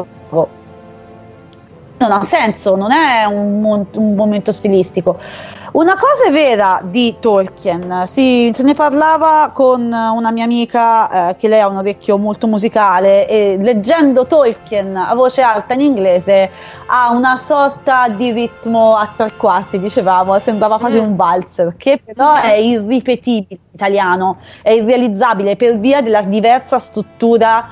Non ha senso, non è un, un momento stilistico. Una cosa è vera di Tolkien, si, se ne parlava con una mia amica eh, che lei ha un orecchio molto musicale e leggendo Tolkien a voce alta in inglese ha una sorta di ritmo a tre quarti, dicevamo, sembrava quasi mm. un valzer, che però è irripetibile in italiano, è irrealizzabile per via della diversa struttura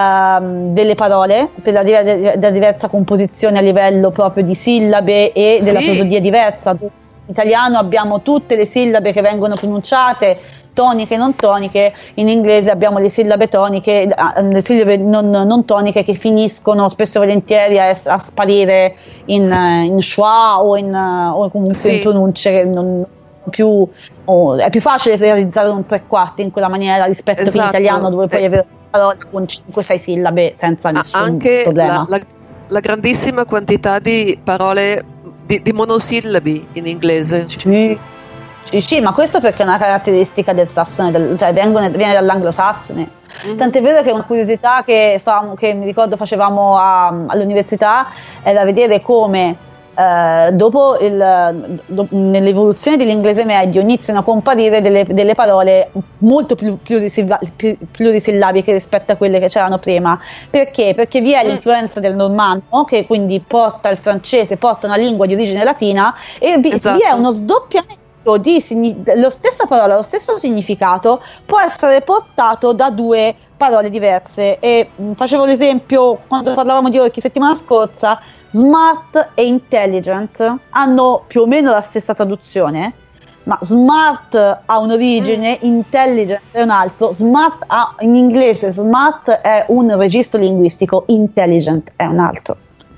Uh, delle parole, per la, della diversa composizione a livello proprio di sillabe e della sì. prosodia diversa. In italiano abbiamo tutte le sillabe che vengono pronunciate, toniche e non toniche, in inglese abbiamo le sillabe toniche, le sillabe non, non toniche che finiscono spesso e volentieri a, a sparire in, in schwa o, in, o comunque sì. in pronunce che non più, oh, è più facile realizzare un tre quarti in quella maniera rispetto esatto. che in italiano dove puoi eh. avere parola con cinque sei sillabe senza nessun anche problema. La, la, la grandissima quantità di parole di, di monosillabi in inglese. Sì. Sì, sì, ma questo perché è una caratteristica del sassone, del, cioè vengono, viene dall'anglosassone. Mm-hmm. Tant'è vero che una curiosità che, che mi ricordo facevamo a, all'università era vedere come Uh, dopo il, do, nell'evoluzione dell'inglese medio iniziano a comparire delle, delle parole molto più plurisillabiche rispetto a quelle che c'erano prima. Perché? Perché vi è mm. l'influenza del normanno, che quindi porta il francese, porta una lingua di origine latina, e vi, esatto. vi è uno sdoppiamento di lo stessa parola, lo stesso significato può essere portato da due parole diverse. E mh, facevo l'esempio quando parlavamo di orchi settimana scorsa. Smart e intelligent hanno più o meno la stessa traduzione, ma smart ha un'origine, mm. intelligent è un altro. Smart ha, in inglese smart è un registro linguistico, intelligent è un altro.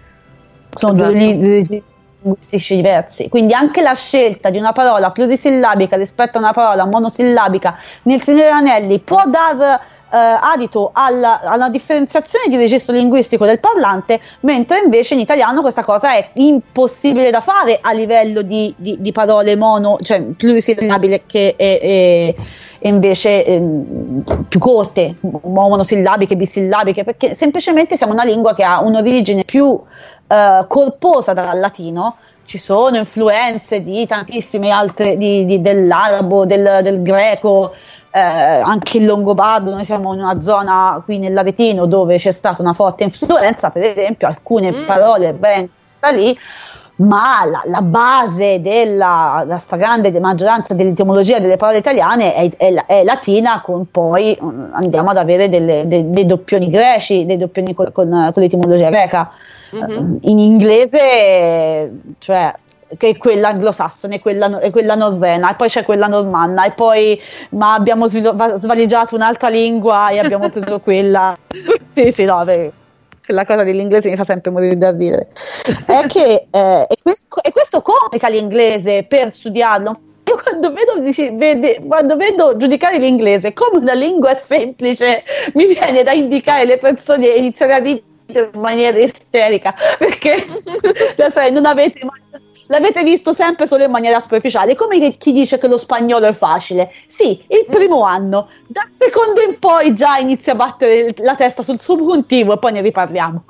Sono esatto. due registri linguistici diversi, quindi anche la scelta di una parola plurisillabica rispetto a una parola monosillabica nel Signore degli Anelli può dar Uh, adito alla, alla differenziazione di registro linguistico del parlante, mentre invece in italiano questa cosa è impossibile da fare a livello di, di, di parole mono, cioè plurisillabili che è, è, è invece ehm, più corte, monosillabiche, bisillabiche, perché semplicemente siamo una lingua che ha un'origine più uh, corposa dal latino. Ci sono influenze di tantissime altre, di, di, dell'arabo, del, del greco, eh, anche il longobardo. Noi siamo in una zona qui nell'Aretino dove c'è stata una forte influenza, per esempio alcune mm. parole vengono da lì, ma la, la base della la stragrande maggioranza dell'etimologia delle parole italiane è, è, è latina, con poi um, andiamo ad avere delle, de, dei doppioni greci, dei doppioni con, con, con l'etimologia greca. Mm-hmm. In inglese, cioè che è quella anglosassone, quella, quella norrena, e poi c'è quella normanna, e poi ma abbiamo svil- svaligiato un'altra lingua e abbiamo preso quella. Sì, sì, no, beh, quella cosa dell'inglese mi fa sempre morire da ridere. È che eh, e questo, e questo complica l'inglese per studiarlo. Io quando vedo, dici, vede, quando vedo giudicare l'inglese come una lingua semplice, mi viene da indicare le persone e iniziare a ridere in maniera isterica, perché cioè, non avete mai, l'avete visto sempre solo in maniera superficiale, come chi dice che lo spagnolo è facile. Sì, il primo anno, dal secondo in poi già inizia a battere la testa sul subjuntivo e poi ne riparliamo.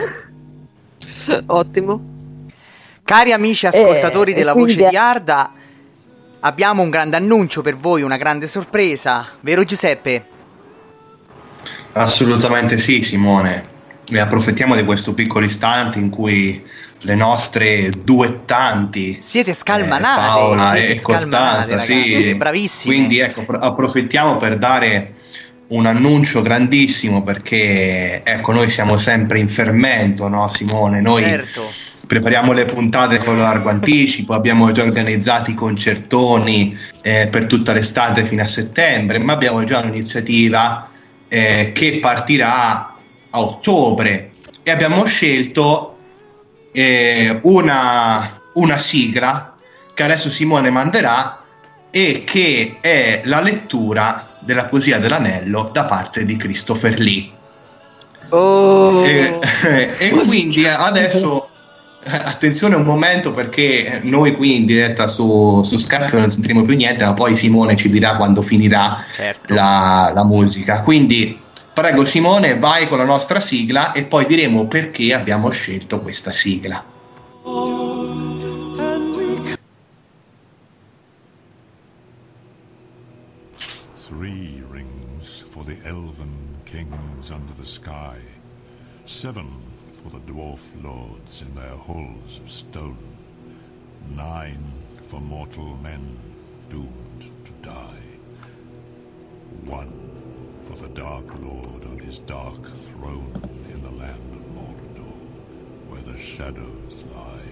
Ottimo. Cari amici ascoltatori eh, della quindi... Voce di Arda, abbiamo un grande annuncio per voi, una grande sorpresa, vero Giuseppe? Assolutamente sì, Simone. e approfittiamo di questo piccolo istante in cui le nostre duettanti siete scalmanate, eh, Paola siete e Costanza, ragazzi, sì, bravissimi. Quindi ecco, approfittiamo per dare un annuncio grandissimo, perché ecco, noi siamo sempre in fermento, no Simone? Noi certo. prepariamo le puntate con largo anticipo, abbiamo già organizzato i concertoni eh, per tutta l'estate fino a settembre, ma abbiamo già un'iniziativa eh, che partirà a ottobre e abbiamo scelto eh, una, una sigla che adesso Simone manderà e che è la lettura della poesia dell'anello da parte di Christopher Lee. Oh. E, e quindi adesso attenzione un momento, perché noi qui in diretta su, su Skype non sentiremo più niente, ma poi Simone ci dirà quando finirà certo. la, la musica. Quindi prego Simone, vai con la nostra sigla e poi diremo perché abbiamo scelto questa sigla. Three rings for the elven kings under the sky, seven for the dwarf lords in their halls of stone, nine for mortal men doomed to die, one for the Dark Lord on his dark throne in the land of Mordor, where the shadows lie,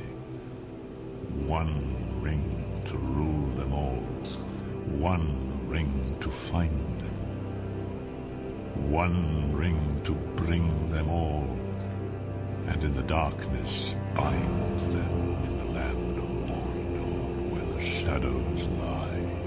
one ring to rule them all, one ring to find them, one ring to bring them all, and in the darkness bind them in the land of Mordor, where the shadows lie.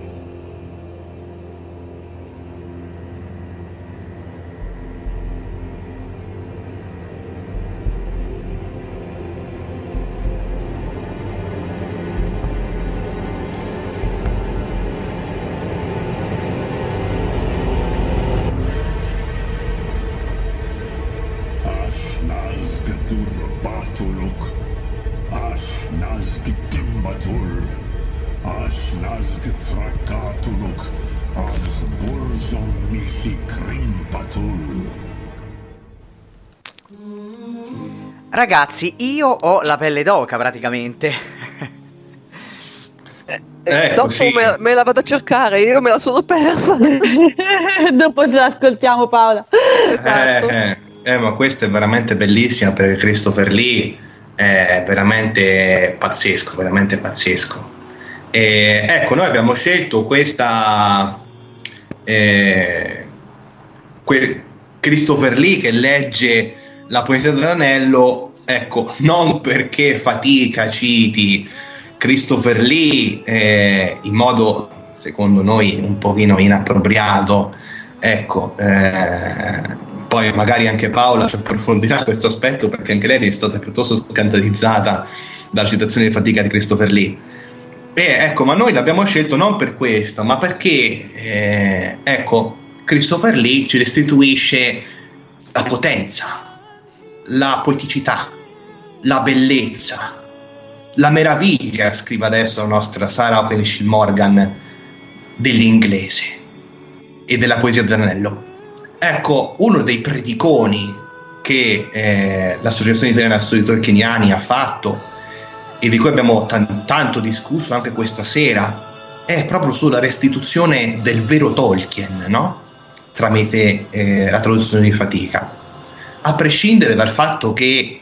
Ragazzi, io ho la pelle d'oca praticamente. Eh, dopo sì. me, me la vado a cercare, io me la sono persa. Dopo ce l'ascoltiamo, Paola. Esatto. Eh, eh, ma questa è veramente bellissima, perché Christopher Lee è veramente pazzesco, veramente pazzesco. E, ecco, noi abbiamo scelto questa eh, que- Christopher Lee che legge la poesia dell'anello, ecco, non perché fatica citi Christopher Lee eh, in modo, secondo noi, un pochino inappropriato, ecco, eh, poi magari anche Paola ci approfondirà questo aspetto, perché anche lei è stata piuttosto scandalizzata dalla citazione di fatica di Christopher Lee. E ecco, ma noi l'abbiamo scelto non per questo, ma perché eh, ecco, Christopher Lee ci restituisce la potenza, la poeticità, la bellezza, la meraviglia, scrive adesso la nostra Sarah Penishill Morgan, dell'inglese e della poesia dell'anello. Ecco, uno dei prediconi che eh, l'Associazione Italiana Studi Tolkieniani ha fatto e di cui abbiamo t- tanto discusso anche questa sera è proprio sulla restituzione del vero Tolkien, no? Tramite eh, la traduzione di fatica. A prescindere dal fatto che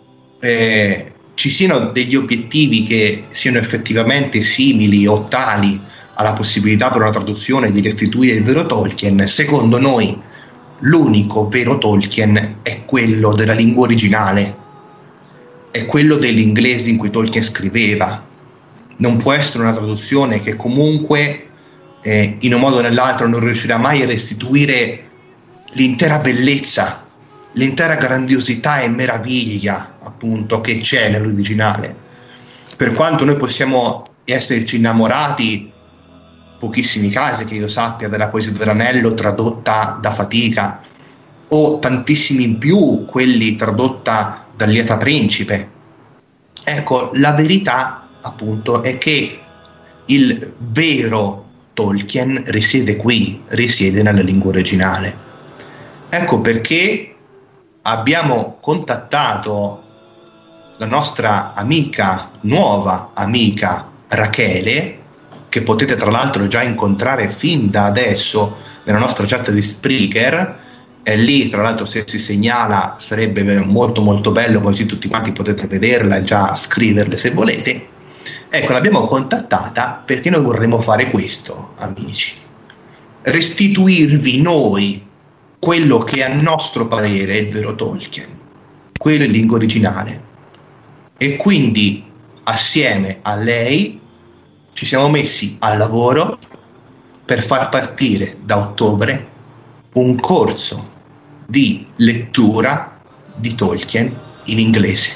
eh, ci siano degli obiettivi che siano effettivamente simili o tali alla possibilità per una traduzione di restituire il vero Tolkien, secondo noi l'unico vero Tolkien è quello della lingua originale, è quello dell'inglese in cui Tolkien scriveva. Non può essere una traduzione che comunque eh, in un modo o nell'altro non riuscirà mai a restituire l'intera bellezza, l'intera grandiosità e meraviglia appunto che c'è nell'originale. Per quanto noi possiamo esserci innamorati, pochissimi casi che io sappia, della poesia dell'anello tradotta da fatica, o tantissimi in più quelli tradotta da Lieta Principe, ecco, la verità appunto è che il vero Tolkien risiede qui, risiede nella lingua originale. Ecco perché abbiamo contattato la nostra amica, nuova amica Rachele, che potete tra l'altro già incontrare fin da adesso nella nostra chat di Spreaker, e lì tra l'altro se si segnala sarebbe molto molto bello, così tutti quanti potete vederla e già scriverle se volete. Ecco, l'abbiamo contattata perché noi vorremmo fare questo, amici: restituirvi noi quello che a nostro parere è il vero Tolkien, quello in lingua originale. E quindi assieme a lei ci siamo messi al lavoro per far partire da ottobre un corso di lettura di Tolkien in inglese.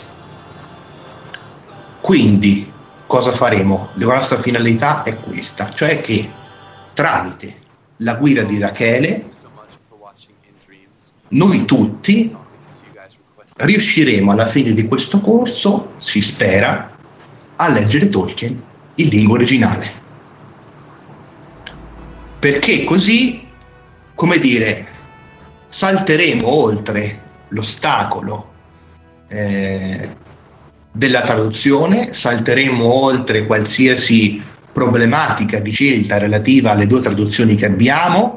Quindi cosa faremo? La nostra finalità è questa, cioè che tramite la guida di Rachele noi tutti riusciremo alla fine di questo corso, si spera, a leggere Tolkien in lingua originale. Perché così, come dire, salteremo oltre l'ostacolo eh, della traduzione, salteremo oltre qualsiasi problematica di scelta relativa alle due traduzioni che abbiamo,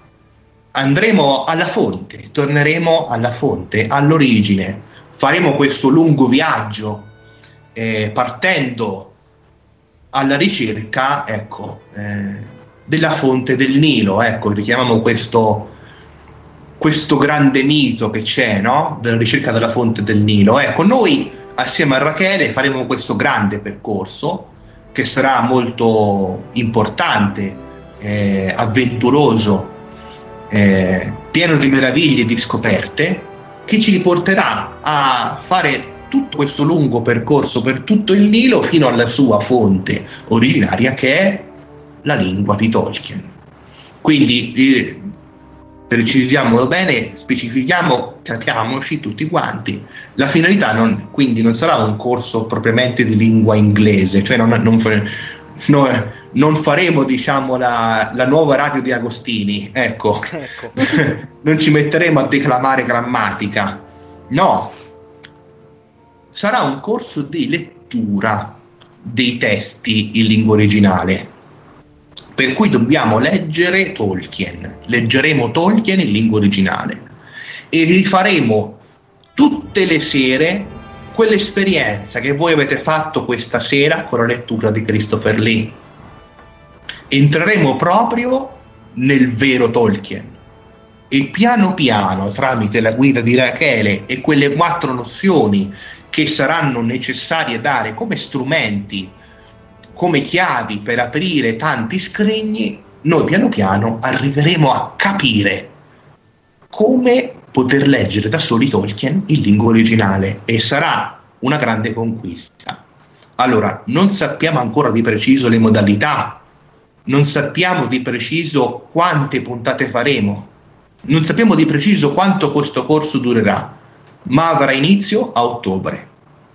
andremo alla fonte, torneremo alla fonte, all'origine, faremo questo lungo viaggio eh, partendo alla ricerca, ecco, eh, della fonte del Nilo. Ecco, richiamiamo questo, questo grande mito che c'è, no? Della ricerca della fonte del Nilo. Ecco, noi assieme a Rachele faremo questo grande percorso che sarà molto importante, eh, avventuroso, eh, pieno di meraviglie e di scoperte, che ci riporterà a fare tutto questo lungo percorso per tutto il Nilo fino alla sua fonte originaria, che è la lingua di Tolkien. Quindi eh, precisiamolo bene, specifichiamo, capiamoci tutti quanti. La finalità non, quindi non sarà un corso propriamente di lingua inglese, cioè non, non, non, non faremo, diciamo, la, la nuova radio di Agostini, ecco, ecco. Non ci metteremo a declamare grammatica, no, sarà un corso di lettura dei testi in lingua originale, per cui dobbiamo leggere Tolkien, leggeremo Tolkien in lingua originale e rifaremo tutte le sere quell'esperienza che voi avete fatto questa sera con la lettura di Christopher Lee. Entreremo proprio nel vero Tolkien e piano piano, tramite la guida di Rachele e quelle quattro nozioni che saranno necessarie dare come strumenti, come chiavi per aprire tanti scrigni, noi piano piano arriveremo a capire come poter leggere da soli Tolkien in lingua originale, e sarà una grande conquista. Allora, non sappiamo ancora di preciso le modalità, non sappiamo di preciso quante puntate faremo, non sappiamo di preciso quanto questo corso durerà, ma avrà inizio a ottobre.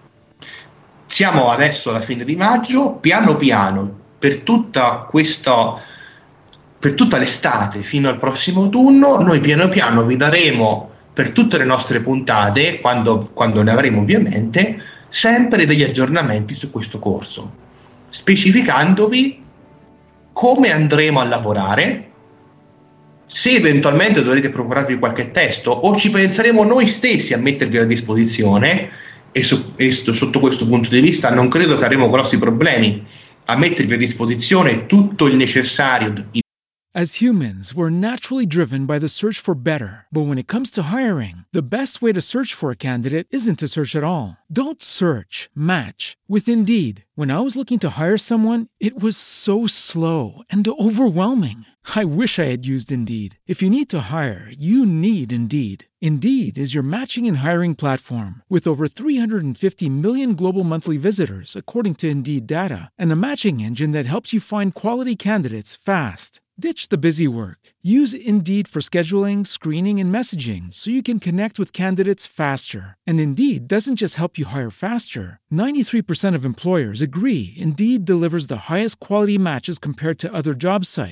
Siamo adesso alla fine di maggio, piano piano, per tutta questa, per tutta l'estate fino al prossimo autunno, noi piano piano vi daremo per tutte le nostre puntate, quando, quando ne avremo ovviamente, sempre degli aggiornamenti su questo corso, specificandovi come andremo a lavorare, se eventualmente dovrete procurarvi qualche testo o ci penseremo noi stessi a mettervi a disposizione. E, su, e sotto questo punto di vista non credo che avremo grossi problemi a mettervi a disposizione tutto il necessario. As humans, we're naturally driven by the search for better. But when it comes to hiring, the best way to search for a candidate isn't to search at all. Don't search, match with Indeed. When I was looking to hire someone, it was so slow and overwhelming. I wish I had used Indeed. If you need to hire, you need Indeed. Indeed is your matching and hiring platform with over three hundred fifty million global monthly visitors, according to Indeed data, and a matching engine that helps you find quality candidates fast. Ditch the busy work. Use Indeed for scheduling, screening, and messaging so you can connect with candidates faster. And Indeed doesn't just help you hire faster. ninety-three percent of employers agree Indeed delivers the highest quality matches compared to other job sites.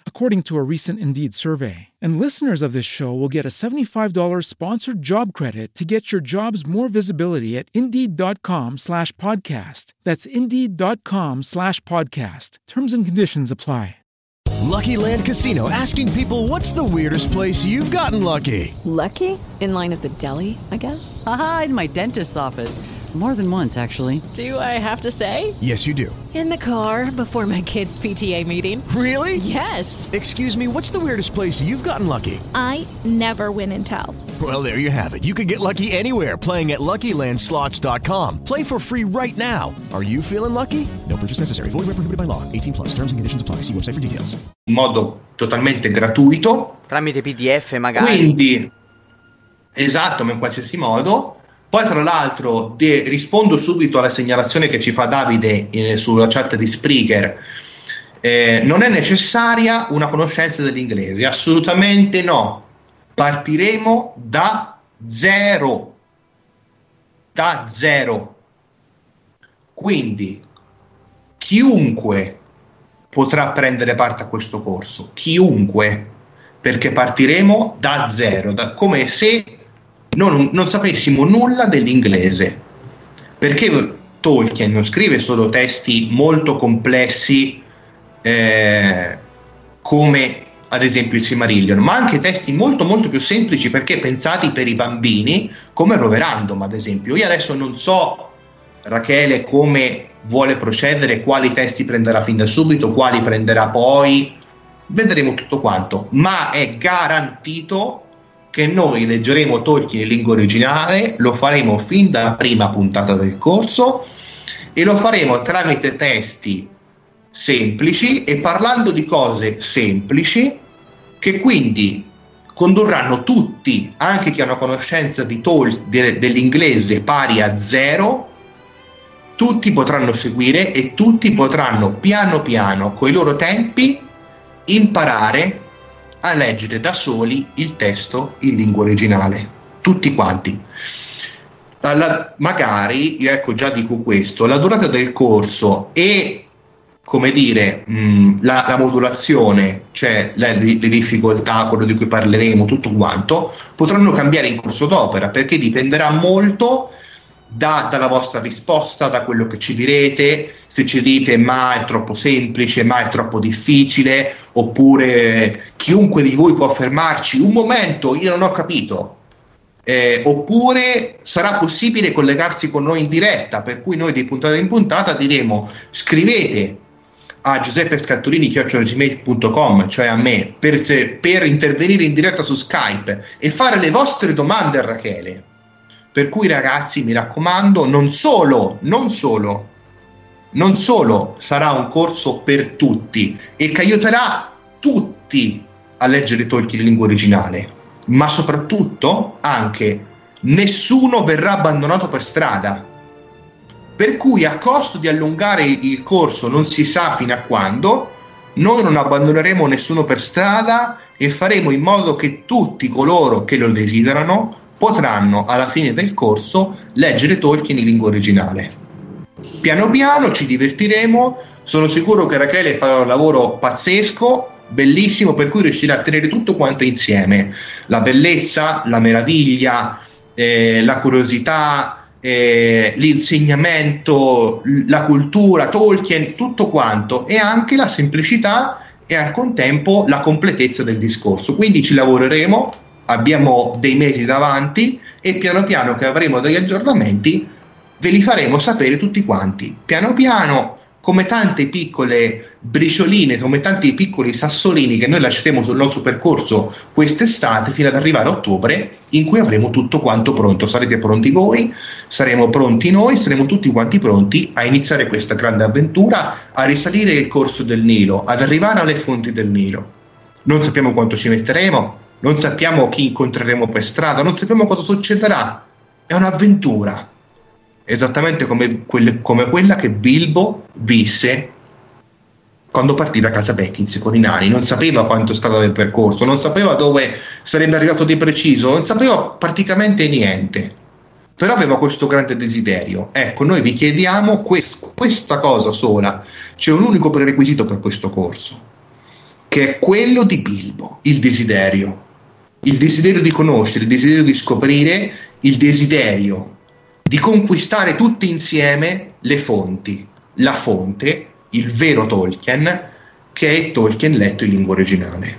according to a recent Indeed survey. And listeners of this show will get a seventy-five dollars sponsored job credit to get your jobs more visibility at Indeed.com slash podcast. That's Indeed.com slash podcast. Terms and conditions apply. Lucky Land Casino, asking people, what's the weirdest place you've gotten lucky? Lucky? In line at the deli, I guess? Aha, in my dentist's office. More than once, actually. Do I have to say? Yes, you do. In the car before my kids' P T A meeting. Really? Yes. Excuse me, what's the weirdest place you've gotten lucky? I never win and tell. Well, there you have it. You can get lucky anywhere, playing at Lucky Land Slots dot com. Play for free right now. Are you feeling lucky? No purchase necessary. Void where prohibited by law. eighteen plus. Terms and conditions apply. See website for details. In modo totalmente gratuito. Tramite P D F magari. Quindi, esatto, ma in qualsiasi modo. Poi tra l'altro de- rispondo subito alla segnalazione che ci fa Davide in, sulla chat di Spreaker. Eh, non è necessaria una conoscenza dell'inglese, assolutamente no. Partiremo da zero. Da zero. Quindi chiunque potrà prendere parte a questo corso, chiunque, perché partiremo da zero, da, come se Non, non sapessimo nulla dell'inglese, perché Tolkien non scrive solo testi molto complessi eh, come ad esempio il Silmarillion, ma anche testi molto molto più semplici, perché pensati per i bambini, come Roverandom ad esempio. Io adesso non so, Rachele, come vuole procedere, quali testi prenderà fin da subito, quali prenderà poi, vedremo tutto quanto, ma è garantito che noi leggeremo Tolkien in lingua originale, lo faremo fin dalla prima puntata del corso e lo faremo tramite testi semplici e parlando di cose semplici, che quindi condurranno tutti, anche chi ha una conoscenza di Tol- de- dell'inglese pari a zero, tutti potranno seguire e tutti potranno piano piano, coi loro tempi, imparare a leggere da soli il testo in lingua originale, tutti quanti. Alla, magari, io ecco già dico questo, la durata del corso e, come dire, mh, la, la modulazione, cioè le, le difficoltà, quello di cui parleremo, tutto quanto, potranno cambiare in corso d'opera, perché dipenderà molto Da, dalla vostra risposta, da quello che ci direte, se ci dite ma è troppo semplice, ma è troppo difficile, oppure chiunque di voi può fermarci un momento, io non ho capito, eh, oppure sarà possibile collegarsi con noi in diretta, per cui noi di puntata in puntata diremo scrivete a giuseppe scattolini chiocciola gmail punto com, cioè a me, per, se, per intervenire in diretta su Skype e fare le vostre domande a Rachele. Per cui ragazzi, mi raccomando, non solo, non solo, non solo sarà un corso per tutti e che aiuterà tutti a leggere Tolkien in lingua originale, ma soprattutto anche nessuno verrà abbandonato per strada. Per cui, a costo di allungare il corso non si sa fino a quando, noi non abbandoneremo nessuno per strada e faremo in modo che tutti coloro che lo desiderano potranno alla fine del corso leggere Tolkien in lingua originale. Piano piano ci divertiremo, sono sicuro che Rachele farà un lavoro pazzesco, bellissimo, per cui riuscirà a tenere tutto quanto insieme, la bellezza, la meraviglia, eh, la curiosità, eh, l'insegnamento, la cultura, Tolkien, tutto quanto, e anche la semplicità e al contempo la completezza del discorso. Quindi ci lavoreremo, abbiamo dei mesi davanti e piano piano che avremo degli aggiornamenti ve li faremo sapere tutti quanti, piano piano, come tante piccole bricioline, come tanti piccoli sassolini che noi lasceremo sul nostro percorso quest'estate fino ad arrivare a ottobre, in cui avremo tutto quanto pronto. Sarete pronti voi, saremo pronti noi, saremo tutti quanti pronti a iniziare questa grande avventura, a risalire il corso del Nilo, ad arrivare alle fonti del Nilo. Non sappiamo quanto ci metteremo, non sappiamo chi incontreremo per strada, non sappiamo cosa succederà. È un'avventura, esattamente come, quelle, come quella che Bilbo visse quando partì da casa Beckins con i nani. Non sapeva quanto stava del percorso, non sapeva dove sarebbe arrivato di preciso, non sapeva praticamente niente, però aveva questo grande desiderio. Ecco, noi vi chiediamo quest- questa cosa sola, c'è un unico prerequisito per questo corso: che è quello di Bilbo, il desiderio. Il desiderio di conoscere, il desiderio di scoprire, il desiderio di conquistare tutti insieme le fonti. La fonte, il vero Tolkien, che è Tolkien letto in lingua originale.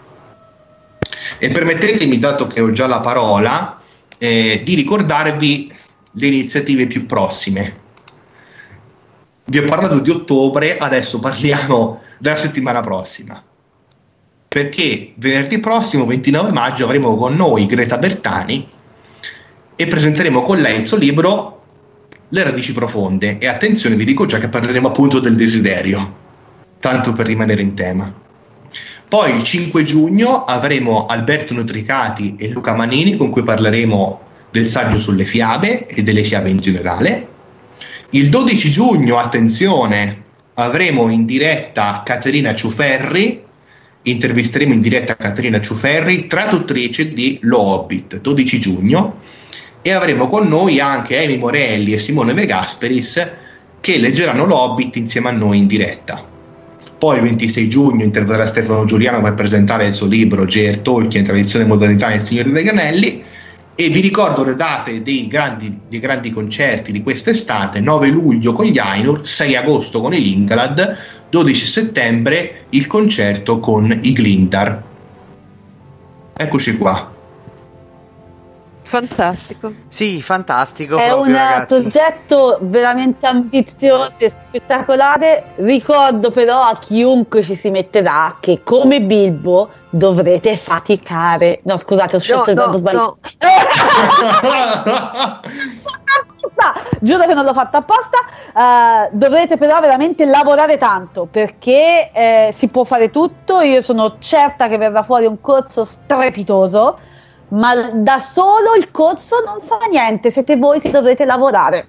E permettetemi, dato che ho già la parola, eh, di ricordarvi le iniziative più prossime. Vi ho parlato di ottobre, adesso parliamo della settimana prossima, perché venerdì prossimo, ventinove maggio, avremo con noi Greta Bertani e presenteremo con lei il suo libro Le radici profonde. E attenzione, vi dico già che parleremo appunto del desiderio, tanto per rimanere in tema. Poi il cinque giugno avremo Alberto Nutricati e Luca Manini, con cui parleremo del saggio sulle fiabe e delle fiabe in generale. Il dodici giugno, attenzione, avremo in diretta Caterina Ciuferri, intervisteremo in diretta Caterina Ciuferri, traduttrice di Lo Hobbit, dodici giugno, e avremo con noi anche Amy Morelli e Simone De Gasperis, che leggeranno Lo Hobbit insieme a noi in diretta. Poi il ventisei giugno interverrà Stefano Giuliano per presentare il suo libro J R. Tolkien, tradizione e modernità nel Signore degli Anelli. E vi ricordo le date dei grandi, dei grandi concerti di quest'estate: nove luglio con gli Ainur, sei agosto con i Lingolad, dodici settembre il concerto con i Glintar. Eccoci qua. Fantastico. Sì, fantastico. È proprio, un ragazzi. progetto veramente ambizioso e spettacolare. Ricordo però a chiunque ci si metterà che, come Bilbo, dovrete faticare. No, scusate, ho scelto il verbo sbagliato. Giuro che non l'ho fatto apposta. Uh, dovrete però veramente lavorare tanto, perché eh, si può fare tutto. Io sono certa che verrà fuori un corso strepitoso, ma da solo il corso non fa niente, siete voi che dovrete lavorare.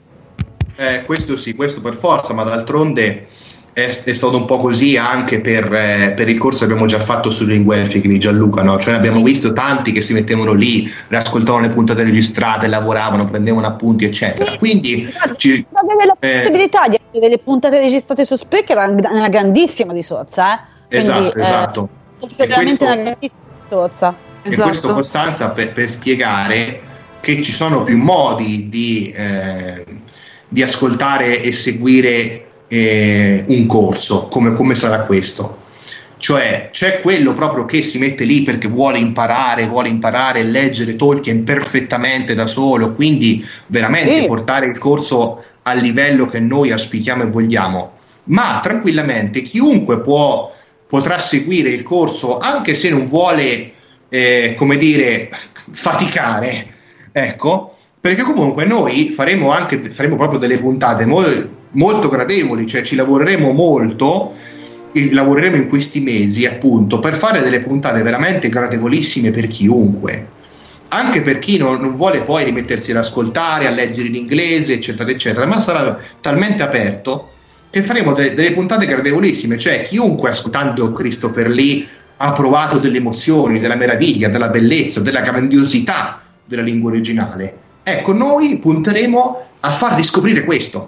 Eh, questo sì, questo per forza, ma d'altronde è, è stato un po' così anche per, eh, per il corso che abbiamo già fatto sulle lingue elfiche di Gianluca, no? Cioè abbiamo visto tanti che si mettevano lì, riascoltavano le puntate registrate, lavoravano, prendevano appunti, eccetera. Sì, Quindi ci, avere la possibilità eh, di avere le puntate registrate su Spreaker è una grandissima risorsa. Eh? Quindi, esatto, eh, esatto. È veramente questo, una grandissima risorsa. Esatto. E questo, Costanza, per, per spiegare che ci sono più modi di, eh, di ascoltare e seguire eh, un corso, come, come sarà questo. Cioè c'è quello proprio che si mette lì perché vuole imparare, vuole imparare a leggere Tolkien perfettamente da solo, quindi veramente sì. portare il corso al livello che noi auspichiamo e vogliamo. Ma tranquillamente chiunque può, potrà seguire il corso, anche se non vuole Eh, come dire, faticare, ecco, perché comunque noi faremo anche faremo proprio delle puntate mol, molto gradevoli, cioè ci lavoreremo molto, e lavoreremo in questi mesi appunto per fare delle puntate veramente gradevolissime per chiunque, anche per chi non, non vuole poi rimettersi ad ascoltare, a leggere in inglese, eccetera eccetera, ma sarà talmente aperto che faremo de- delle puntate gradevolissime, cioè chiunque ascoltando Christopher Lee ha provato delle emozioni, della meraviglia, della bellezza, della grandiosità della lingua originale. Ecco, noi punteremo a far riscoprire questo.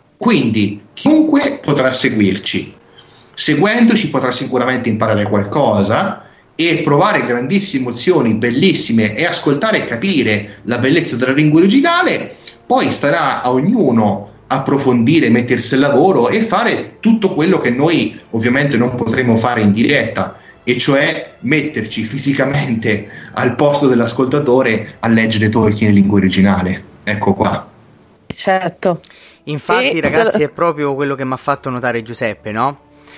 Quindi chiunque potrà seguirci. Seguendoci potrà sicuramente imparare qualcosa e provare grandissime emozioni, bellissime, e ascoltare e capire la bellezza della lingua originale. Poi starà a ognuno approfondire, mettersi al lavoro e fare tutto quello che noi ovviamente non potremo fare in diretta, e cioè metterci fisicamente al posto dell'ascoltatore a leggere Tolkien in lingua originale. Ecco qua. Certo. Infatti, e ragazzi, se... è proprio quello che mi ha fatto notare Giuseppe, no?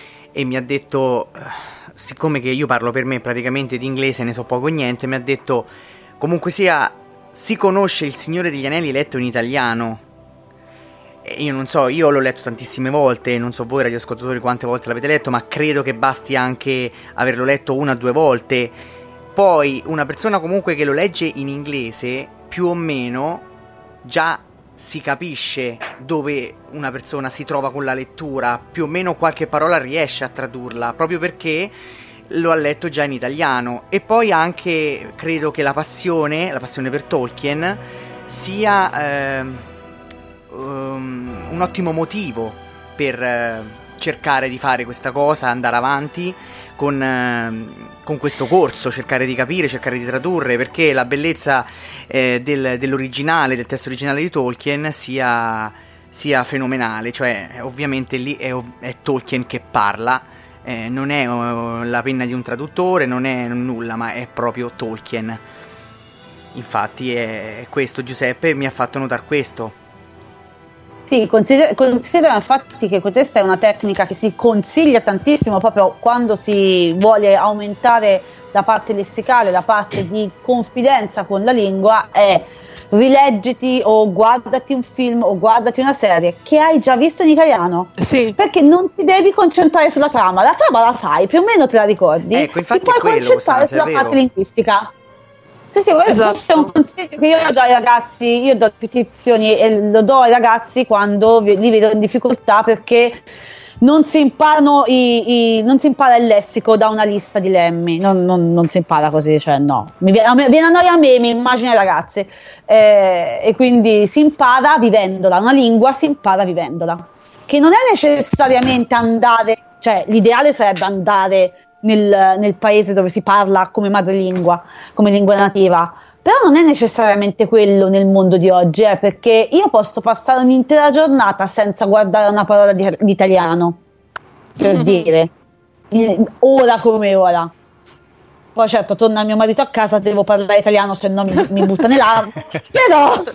E mi ha detto, siccome che io parlo per me praticamente di inglese, ne so poco o niente, mi ha detto, comunque sia, si conosce Il Signore degli Anelli letto in italiano. E io non so, io l'ho letto tantissime volte, non so voi radioascoltatori quante volte l'avete letto, ma credo che basti anche averlo letto una o due volte. Poi una persona comunque che lo legge in inglese, più o meno già si capisce dove una persona si trova con la lettura, più o meno qualche parola riesce a tradurla, proprio perché lo ha letto già in italiano. E poi anche credo che la passione, la passione per Tolkien sia... Eh, Um, un ottimo motivo per uh, cercare di fare questa cosa, andare avanti, con, eh, con questo corso, cercare di capire, cercare di tradurre, perché la bellezza eh, del, dell'originale, del testo originale di Tolkien sia, sia fenomenale, cioè ovviamente lì è, è Tolkien che parla, eh, non è uh, la penna di un traduttore, non è nulla, ma è proprio Tolkien. Infatti è questo, Giuseppe mi ha fatto notare questo. Sì, considera, considera infatti che questa è una tecnica che si consiglia tantissimo proprio quando si vuole aumentare la parte lessicale, la parte di confidenza con la lingua, è rileggiti o guardati un film o guardati una serie che hai già visto in italiano. Sì. Perché non ti devi concentrare sulla trama, la trama la sai, più o meno te la ricordi, ecco, infatti ti puoi quello, concentrare Costanza, sulla parte linguistica. Sì, sì, esatto. Questo è un consiglio che io do ai ragazzi, io do petizioni e lo do ai ragazzi quando li vedo in difficoltà, perché non si imparano i, i, non si impara il lessico da una lista di lemmi, non, non, non si impara così, cioè no, mi viene, a me, viene a noia a me, mi immagino ai ragazzi, eh, e quindi si impara vivendola, una lingua si impara vivendola, che non è necessariamente andare, cioè l'ideale sarebbe andare Nel, nel paese dove si parla come madrelingua, come lingua nativa, però non è necessariamente quello nel mondo di oggi, eh, perché io posso passare un'intera giornata senza guardare una parola di, di italiano, per mm-hmm. dire, ora come ora. Poi certo, torna mio marito a casa, devo parlare italiano, se no mi, mi butta nell'acqua. Però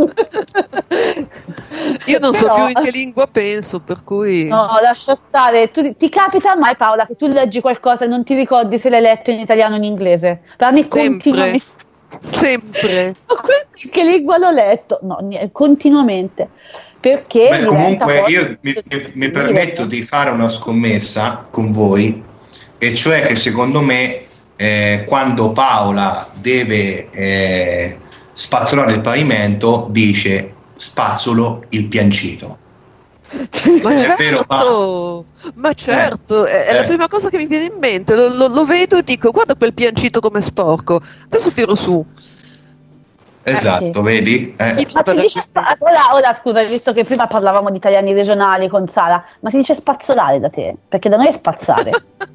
io non però, so più in che lingua penso, per cui no, lascia stare. Tu, ti capita mai, Paola, che tu leggi qualcosa e non ti ricordi se l'hai letto in italiano o in inglese? Per me continuamente. Sempre. Ma che lingua l'ho letto? No, continuamente. Perché Beh, comunque io mi, mi permetto di fare una scommessa con voi, e cioè che secondo me Eh, quando Paola deve eh, spazzolare il pavimento dice spazzolo il piancito. Ma è certo, vero, Paola? ma certo, eh, è, è eh. la prima cosa che mi viene in mente, lo, lo, lo vedo e dico guarda quel piancito come sporco, adesso tiro su. Esatto, eh, sì. Vedi? Eh. Ma si dice, ora, ora scusa, visto che prima parlavamo di italiani regionali con Sara, ma si dice spazzolare da te? Perché da noi è spazzare.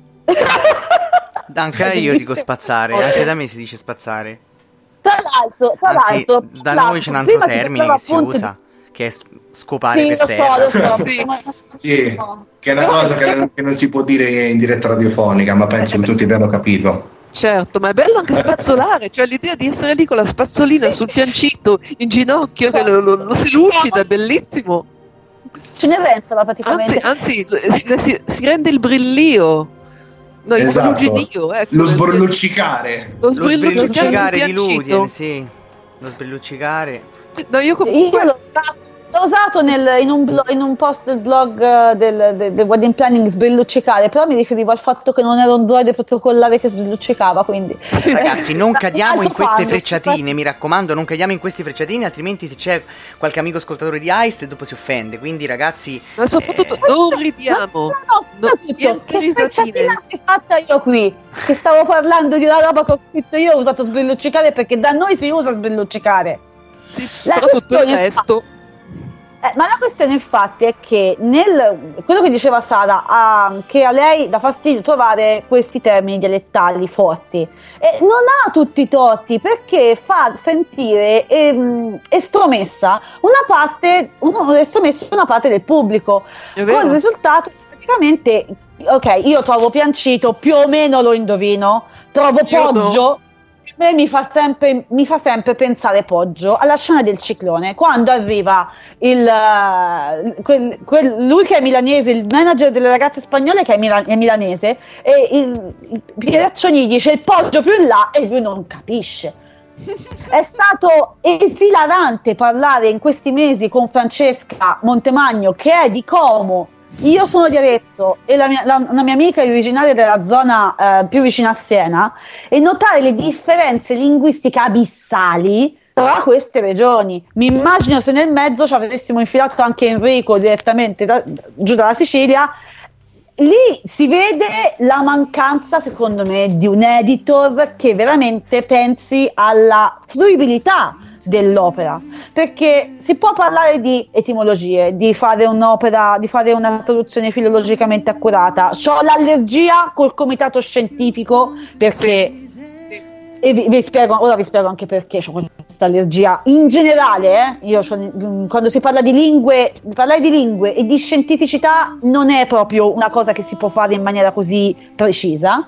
Anche io dico spazzare, anche da me si dice spazzare. Tra l'altro, tra Anzi, l'altro da noi c'è un altro termine che si usa, di... che è scopare sì, per lo terra. So, lo so. Sì, sì, che è una cosa che non, che non si può dire in diretta radiofonica, ma penso che tutti abbiano capito. Certo, ma è bello anche spazzolare, cioè l'idea di essere lì con la spazzolina sul piancito in ginocchio che lo, lo, lo si lucida, è bellissimo. Ce ne ventola praticamente. Anzi, anzi si, si rende il brillio. No, esatto. io, ecco, lo sbrilluccicare lo sbrilluccicare, lo sbrilluccicare di Ludien, sì, lo sbrilluccicare. No, io comunque io l'ho usato, l'ho usato nel, in, un blog, in un post del blog uh, del, del, del wedding planning, sbrilluccicare, però mi riferivo al fatto che non era un droide protocollare che sbrilluccicava, quindi ragazzi non cadiamo in queste frecciatine, mi raccomando, non cadiamo in queste frecciatine, altrimenti se c'è qualche amico ascoltatore di Heist dopo si offende, quindi ragazzi, ma soprattutto eh... non ridiamo, no, no, no, no, che frecciatina ho fatta io qui, che stavo parlando di una roba che ho scritto io, ho usato sbrilluccicare perché da noi si usa sbrilluccicare, sì, però tutto il resto fa... Eh, ma la questione infatti è che nel quello che diceva Sara, uh, che a lei dà fastidio trovare questi termini dialettali forti, e non ha tutti i torti, perché fa sentire ehm, estromessa una parte, uno, estromessa una parte del pubblico, con il risultato che praticamente, ok, io trovo piancito, più o meno lo indovino, trovo io poggio no. A me mi fa, sempre, mi fa sempre pensare Poggio alla scena del ciclone, quando arriva il, uh, quel, quel, lui che è milanese, il manager delle ragazze spagnole che è, mila, è milanese, e il, il Pieraccioni dice il Poggio più in là e lui non capisce. È stato esilarante parlare in questi mesi con Francesca Montemagno, che è di Como. Io sono di Arezzo e la mia, la, una mia amica è originaria della zona eh, più vicina a Siena, e notare le differenze linguistiche abissali tra queste regioni. Mi immagino se nel mezzo ci avessimo infilato anche Enrico direttamente da, giù dalla Sicilia. Lì si vede la mancanza, secondo me, di un editor che veramente pensi alla fruibilità dell'opera, perché si può parlare di etimologie, di fare un'opera, di fare una traduzione filologicamente accurata. C'ho l'allergia col comitato scientifico perché sì. E vi, vi spiego, ora vi spiego anche perché ho questa allergia in generale. Eh? Io quando si parla di lingue, parlare di lingue e di scientificità non è proprio una cosa che si può fare in maniera così precisa,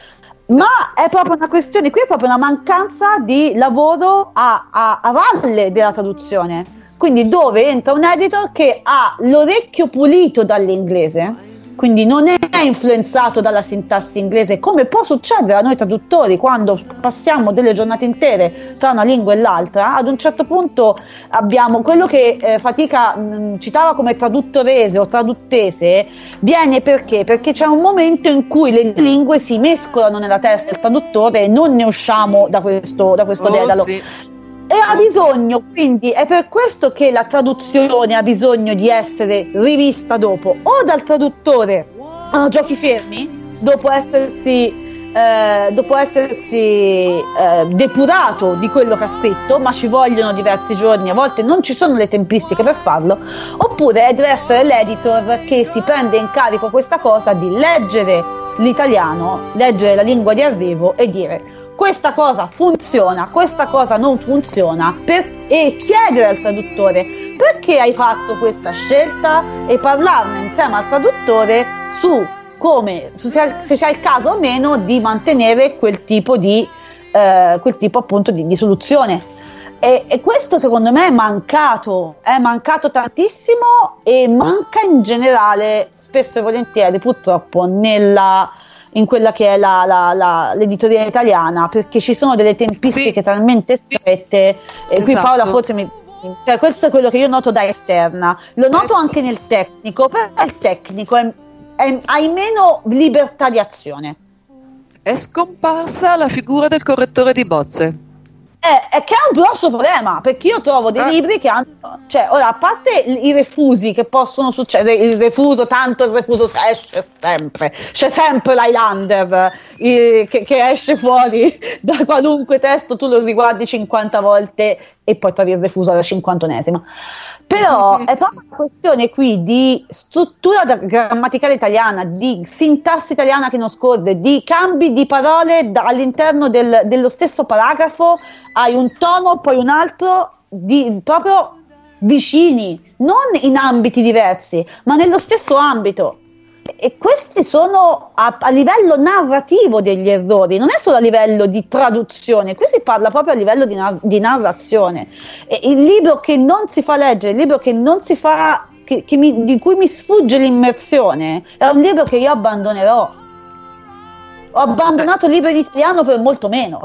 ma è proprio una questione, qui è proprio una mancanza di lavoro a, a, a valle della traduzione, quindi dove entra un editor che ha l'orecchio pulito dall'inglese, quindi non è influenzato dalla sintassi inglese, come può succedere a noi traduttori quando passiamo delle giornate intere tra una lingua e l'altra. Ad un certo punto abbiamo quello che eh, Fatica mh, citava come traduttorese o traduttese, viene perché? Perché c'è un momento in cui le lingue si mescolano nella testa del traduttore e non ne usciamo da questo, da questo oh, dedalo. Sì. E ha bisogno, quindi è per questo che la traduzione ha bisogno di essere rivista dopo, o dal traduttore a giochi fermi, dopo essersi, eh, dopo essersi eh, depurato di quello che ha scritto, ma ci vogliono diversi giorni, a volte non ci sono le tempistiche per farlo, oppure deve essere l'editor che si prende in carico questa cosa di leggere l'italiano, leggere la lingua di arrivo e dire: questa cosa funziona, questa cosa non funziona, per, e chiedere al traduttore perché hai fatto questa scelta e parlarne insieme al traduttore su come, su se, se sia il caso o meno di mantenere quel tipo di eh, quel tipo appunto di, di soluzione. E, e questo secondo me è mancato, è mancato tantissimo e manca in generale spesso e volentieri purtroppo nella in quella che è la, la, la, l'editoria italiana, perché ci sono delle tempistiche sì. talmente strette, e esatto. qui Paola forse mi, cioè questo è quello che io noto da esterna, lo noto anche nel tecnico, però il tecnico è, è, hai meno libertà di azione. È scomparsa la figura del correttore di bozze. È, è che è un grosso problema, perché io trovo dei ah. libri che hanno, cioè ora, a parte i refusi che possono succedere, il refuso, tanto il refuso esce sempre, c'è sempre l'Highlander eh, che, che esce fuori da qualunque testo, tu lo riguardi cinquanta volte e poi trovi il refuso alla cinquantunesima. Però è proprio una questione qui di struttura grammaticale italiana, di sintassi italiana che non scorre, di cambi di parole da, all'interno del, dello stesso paragrafo, hai un tono, poi un altro, di, proprio vicini, non in ambiti diversi, ma nello stesso ambito. E questi sono a, a livello narrativo degli errori, non è solo a livello di traduzione, qui si parla proprio a livello di, nar- di narrazione. E il libro che non si fa leggere, il libro che non si fa, che, che mi, di cui mi sfugge l'immersione, è un libro che io abbandonerò. Ho abbandonato libri di italiano per molto meno.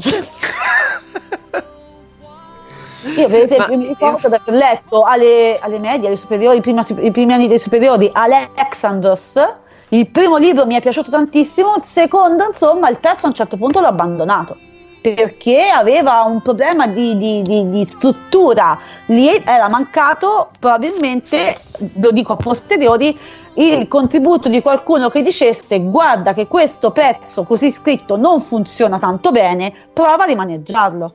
Io per esempio Ma mi ricordo di aver letto alle, alle medie, alle superiori, prima, i primi anni dei superiori, Alexandros. Il primo libro mi è piaciuto tantissimo, il secondo insomma, il terzo a un certo punto l'ho abbandonato perché aveva un problema di, di, di, di struttura, lì era mancato probabilmente, lo dico a posteriori, il contributo di qualcuno che dicesse: guarda che questo pezzo così scritto non funziona tanto bene, prova a rimaneggiarlo.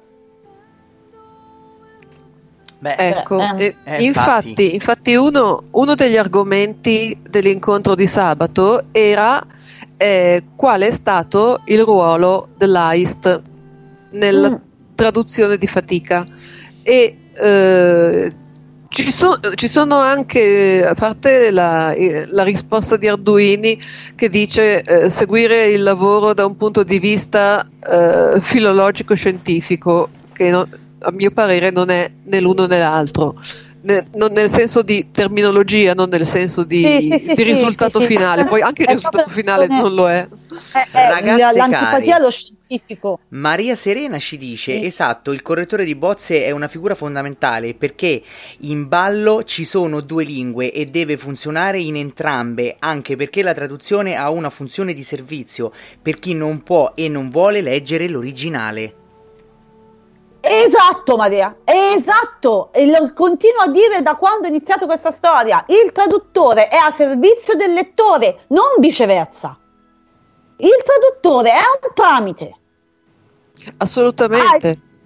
Beh, ecco, eh, eh, infatti, infatti, infatti uno, uno degli argomenti dell'incontro di sabato era eh, qual è stato il ruolo dell'A I S T nella mm. traduzione di Fatica, e eh, ci, so, ci sono anche, a parte la, la risposta di Arduini che dice eh, seguire il lavoro da un punto di vista eh, filologico-scientifico, che non, a mio parere non è né l'uno né l'altro, ne, non nel senso di terminologia, non nel senso di, sì, sì, sì, di risultato sì, finale, sì. Poi anche il risultato finale non lo è. è, è Ragazzi l'antipatia cari, allo scientifico. Maria Serena ci dice, sì. esatto, il correttore di bozze è una figura fondamentale perché in ballo ci sono due lingue e deve funzionare in entrambe, anche perché la traduzione ha una funzione di servizio per chi non può e non vuole leggere l'originale. Esatto Maria, esatto, e lo continuo a dire da quando ho iniziato questa storia, il traduttore è a servizio del lettore, non viceversa. Il traduttore è un tramite. Assolutamente. Ha,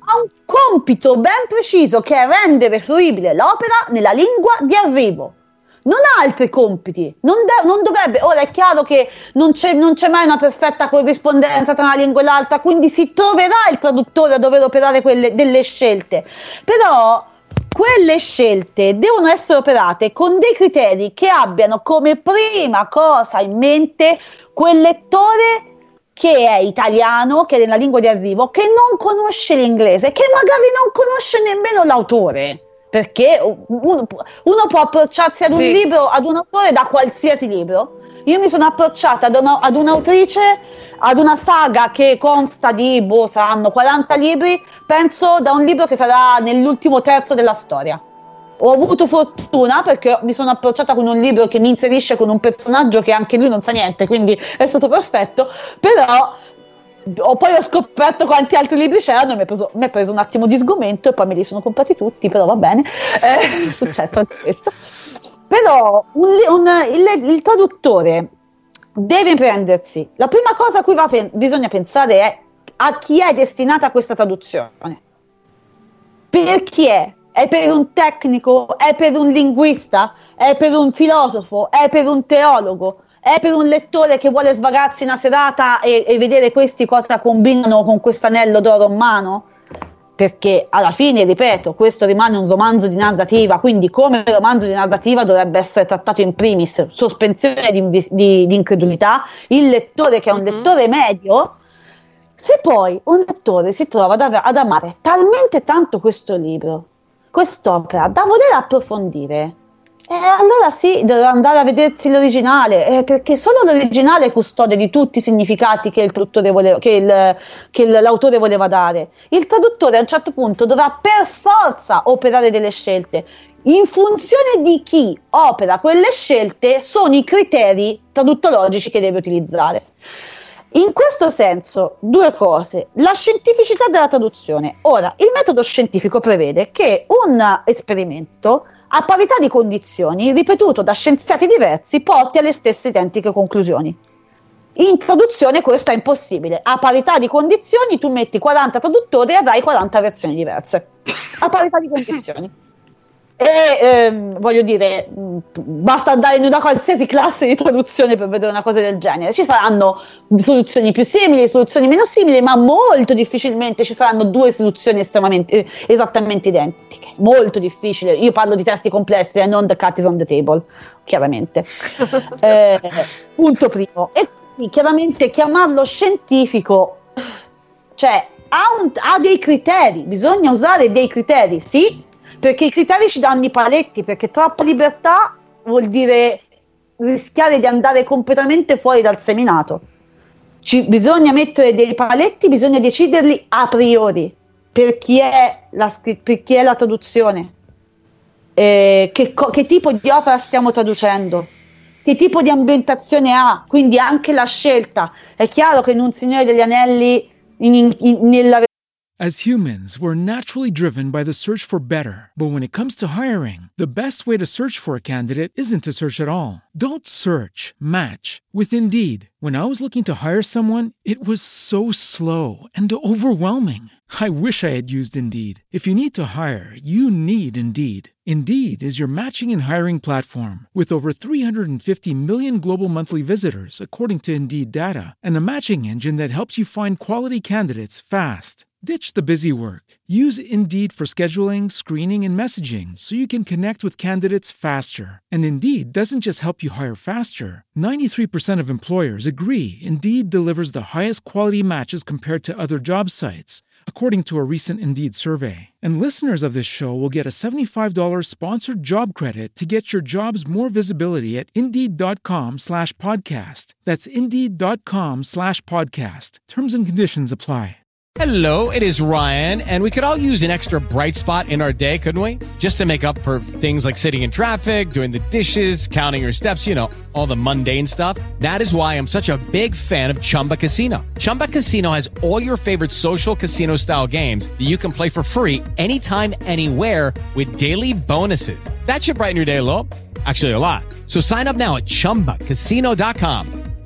ha un compito ben preciso, che è rendere fruibile l'opera nella lingua di arrivo. Non ha altri compiti, non, de- non dovrebbe. Ora è chiaro che non c'è, non c'è mai una perfetta corrispondenza tra una lingua e l'altra, quindi si troverà il traduttore a dover operare quelle, delle scelte, però quelle scelte devono essere operate con dei criteri che abbiano come prima cosa in mente quel lettore che è italiano, che è nella lingua di arrivo, che non conosce l'inglese, che magari non conosce nemmeno l'autore. Perché uno, uno può approcciarsi ad un sì. libro, ad un autore da qualsiasi libro. Io mi sono approcciata ad, una, ad un'autrice, ad una saga che consta di, boh, saranno quaranta libri, penso da un libro che sarà nell'ultimo terzo della storia. Ho avuto fortuna perché mi sono approcciata con un libro che mi inserisce con un personaggio che anche lui non sa niente, quindi è stato perfetto, però... Ho poi ho scoperto quanti altri libri c'erano e mi è preso, mi è preso un attimo di sgomento e poi me li sono comprati tutti, però va bene, eh, è successo anche questo. Però un, un, il, il traduttore deve prendersi, la prima cosa a cui va pen- bisogna pensare è a chi è destinata questa traduzione, per chi è? È per un tecnico? È per un linguista? È per un filosofo? È per un teologo? È per un lettore che vuole svagarsi una serata e, e vedere questi cosa combinano con quest'anello d'oro in mano? Perché alla fine, ripeto, questo rimane un romanzo di narrativa, quindi come romanzo di narrativa dovrebbe essere trattato in primis, sospensione di, di, di incredulità, il lettore che è un lettore medio. Se poi un lettore si trova ad, ad amare talmente tanto questo libro, quest'opera, da voler approfondire, Eh, allora sì, dovrà andare a vedersi l'originale, eh, perché solo l'originale è custode di tutti i significati che, il traduttore voleva, che, il, che il, l'autore voleva dare. Il traduttore a un certo punto dovrà per forza operare delle scelte. In funzione di chi opera quelle scelte sono i criteri traduttologici che deve utilizzare. In questo senso, due cose. La scientificità della traduzione. Ora, il metodo scientifico prevede che un esperimento a parità di condizioni, ripetuto da scienziati diversi, porti alle stesse identiche conclusioni. In traduzione questo è impossibile. A parità di condizioni tu metti quaranta traduttori e avrai quaranta versioni diverse. A parità di condizioni. E ehm, voglio dire, basta andare in una qualsiasi classe di traduzione per vedere una cosa del genere. Ci saranno soluzioni più simili, soluzioni meno simili, ma molto difficilmente ci saranno due soluzioni estremamente esattamente identiche. Molto difficile. Io parlo di testi complessi e non the cat is on the table, chiaramente. eh, punto primo. E quindi chiaramente chiamarlo scientifico, cioè ha, un, ha dei criteri, bisogna usare dei criteri, sì, perché i criteri ci danno i paletti, perché troppa libertà vuol dire rischiare di andare completamente fuori dal seminato. Ci, bisogna mettere dei paletti, bisogna deciderli a priori per chi è la, per chi è la traduzione, eh, che, che tipo di opera stiamo traducendo, che tipo di ambientazione ha, quindi anche la scelta. È chiaro che in Un Signore degli Anelli in, in, in, nella As humans, we're naturally driven by the search for better. But when it comes to hiring, the best way to search for a candidate isn't to search at all. Don't search, match with Indeed. When I was looking to hire someone, it was so slow and overwhelming. I wish I had used Indeed. If you need to hire, you need Indeed. Indeed is your matching and hiring platform with over three hundred fifty million global monthly visitors, according to Indeed data, and a matching engine that helps you find quality candidates fast. Ditch the busy work. Use Indeed for scheduling, screening, and messaging so you can connect with candidates faster. And Indeed doesn't just help you hire faster. ninety-three percent of employers agree Indeed delivers the highest quality matches compared to other job sites, according to a recent Indeed survey. And listeners of this show will get a seventy-five dollars sponsored job credit to get your jobs more visibility at Indeed.com slash podcast. That's Indeed.com slash podcast. Terms and conditions apply. Hello, it is Ryan, and we could all use an extra bright spot in our day, couldn't we? Just to make up for things like sitting in traffic, doing the dishes, counting your steps, you know, all the mundane stuff. That is why I'm such a big fan of Chumba Casino. Chumba Casino has all your favorite social casino-style games that you can play for free anytime, anywhere with daily bonuses. That should brighten your day a little. Actually, a lot. So sign up now at Chumba Casino dot com.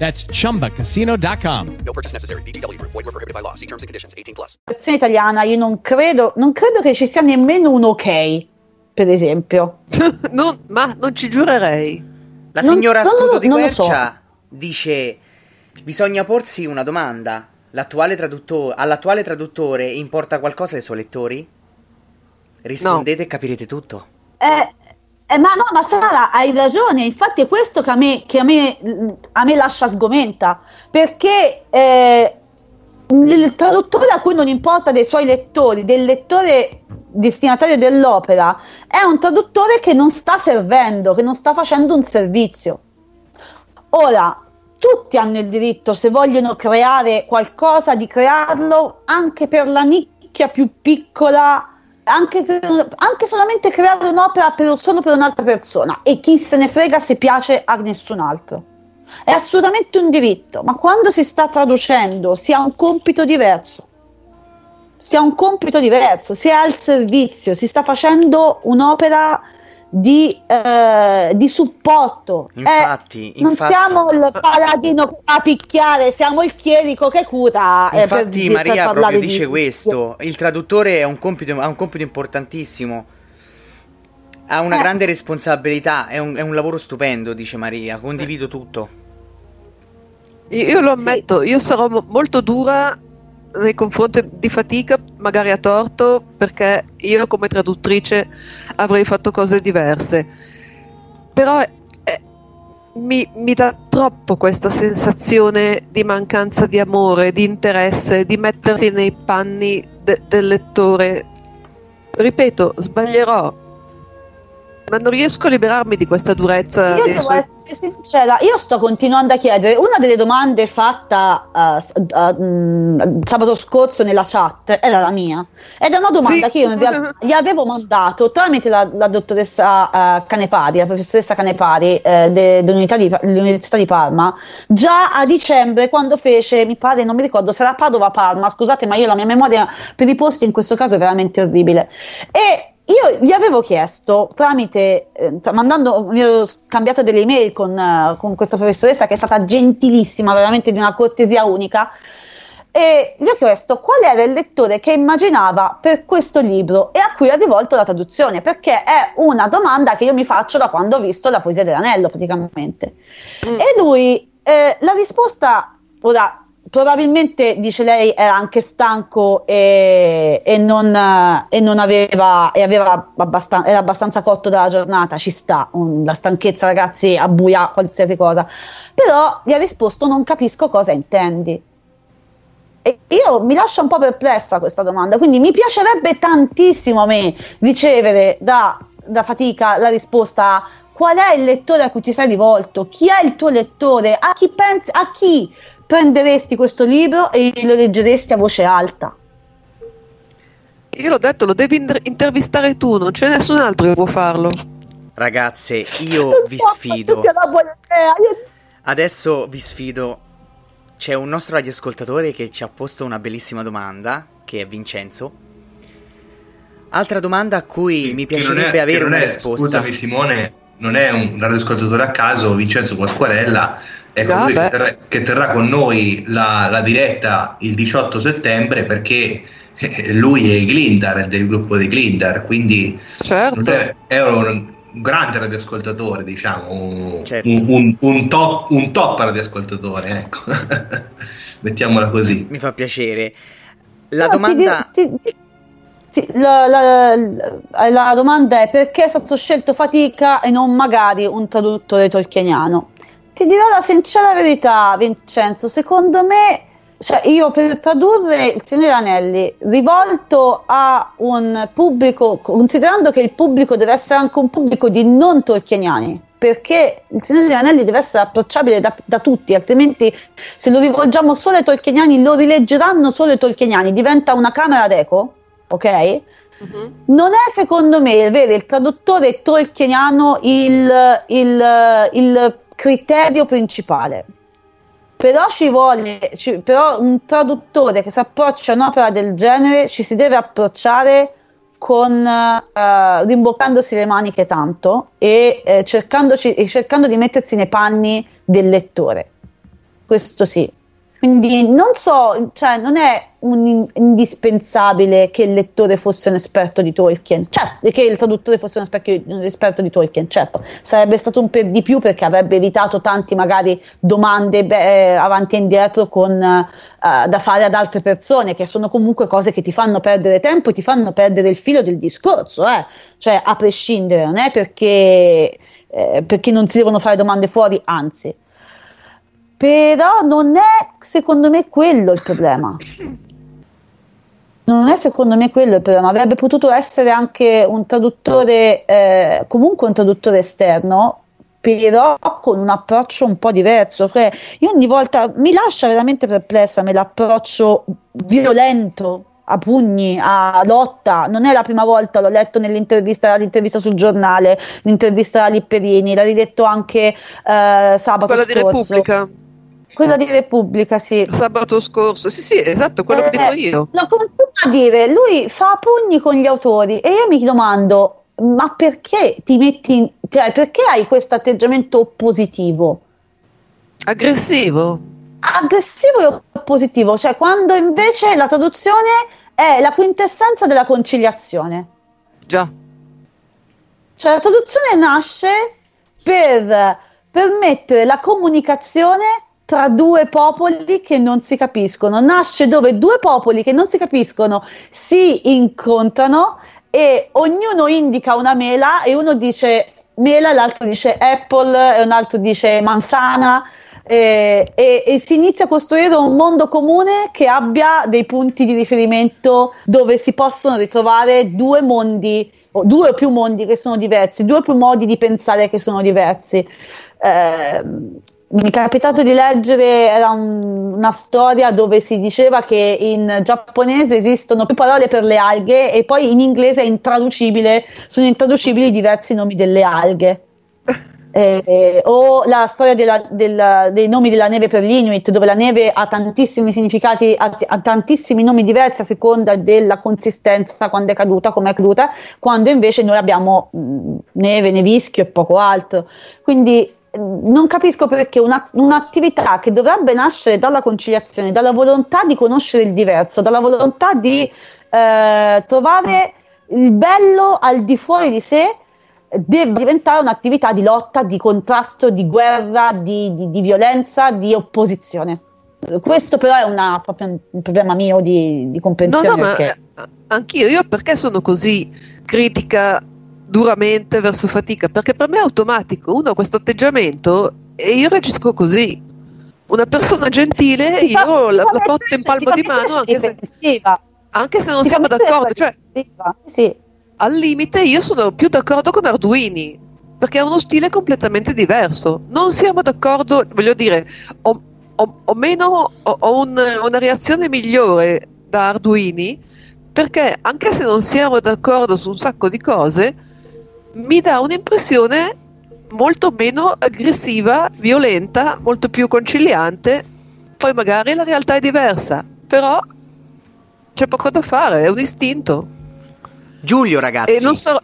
That's chumba casino dot com. No purchase necessary. V G W Group. Void where prohibited by law. See terms and conditions. eighteen plus. La versione italiana io non credo, non credo che ci sia nemmeno un ok, per esempio. non, ma non ci giurerei. La Non- signora non lo- Scudo di non lo so. Quercia dice: bisogna porsi una domanda. L'attuale tradutto- all'attuale traduttore importa qualcosa ai suoi lettori? Rispondete e capirete tutto. Eh, eh, ma no, ma Sara, hai ragione, infatti è questo che a me, che a me, a me lascia sgomenta, perché eh, il traduttore a cui non importa dei suoi lettori, del lettore destinatario dell'opera, è un traduttore che non sta servendo, che non sta facendo un servizio. Ora, tutti hanno il diritto, se vogliono creare qualcosa, di crearlo anche per la nicchia più piccola, anche, anche solamente creare un'opera per, solo per un'altra persona, e chi se ne frega se piace a nessun altro. È assolutamente un diritto, ma quando si sta traducendo si ha un compito diverso. Si ha un compito diverso, si è al servizio, si sta facendo un'opera di, eh, di supporto. Infatti, Eh, non infatti. siamo il paladino che va a picchiare, siamo il chierico che cura. eh, per, Infatti per Maria parlare proprio di- dice questo: il traduttore è un compito, ha un compito importantissimo, ha una Eh. grande responsabilità, è un, è un lavoro stupendo, dice Maria, condivido tutto. Io, io lo ammetto, io sarò mo- molto dura nei confronti di Fatica, magari a torto, perché io come traduttrice avrei fatto cose diverse. Però eh, mi, mi dà troppo questa sensazione di mancanza di amore, di interesse, di mettersi nei panni de- del lettore. Ripeto, sbaglierò, ma non riesco a liberarmi di questa durezza. Io dei devo suoi- essere sincera, io sto continuando a chiedere. Una delle domande fatta uh, s- uh, mh, sabato scorso nella chat era la mia, ed è una domanda Sì. che io in realtà gli avevo mandato tramite la, la dottoressa uh, Canepari, la professoressa Canepari eh, de- dell'Università di, dell'Università di Parma, già a dicembre, quando fece, mi pare, non mi ricordo se era Padova o Parma, scusate, ma io la mia memoria per i posti in questo caso è veramente orribile. E io gli avevo chiesto tramite, eh, tra- mandando, mi ero scambiata delle email con, eh, con questa professoressa che è stata gentilissima, veramente di una cortesia unica, e gli ho chiesto qual era il lettore che immaginava per questo libro e a cui ha rivolto la traduzione, perché è una domanda che io mi faccio da quando ho visto La poesia dell'anello praticamente. E lui, eh, la risposta, ora probabilmente dice lei era anche stanco e, e non, eh, e non aveva, e aveva abbastan- era abbastanza cotto dalla giornata, ci sta, un- la stanchezza ragazzi abbuia qualsiasi cosa, però gli ha risposto non capisco cosa intendi. E io mi lascia un po' perplessa questa domanda, quindi mi piacerebbe tantissimo a me ricevere da, da Fatica la risposta a qual è il lettore a cui ti sei rivolto, chi è il tuo lettore, a chi pensi, a chi prenderesti questo libro e lo leggeresti a voce alta. Io l'ho detto, lo devi in- intervistare tu, non c'è nessun altro che può farlo. Ragazze, io Non vi so, sfido. che è una buona idea. Io- Adesso vi sfido. C'è un nostro radioascoltatore che ci ha posto una bellissima domanda, che è Vincenzo. Altra domanda a cui mi Che non piacerebbe è- avere che non una è, risposta. Scusami Simone, non è un radioascoltatore a caso, Vincenzo Pasquarella, è colui Vabbè. che terrà, che terrà con noi la, la diretta il diciotto settembre, perché eh, lui è Glindar, del gruppo di Glindar, quindi Certo. non è, è un grande radioascoltatore, diciamo, un, Certo. un, un- un top, un top radioascoltatore, ecco. Mettiamola così. Mi fa piacere. La No, domanda... ti di- ti- sì, la, la- la- la domanda è perché è stato scelto Fatica e non magari un traduttore tolkieniano. Ti dirò la sincera verità, Vincenzo, secondo me, cioè io per tradurre Il Signore degli Anelli rivolto a un pubblico, considerando che il pubblico deve essere anche un pubblico di non tolkieniani, perché Il Signore degli Anelli deve essere approcciabile da, da tutti, altrimenti se lo rivolgiamo solo ai tolkieniani lo rileggeranno solo i tolkieniani, diventa una camera d'eco, ok? Non è secondo me vero, il traduttore tolkieniano il, il, il criterio principale. Però ci vuole, ci- però un traduttore che si approccia a un'opera del genere ci si deve approcciare con eh, rimboccandosi le maniche tanto e eh, cercandoci, e cercando di mettersi nei panni del lettore. questo sì. Quindi non so, cioè non è un in- indispensabile che il lettore fosse un esperto di Tolkien, certo, che il traduttore fosse un, specchio, un esperto di Tolkien, certo, sarebbe stato un per di più perché avrebbe evitato tanti magari domande beh, avanti e indietro con, uh, da fare ad altre persone, che sono comunque cose che ti fanno perdere tempo e ti fanno perdere il filo del discorso, eh? Cioè a prescindere, non è perché, eh, perché non si devono fare domande fuori, anzi. Però non è secondo me quello il problema. Non è secondo me quello il problema. Avrebbe potuto essere anche un traduttore, eh, comunque un traduttore esterno, però con un approccio un po' diverso. Cioè, io ogni volta mi lascia veramente perplessa me l'approccio violento a pugni, a lotta. Non è la prima volta, l'ho letto nell'intervista, l'intervista sul giornale, l'intervista a Lipperini, l'ha ridetto anche eh, sabato quella scorso. di Repubblica. Quella di Repubblica, sì. Sabato scorso, sì, sì, esatto, quello eh, che dico io. No, continua a dire, lui fa pugni con gli autori e io mi domando, ma perché ti metti, in, cioè perché hai questo atteggiamento oppositivo? Aggressivo. Aggressivo e oppositivo, cioè quando invece la traduzione è la quintessenza della conciliazione. Già. Cioè la traduzione nasce per permettere la comunicazione tra due popoli che non si capiscono, nasce dove due popoli che non si capiscono si incontrano e ognuno indica una mela e uno dice mela, l'altro dice apple e un altro dice manzana e, e, e si inizia a costruire un mondo comune che abbia dei punti di riferimento dove si possono ritrovare due mondi o due o più mondi che sono diversi, due o più modi di pensare che sono diversi. Eh, mi è capitato di leggere, era un, una storia dove si diceva che in giapponese esistono più parole per le alghe e poi in inglese è intraducibile, sono intraducibili diversi nomi delle alghe. Eh, o la storia della, della, dei nomi della neve per l'Inuit, dove la neve ha tantissimi significati, ha, ha tantissimi nomi diversi a seconda della consistenza, quando è caduta, come è caduta, quando invece noi abbiamo mh, neve, nevischio e poco altro. Quindi non capisco perché una, un'attività che dovrebbe nascere dalla conciliazione, dalla volontà di conoscere il diverso, dalla volontà di eh, trovare il bello al di fuori di sé, deve diventare un'attività di lotta, di contrasto, di guerra, di, di, di violenza, di opposizione. Questo però è una, proprio un, un problema mio di, di comprensione. No, no, perché... ma anch'io, io perché sono così critica duramente verso Fatica? Perché per me è automatico, uno ha questo atteggiamento e io reagisco così. Una persona gentile, io la, la porto in palmo di mano anche se, anche se non siamo d'accordo, cioè sì. Al limite io sono più d'accordo con Arduini perché ha uno stile completamente diverso. Non siamo d'accordo, voglio dire, ho, ho, ho meno ho, ho un, una reazione migliore da Arduini perché anche se non siamo d'accordo su un sacco di cose mi dà un'impressione molto meno aggressiva, violenta, molto più conciliante. Poi magari la realtà è diversa, però c'è poco da fare, è un istinto. Giulio, ragazzi. E non so...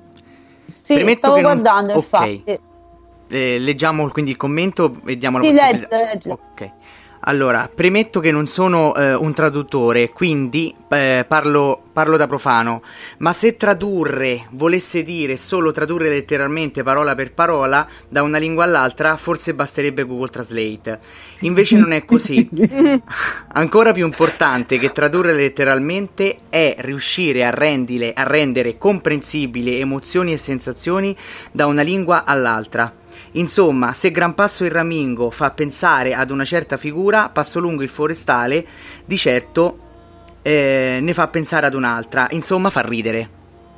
Sì, Premetto stavo che non... guardando, okay. infatti. Eh, leggiamo quindi il commento e diamo sì, la possibilità. Legge, legge. Ok. Allora, premetto che non sono eh, un traduttore, quindi eh, parlo, parlo da profano, ma se tradurre volesse dire solo tradurre letteralmente parola per parola da una lingua all'altra, forse basterebbe Google Translate. Invece non è così. Ancora più importante che tradurre letteralmente è riuscire a, rendile, a rendere comprensibili emozioni e sensazioni da una lingua all'altra. Insomma, se Gran Passo il Ramingo fa pensare ad una certa figura, Passo Lungo il Forestale di certo eh, ne fa pensare ad un'altra. Insomma, fa ridere.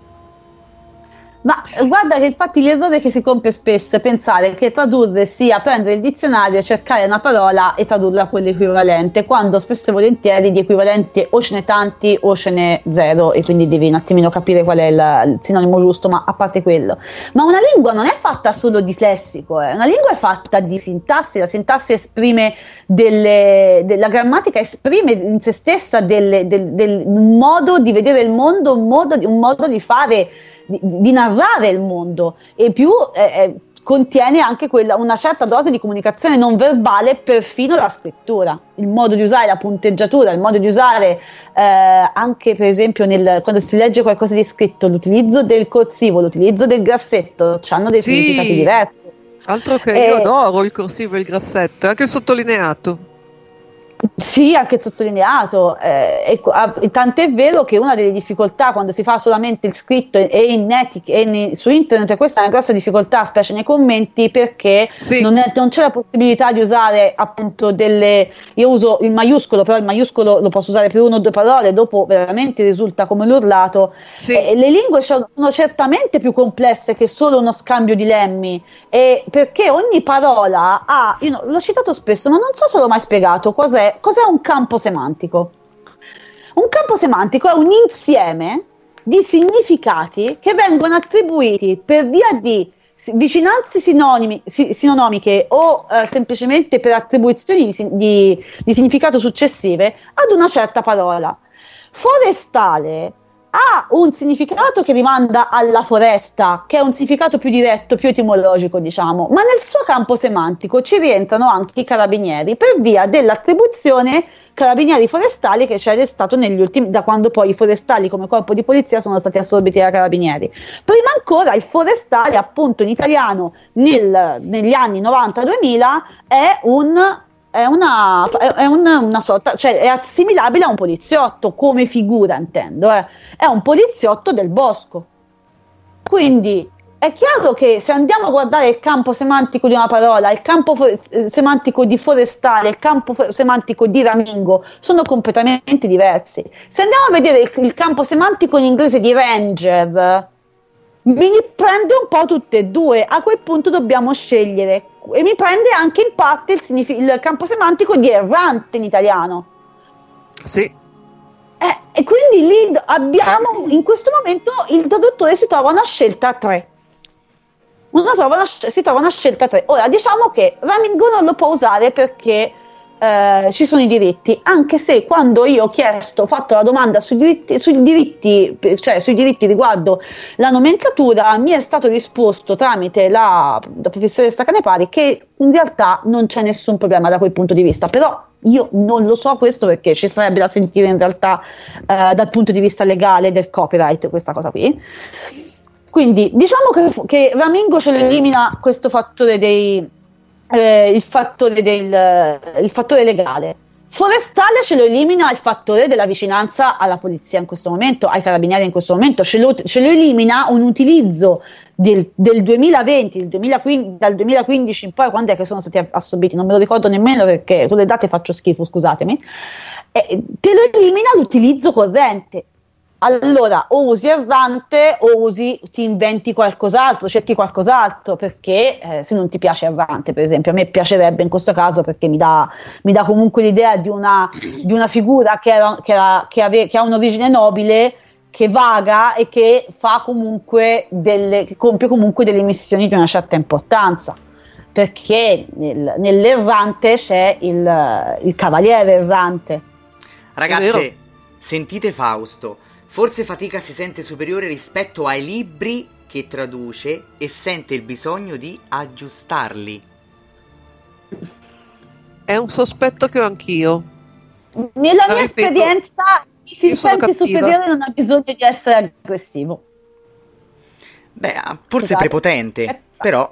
Ma guarda che infatti l'errore che si compie spesso è pensare che tradurre sia prendere il dizionario, cercare una parola e tradurla a quell'equivalente, quando spesso e volentieri di equivalenti o ce n'è tanti o ce n'è zero, e quindi devi un attimino capire qual è il, il sinonimo giusto. Ma a parte quello, ma una lingua non è fatta solo di lessico, eh. Una lingua è fatta di sintassi, la sintassi esprime delle, de, la grammatica esprime in se stessa delle, del, del, un modo di vedere il mondo, un modo, un modo di fare Di, di narrare il mondo, e più eh, contiene anche quella, una certa dose di comunicazione non verbale, perfino la scrittura, il modo di usare la punteggiatura, il modo di usare eh, anche per esempio nel, quando si legge qualcosa di scritto, l'utilizzo del corsivo, l'utilizzo del grassetto, hanno dei Sì. significati diversi. Altro che Eh, io adoro il corsivo e il grassetto, e anche il sottolineato. Sì, anche sottolineato, eh, e, ah, e tant'è vero che una delle difficoltà quando si fa solamente il scritto e, e in etic- e in- su internet, e questa è una grossa difficoltà, specie nei commenti, perché non, è- non c'è la possibilità di usare appunto delle, io uso il maiuscolo, però il maiuscolo lo posso usare per una o due parole, dopo veramente risulta come l'urlato. E le lingue sono certamente più complesse che solo uno scambio di lemmi, e perché ogni parola ha, io no- l'ho citato spesso, ma non so se l'ho mai spiegato cos'è, cos'è un campo semantico. Un campo semantico è un insieme di significati che vengono attribuiti per via di si- vicinanze sinonimi, si- sinonomiche o eh, semplicemente per attribuzioni di, si- di- di significato successive ad una certa parola. Forestale ha un significato che rimanda alla foresta, che è un significato più diretto, più etimologico, diciamo, ma nel suo campo semantico ci rientrano anche i carabinieri per via dell'attribuzione carabinieri forestali che c'è stato negli ultimi, da quando poi i forestali come corpo di polizia sono stati assorbiti dai carabinieri. Prima ancora il forestale, appunto in italiano nel, negli anni novanta duemila è un è una, è un, una sorta, cioè è assimilabile a un poliziotto come figura, intendo, eh. È un poliziotto del bosco. Quindi è chiaro che se andiamo a guardare il campo semantico di una parola, il campo fo- semantico di forestale, il campo fo- semantico di ramingo sono completamente diversi. Se andiamo a vedere il, il campo semantico in inglese di ranger, mi prende un po' tutte e due. A quel punto dobbiamo scegliere, e mi prende anche in parte il, signifi- il campo semantico di errante in italiano. Sì. Eh, e quindi lì abbiamo, in questo momento il traduttore si trova una scelta a tre. Uno trova una, si trova una scelta a tre. Ora diciamo che ramingo non lo può usare perché eh, ci sono i diritti, anche se quando io ho chiesto, ho fatto la domanda sui diritti, sui diritti, cioè sui diritti riguardo la nomenclatura, mi è stato risposto tramite la, la professoressa Canepari che in realtà non c'è nessun problema da quel punto di vista, però io non lo so questo perché ci sarebbe da sentire in realtà eh, dal punto di vista legale del copyright questa cosa qui. Quindi diciamo che, che Ramingo ce lo elimina questo fattore dei eh, il fattore del il fattore legale. Forestale ce lo elimina il fattore della vicinanza alla polizia in questo momento, ai carabinieri in questo momento, ce lo, ce lo elimina un utilizzo del, del duemilaventi, del duemilaquindici, dal duemilaquindici in poi, quando è che sono stati assorbiti, non me lo ricordo nemmeno perché con le date faccio schifo, scusatemi, eh, te lo elimina l'utilizzo corrente. Allora o usi errante o usi, ti inventi qualcos'altro, cerchi qualcos'altro, perché eh, se non ti piace errante, per esempio, a me piacerebbe in questo caso perché mi dà, mi dà comunque l'idea di una, di una figura che, era, che, era, che, ave, che ha un'origine nobile, che vaga e che fa comunque delle, che compie comunque delle missioni di una certa importanza, perché nel, nell'errante c'è il, il cavaliere errante. Ragazze, sentite Fausto. Forse Fatica si sente superiore rispetto ai libri che traduce e sente il bisogno di aggiustarli. È un sospetto che ho anch'io. Nella mia ripeto, esperienza chi si sente superiore non ha bisogno di essere aggressivo. Beh, forse è prepotente, eh, però...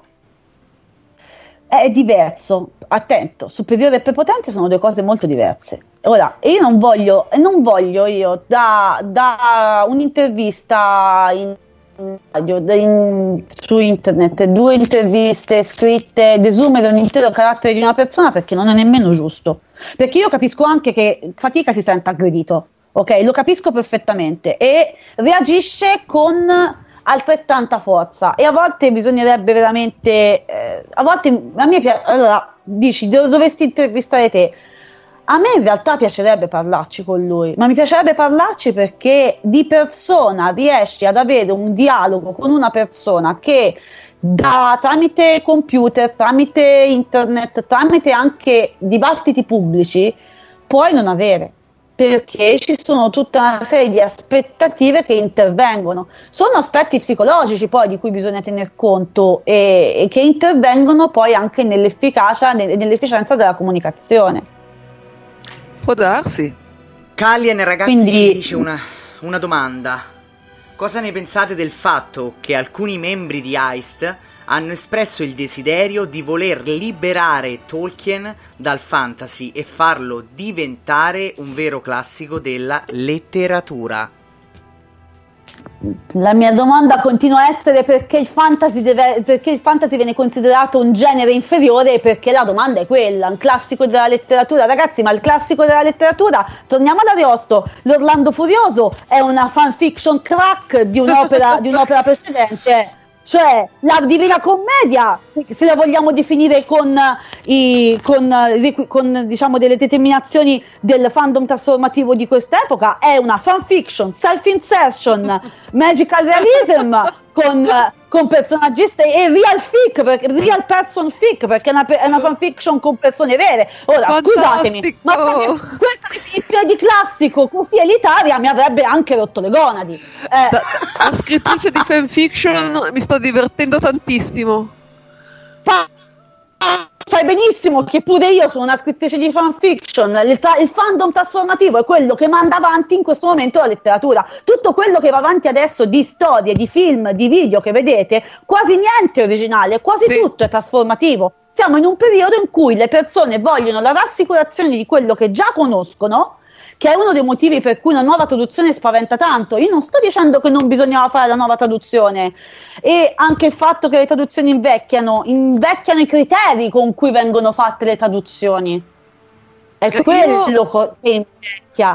È diverso, attento, superiore e prepotente sono due cose molto diverse. Ora, io non voglio, non voglio io da, da un'intervista in radio, in, su internet, due interviste scritte, desumere un intero carattere di una persona, perché non è nemmeno giusto. Perché io capisco anche che Fatica si senta aggredito, ok? Lo capisco perfettamente e reagisce con altrettanta forza, e a volte bisognerebbe veramente eh, a volte a me piace, allora dici dovresti intervistare te, a me in realtà piacerebbe parlarci con lui, ma mi piacerebbe parlarci perché di persona riesci ad avere un dialogo con una persona che da, tramite computer, tramite internet, tramite anche dibattiti pubblici puoi non avere, perché ci sono tutta una serie di aspettative che intervengono. Sono aspetti psicologici poi di cui bisogna tener conto e, e che intervengono poi anche nell'efficacia, nell'efficienza della comunicazione. Può darsi. Kalien, ragazzi, Quindi, ci dice una, una domanda. Cosa ne pensate del fatto che alcuni membri di Heist hanno espresso il desiderio di voler liberare Tolkien dal fantasy e farlo diventare un vero classico della letteratura? La mia domanda continua a essere perché il fantasy deve, perché il fantasy viene considerato un genere inferiore, perché la domanda è quella, un classico della letteratura. Ragazzi, ma il classico della letteratura, torniamo ad Ariosto, l'Orlando Furioso è una fanfiction crack di un'opera, di un'opera precedente. Cioè la Divina Commedia, se la vogliamo definire con, i, con, con diciamo delle determinazioni del fandom trasformativo di quest'epoca, è una fanfiction, self-insertion, magical realism con, con personaggi st- e real fic, perché, real person fic, perché è una, è una fanfiction con persone vere. Ora, Fantastico. Scusatemi, ma questa definizione di classico così elitaria mi avrebbe anche rotto le gonadi. Eh, Da, da scrittrice di fanfiction mi sto divertendo tantissimo. fa- sai benissimo che pure io sono una scrittrice di fanfiction. Il, tra- il fandom trasformativo è quello che manda avanti in questo momento la letteratura. Tutto quello che va avanti adesso di storie, di film, di video che vedete, quasi niente è originale, quasi Sì. tutto è trasformativo. Siamo in un periodo in cui le persone vogliono la rassicurazione di quello che già conoscono, che è uno dei motivi per cui una nuova traduzione spaventa tanto. Io non sto dicendo che non bisognava fare la nuova traduzione, e anche il fatto che le traduzioni invecchiano, invecchiano i criteri con cui vengono fatte le traduzioni. È Io- quello co- che invecchia.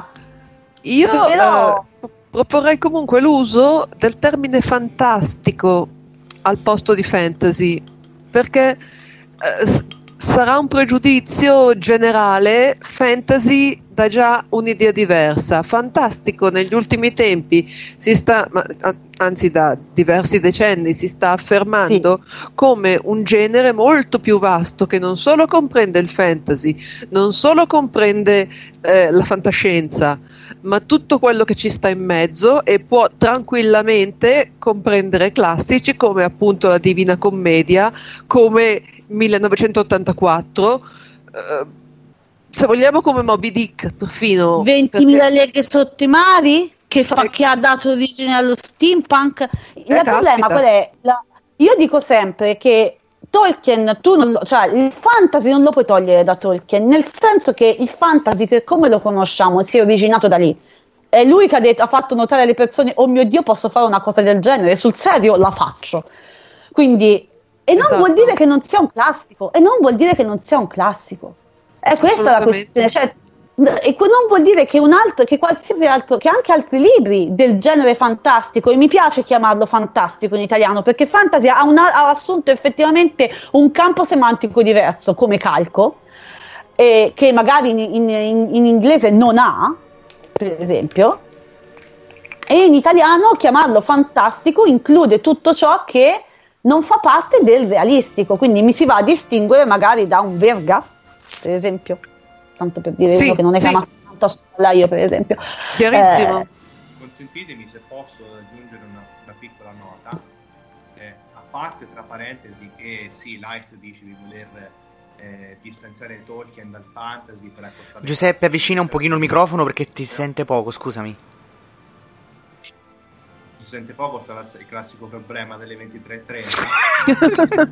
Io Però- eh, proporrei comunque l'uso del termine fantastico al posto di fantasy, perché eh, s- sarà un pregiudizio generale. Fantasy dà già un'idea diversa. Fantastico negli ultimi tempi si sta, ma, a- anzi da diversi decenni, si sta affermando come un genere molto più vasto, che non solo comprende il fantasy, non solo comprende eh, la fantascienza, ma tutto quello che ci sta in mezzo, e può tranquillamente comprendere classici come appunto la Divina Commedia, come millenovecentottantaquattro, eh, se vogliamo come Moby Dick perfino. ventimila perché- leghe sotto i mari, che, fa, che ha dato origine allo steampunk. Il Eh, problema caspita. qual è? La- io dico sempre che Tolkien, tu non lo, cioè il fantasy non lo puoi togliere da Tolkien, nel senso che il fantasy, per come lo conosciamo, si è originato da lì. È lui che ha, detto, ha fatto notare alle persone: oh mio Dio, posso fare una cosa del genere, sul serio la faccio. Quindi, e non Esatto. vuol dire che non sia un classico, e non vuol dire che non sia un classico. È questa la Assolutamente. questione, cioè, e que- non vuol dire che un altro, che qualsiasi altro, che anche altri libri del genere fantastico, e mi piace chiamarlo fantastico in italiano, perché fantasy ha, una- ha assunto effettivamente un campo semantico diverso come calco, eh, che magari in, in- in- in inglese non ha, per esempio, e in italiano chiamarlo fantastico include tutto ciò che non fa parte del realistico, quindi mi si va a distinguere magari da un Verga, per esempio, tanto per dire Sì, uno che non è sì. chiamato tanto a scuola, io per esempio. Chiarissimo. Eh, Consentitemi, se posso aggiungere una, una piccola nota, eh, a parte tra parentesi che sì, l'Heist dice di voler eh, distanziare Tolkien dal fantasy per accostare. Giuseppe, avvicina un pochino il microfono perché ti sente poco, scusami. Si sente poco, sarà il classico problema delle ventitré e trenta.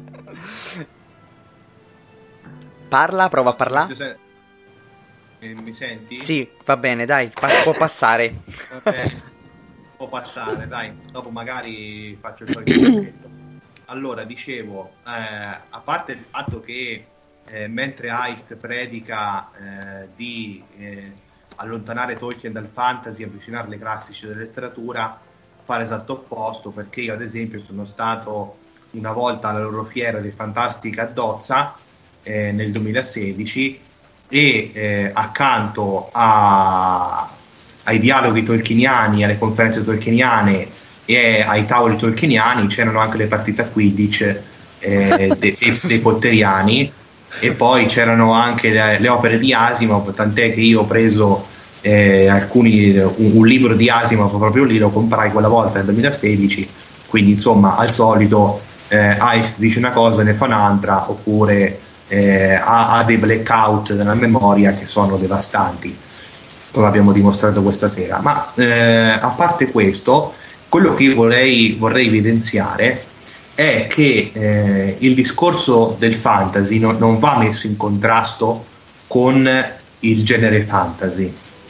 Parla, prova a parlare. Se- eh, Mi senti? Sì, va bene, dai, pa- può passare. Vabbè, può passare, dai. Dopo magari faccio il solito pacchetto. Allora, dicevo, eh, a parte il fatto che eh, mentre Heist predica eh, di eh, allontanare Tolkien dal fantasy e avvicinare le classici della letteratura, fa l'esatto opposto, perché io ad esempio sono stato una volta alla loro fiera dei Fantastica a Dozza eh, nel duemilasedici, e eh, accanto a, ai dialoghi tolkieniani, alle conferenze tolkieniane e ai tavoli tolkieniani c'erano anche le partite a Quidditch eh, dei, dei, dei potteriani, e poi c'erano anche le, le opere di Asimov, tant'è che io ho preso eh, alcuni, un, un libro di Asimov proprio lì lo comprai quella volta nel duemilasedici, quindi insomma al solito eh, Heist dice una cosa e ne fa un'altra, oppure eh, ha, ha dei blackout nella memoria che sono devastanti, come abbiamo dimostrato questa sera. Ma eh, a parte questo, quello che io vorrei, vorrei evidenziare è che eh, il discorso del fantasy no, non va messo in contrasto con il genere fantasy,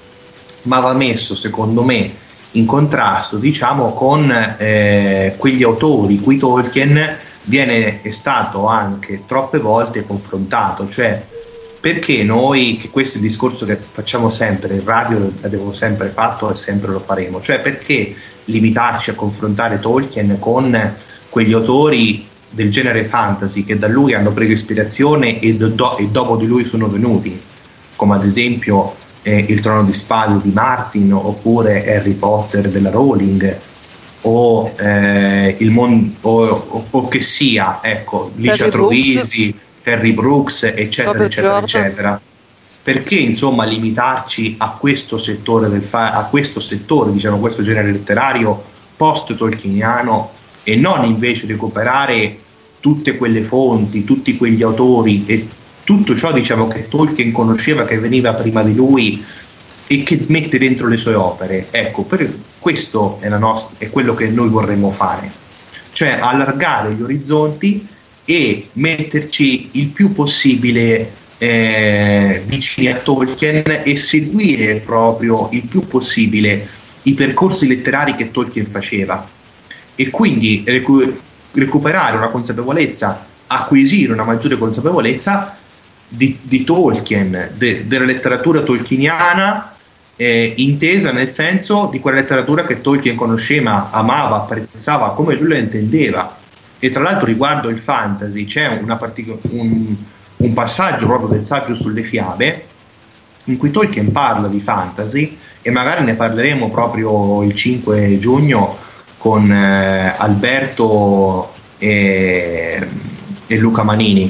ma va messo, secondo me, in contrasto, diciamo, con eh, quegli autori cui Tolkien viene è stato anche troppe volte confrontato. Cioè, perché noi, che questo è il discorso che facciamo sempre in radio, l'abbiamo sempre fatto e sempre lo faremo, cioè perché limitarci a confrontare Tolkien con quegli autori del genere fantasy che da lui hanno preso ispirazione e, do- e dopo di lui sono venuti, come ad esempio eh, Il Trono di Spade di Martin, oppure Harry Potter della Rowling, o, eh, il mon- o, o, o che sia, ecco, Licia Trovisi, Terry Brooks, eccetera, Robert eccetera, Jordan. eccetera. Perché insomma limitarci a questo settore del fa- a questo settore, diciamo, questo genere letterario post-tolkieniano, e non invece recuperare tutte quelle fonti, tutti quegli autori e tutto ciò, diciamo, che Tolkien conosceva, che veniva prima di lui e che mette dentro le sue opere. Ecco, per questo è, la nostra, è quello che noi vorremmo fare, cioè allargare gli orizzonti e metterci il più possibile eh, vicini a Tolkien e seguire proprio il più possibile i percorsi letterari che Tolkien faceva, e quindi recu- recuperare una consapevolezza, acquisire una maggiore consapevolezza di, di Tolkien, de- della letteratura tolkieniana, eh, intesa nel senso di quella letteratura che Tolkien conosceva, amava, apprezzava, come lui la intendeva. E tra l'altro, riguardo il fantasy, c'è una partic- un, un passaggio proprio del saggio sulle fiabe in cui Tolkien parla di fantasy, e magari ne parleremo proprio il cinque giugno con eh, Alberto e, e Luca Manini,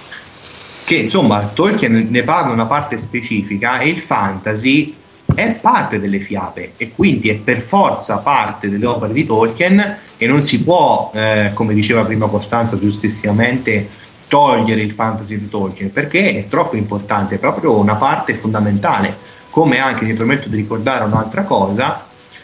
che insomma Tolkien ne parla una parte specifica, e il fantasy è parte delle fiabe e quindi è per forza parte delle opere di Tolkien, e non si può, eh, come diceva prima Costanza giustissimamente, togliere il fantasy di Tolkien, perché è troppo importante, è proprio una parte fondamentale. Come anche, mi permetto di ricordare un'altra cosa,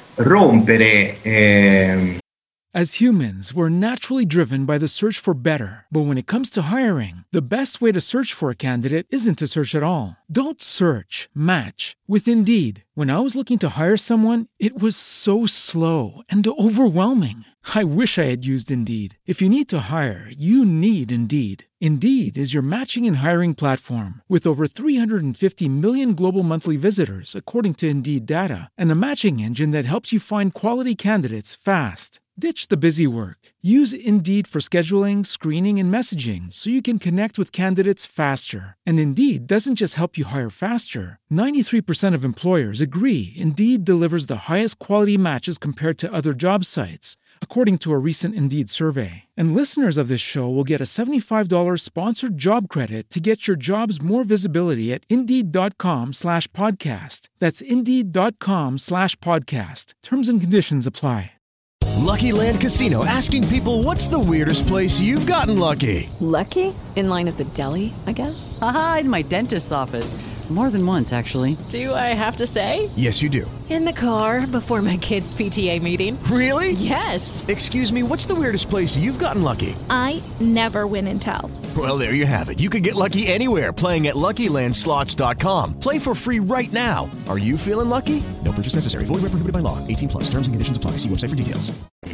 rompere eh... As humans, we're naturally driven by the search for better. But when it comes to hiring, the best way to search for a candidate isn't to search at all. Don't search, match with Indeed. When I was looking to hire someone, it was so slow and overwhelming. I wish I had used Indeed. If you need to hire, you need Indeed. Indeed is your matching and hiring platform with over three hundred fifty million global monthly visitors, according to Indeed data, and a matching engine that helps you find quality candidates fast. Ditch the busy work. Use Indeed for scheduling, screening, and messaging so you can connect with candidates faster. And Indeed doesn't just help you hire faster. ninety-three percent of employers agree Indeed delivers the highest quality matches compared to other job sites, according to a recent Indeed survey. And listeners of this show will get a seventy-five dollars sponsored job credit to get your jobs more visibility at Indeed.com slash podcast. That's Indeed.com slash podcast. Terms and conditions apply. Lucky Land Casino, asking people, what's the weirdest place you've gotten lucky? Lucky? In line at the deli, I guess? Aha, in my dentist's office. More than once, actually. Do I have to say? Yes, you do. In the car before my kids' P T A meeting. Really? Yes. Excuse me, what's the weirdest place you've gotten lucky? I never win and tell. Well, there you have it. You can get lucky anywhere, playing at Lucky Land Slots dot com. Play for free right now. Are you feeling lucky? No purchase necessary. Void where prohibited by law. eighteen plus. Terms and conditions apply. See website for details.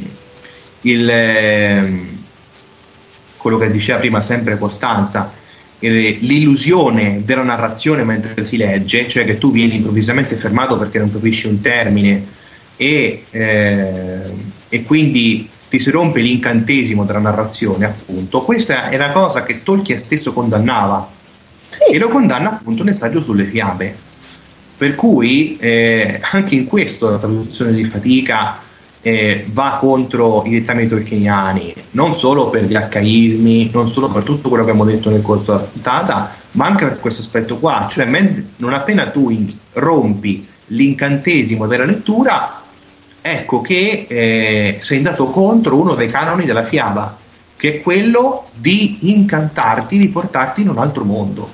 Il, eh, quello che diceva prima sempre Costanza, eh, l'illusione della narrazione mentre si legge, cioè che tu vieni improvvisamente fermato perché non capisci un termine e, eh, e quindi ti si rompe l'incantesimo della narrazione, appunto. Questa è una cosa che Tolkien stesso condannava, sì. E lo condanna appunto nel saggio sulle fiabe, per cui eh, anche in questo la traduzione di fatica eh, va contro i dettami tolkieniani, non solo per gli arcaismi, non solo per tutto quello che abbiamo detto nel corso della puntata, ma anche per questo aspetto qua, cioè men- non appena tu in- rompi l'incantesimo della lettura, ecco che eh, sei andato contro uno dei canoni della fiaba, che è quello di incantarti, di portarti in un altro mondo.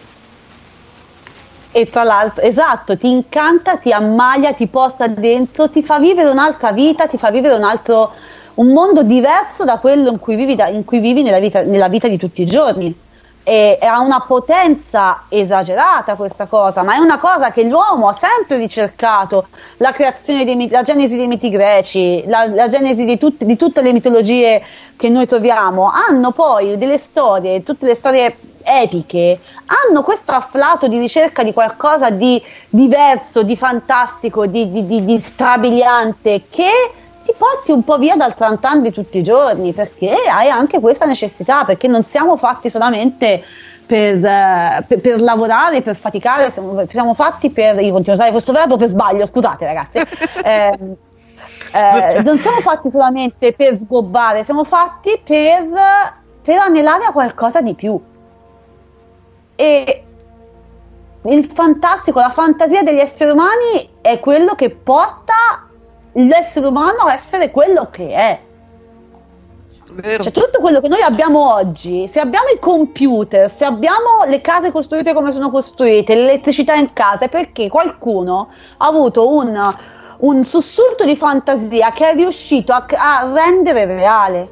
E tra l'altro, esatto, ti incanta, ti ammalia, ti porta dentro, ti fa vivere un'altra vita, ti fa vivere un altro, un mondo diverso da quello in cui vivi, da, in cui vivi nella vita, nella vita di tutti i giorni. E, e ha una potenza esagerata questa cosa, ma è una cosa che l'uomo ha sempre ricercato, la creazione dei miti, la genesi dei miti greci, la, la genesi di, tut, di tutte le mitologie che noi troviamo, hanno poi delle storie, tutte le storie epiche, hanno questo afflato di ricerca di qualcosa di diverso, di fantastico, di, di, di, di strabiliante, che ti porti un po' via dal tran di tutti i giorni, perché hai anche questa necessità, perché non siamo fatti solamente per, uh, per, per lavorare, per faticare, siamo, siamo fatti per, io continuo a usare questo verbo per sbaglio, scusate ragazzi, eh, eh, non siamo fatti solamente per sgobbare, siamo fatti per, per anelare a qualcosa di più. E il fantastico, la fantasia degli esseri umani è quello che porta l'essere umano a essere quello che è. Vero. Cioè, tutto quello che noi abbiamo oggi, se abbiamo i computer, se abbiamo le case costruite come sono costruite, l'elettricità in casa, è perché qualcuno ha avuto un, un sussulto di fantasia che è riuscito a, a rendere reale.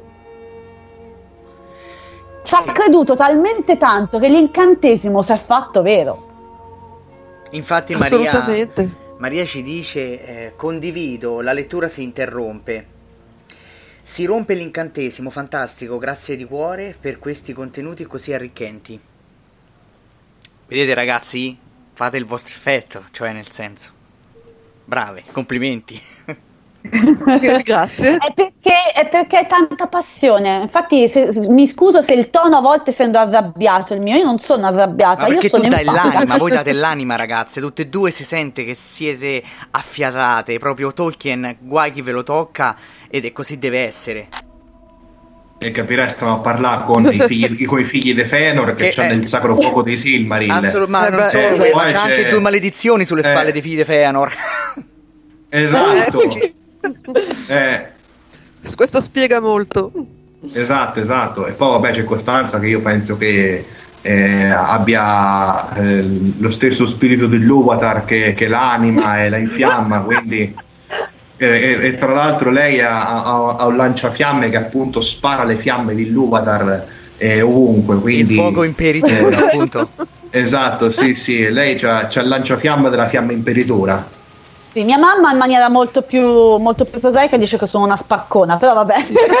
Ci ha sì. creduto talmente tanto che l'incantesimo si è fatto vero. Infatti Maria, Maria ci dice eh, condivido, la lettura si interrompe, si rompe l'incantesimo, fantastico, grazie di cuore per questi contenuti così arricchenti. Vedete ragazzi, fate il vostro effetto, cioè nel senso, brave, complimenti. Grazie. È perché, è perché è tanta passione. Infatti, se, mi scuso se il tono a volte sembra arrabbiato. Il mio, io non sono arrabbiata. Ma perché io sono tu dai empatica. l'anima, voi date l'anima, ragazze. Tutte e due si sente che siete affiatate. Proprio Tolkien, guai chi ve lo tocca, ed è così deve essere. E capirai, stiamo a parlare con i figli, con i figli di Fëanor che, che c'hanno eh, il sacro fuoco dei Silmaril. Assolut- ma eh, non solo, eh, c'è, c'è anche due maledizioni sulle spalle eh, dei figli di Fëanor. Esatto. Eh, questo spiega molto. Esatto, esatto. E poi vabbè c'è Costanza che io penso che eh, abbia eh, lo stesso spirito dell'Uvatar che, che l'anima e la infiamma, quindi eh, e, e tra l'altro lei ha, ha, ha un lanciafiamme che appunto spara le fiamme dell'Uvatar eh, ovunque, quindi il fuoco imperitura eh, appunto. Esatto, sì sì, lei c'ha, c'ha il lanciafiamme della fiamma imperitura. Sì, mia mamma in maniera molto più, molto più prosaica dice che sono una spaccona, però vabbè.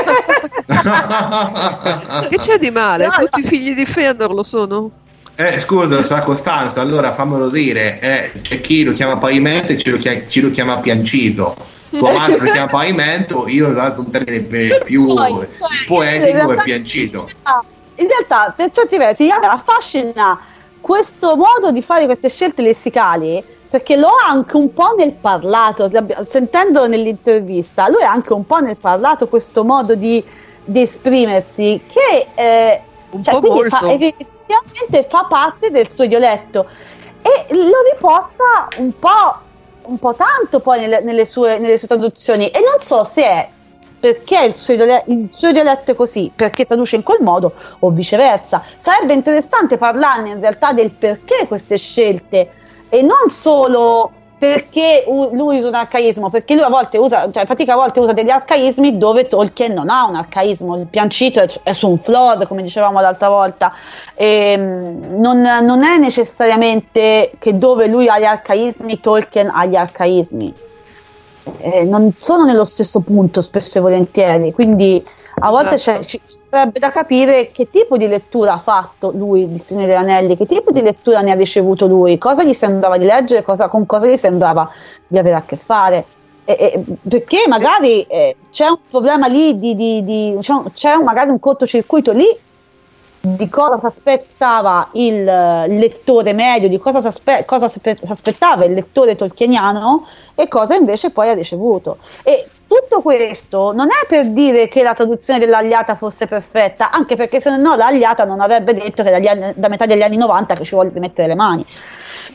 Che c'è di male? No, Tutti no. i figli di Fëanor lo sono? Eh scusa, sa Costanza, allora fammelo dire, eh, c'è chi lo chiama pavimento e chi lo chiama, chi lo chiama piancito. Tua madre lo chiama pavimento, io ho dato un termine più Poi, cioè, poetico e piancito. In realtà, per certi versi, a me affascina questo modo di fare queste scelte lessicali, perché lo ha anche un po' nel parlato, sentendo nell'intervista, lui ha anche un po' nel parlato questo modo di, di esprimersi che eh, un cioè, po' quindi molto. fa, effettivamente fa parte del suo dialetto e lo riporta un po', un po' tanto poi nelle, nelle, sue, nelle sue traduzioni, e non so se è perché il suo, dialetto, il suo dialetto è così, perché traduce in quel modo o viceversa. Sarebbe interessante parlarne in realtà del perché queste scelte, e non solo perché lui usa un arcaismo, perché lui a volte usa, cioè fatica a volte usa degli arcaismi dove Tolkien non ha un arcaismo, il piancito è, è su un floor, come dicevamo l'altra volta, e, non, non è necessariamente che dove lui ha gli arcaismi Tolkien ha gli arcaismi, eh, non sono nello stesso punto spesso e volentieri, quindi a volte c'è, ci sarebbe da capire che tipo di lettura ha fatto lui di Signore degli Anelli, che tipo di lettura ne ha ricevuto lui, cosa gli sembrava di leggere, cosa, con cosa gli sembrava di avere a che fare, e, e, perché magari eh, c'è un problema lì, di, di, di, c'è, un, c'è magari un cortocircuito lì di cosa si aspettava il lettore medio, di cosa si aspe- cosa aspettava il lettore tolkieniano e cosa invece poi ha ricevuto. E tutto questo non è per dire che la traduzione dell'Aliata fosse perfetta, anche perché se no l'Aliata non avrebbe detto che dagli anni, da metà degli anni novanta che ci vuole rimettere le mani.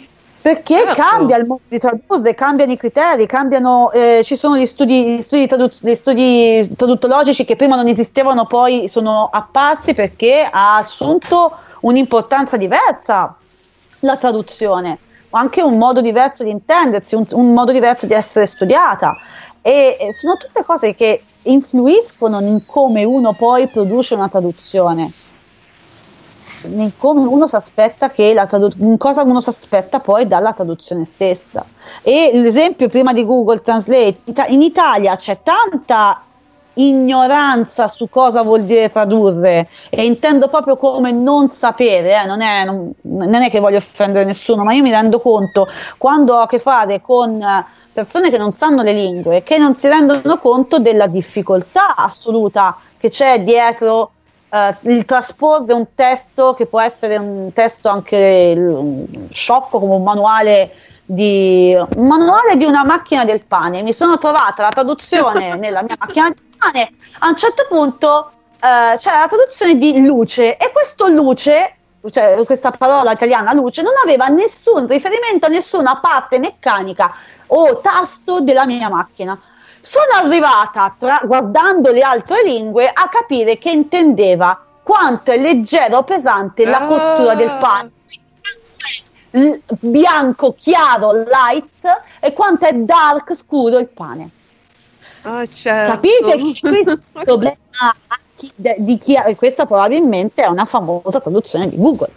Perché certo. cambia il modo di tradurre, cambiano i criteri, cambiano, eh, ci sono gli studi, gli studi, tradu- gli studi traduttologici che prima non esistevano, poi sono apparsi perché ha assunto un'importanza diversa la traduzione, anche un modo diverso di intendersi, un, un modo diverso di essere studiata, e, e sono tutte cose che influiscono in come uno poi produce una traduzione, in come uno si aspetta che la tradu- in cosa uno si aspetta poi dalla traduzione stessa. E l'esempio prima di Google Translate, in Italia c'è tanta ignoranza su cosa vuol dire tradurre, e intendo proprio come non sapere, eh, non, è, non, non è che voglio offendere nessuno, ma io mi rendo conto quando ho a che fare con persone che non sanno le lingue, che non si rendono conto della difficoltà assoluta che c'è dietro Uh, il trasporre un testo che può essere un testo anche un sciocco come un manuale di un manuale di una macchina del pane. Mi sono trovata la traduzione nella mia macchina del pane, a un certo punto uh, c'era la traduzione di luce, e questo luce, cioè questa parola italiana luce, non aveva nessun riferimento a nessuna parte meccanica o tasto della mia macchina. Sono arrivata, tra, guardando le altre lingue, a capire che intendeva quanto è leggero o pesante la cottura del pane, L- bianco chiaro, light, e quanto è dark, scuro il pane. Oh, certo. Capite che questo è il problema di chi ha, questa probabilmente è una famosa traduzione di Google.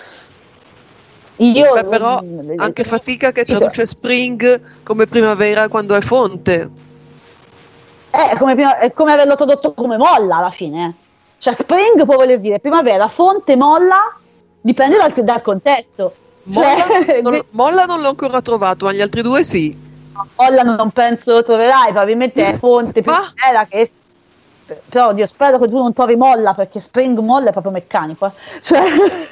Io, Beh, però anche fatica che traduce Spring come primavera quando è fonte. È come, prima, è come averlo tradotto come molla alla fine. Cioè spring può voler dire primavera, fonte, molla, dipende dal, dal contesto. Molla, Cioè, non, molla non l'ho ancora trovato, ma gli altri due sì. Molla non penso lo troverai, probabilmente è fonte, primavera, che però Dio, spero che tu non trovi molla, perché spring molla è proprio meccanico, eh. Cioè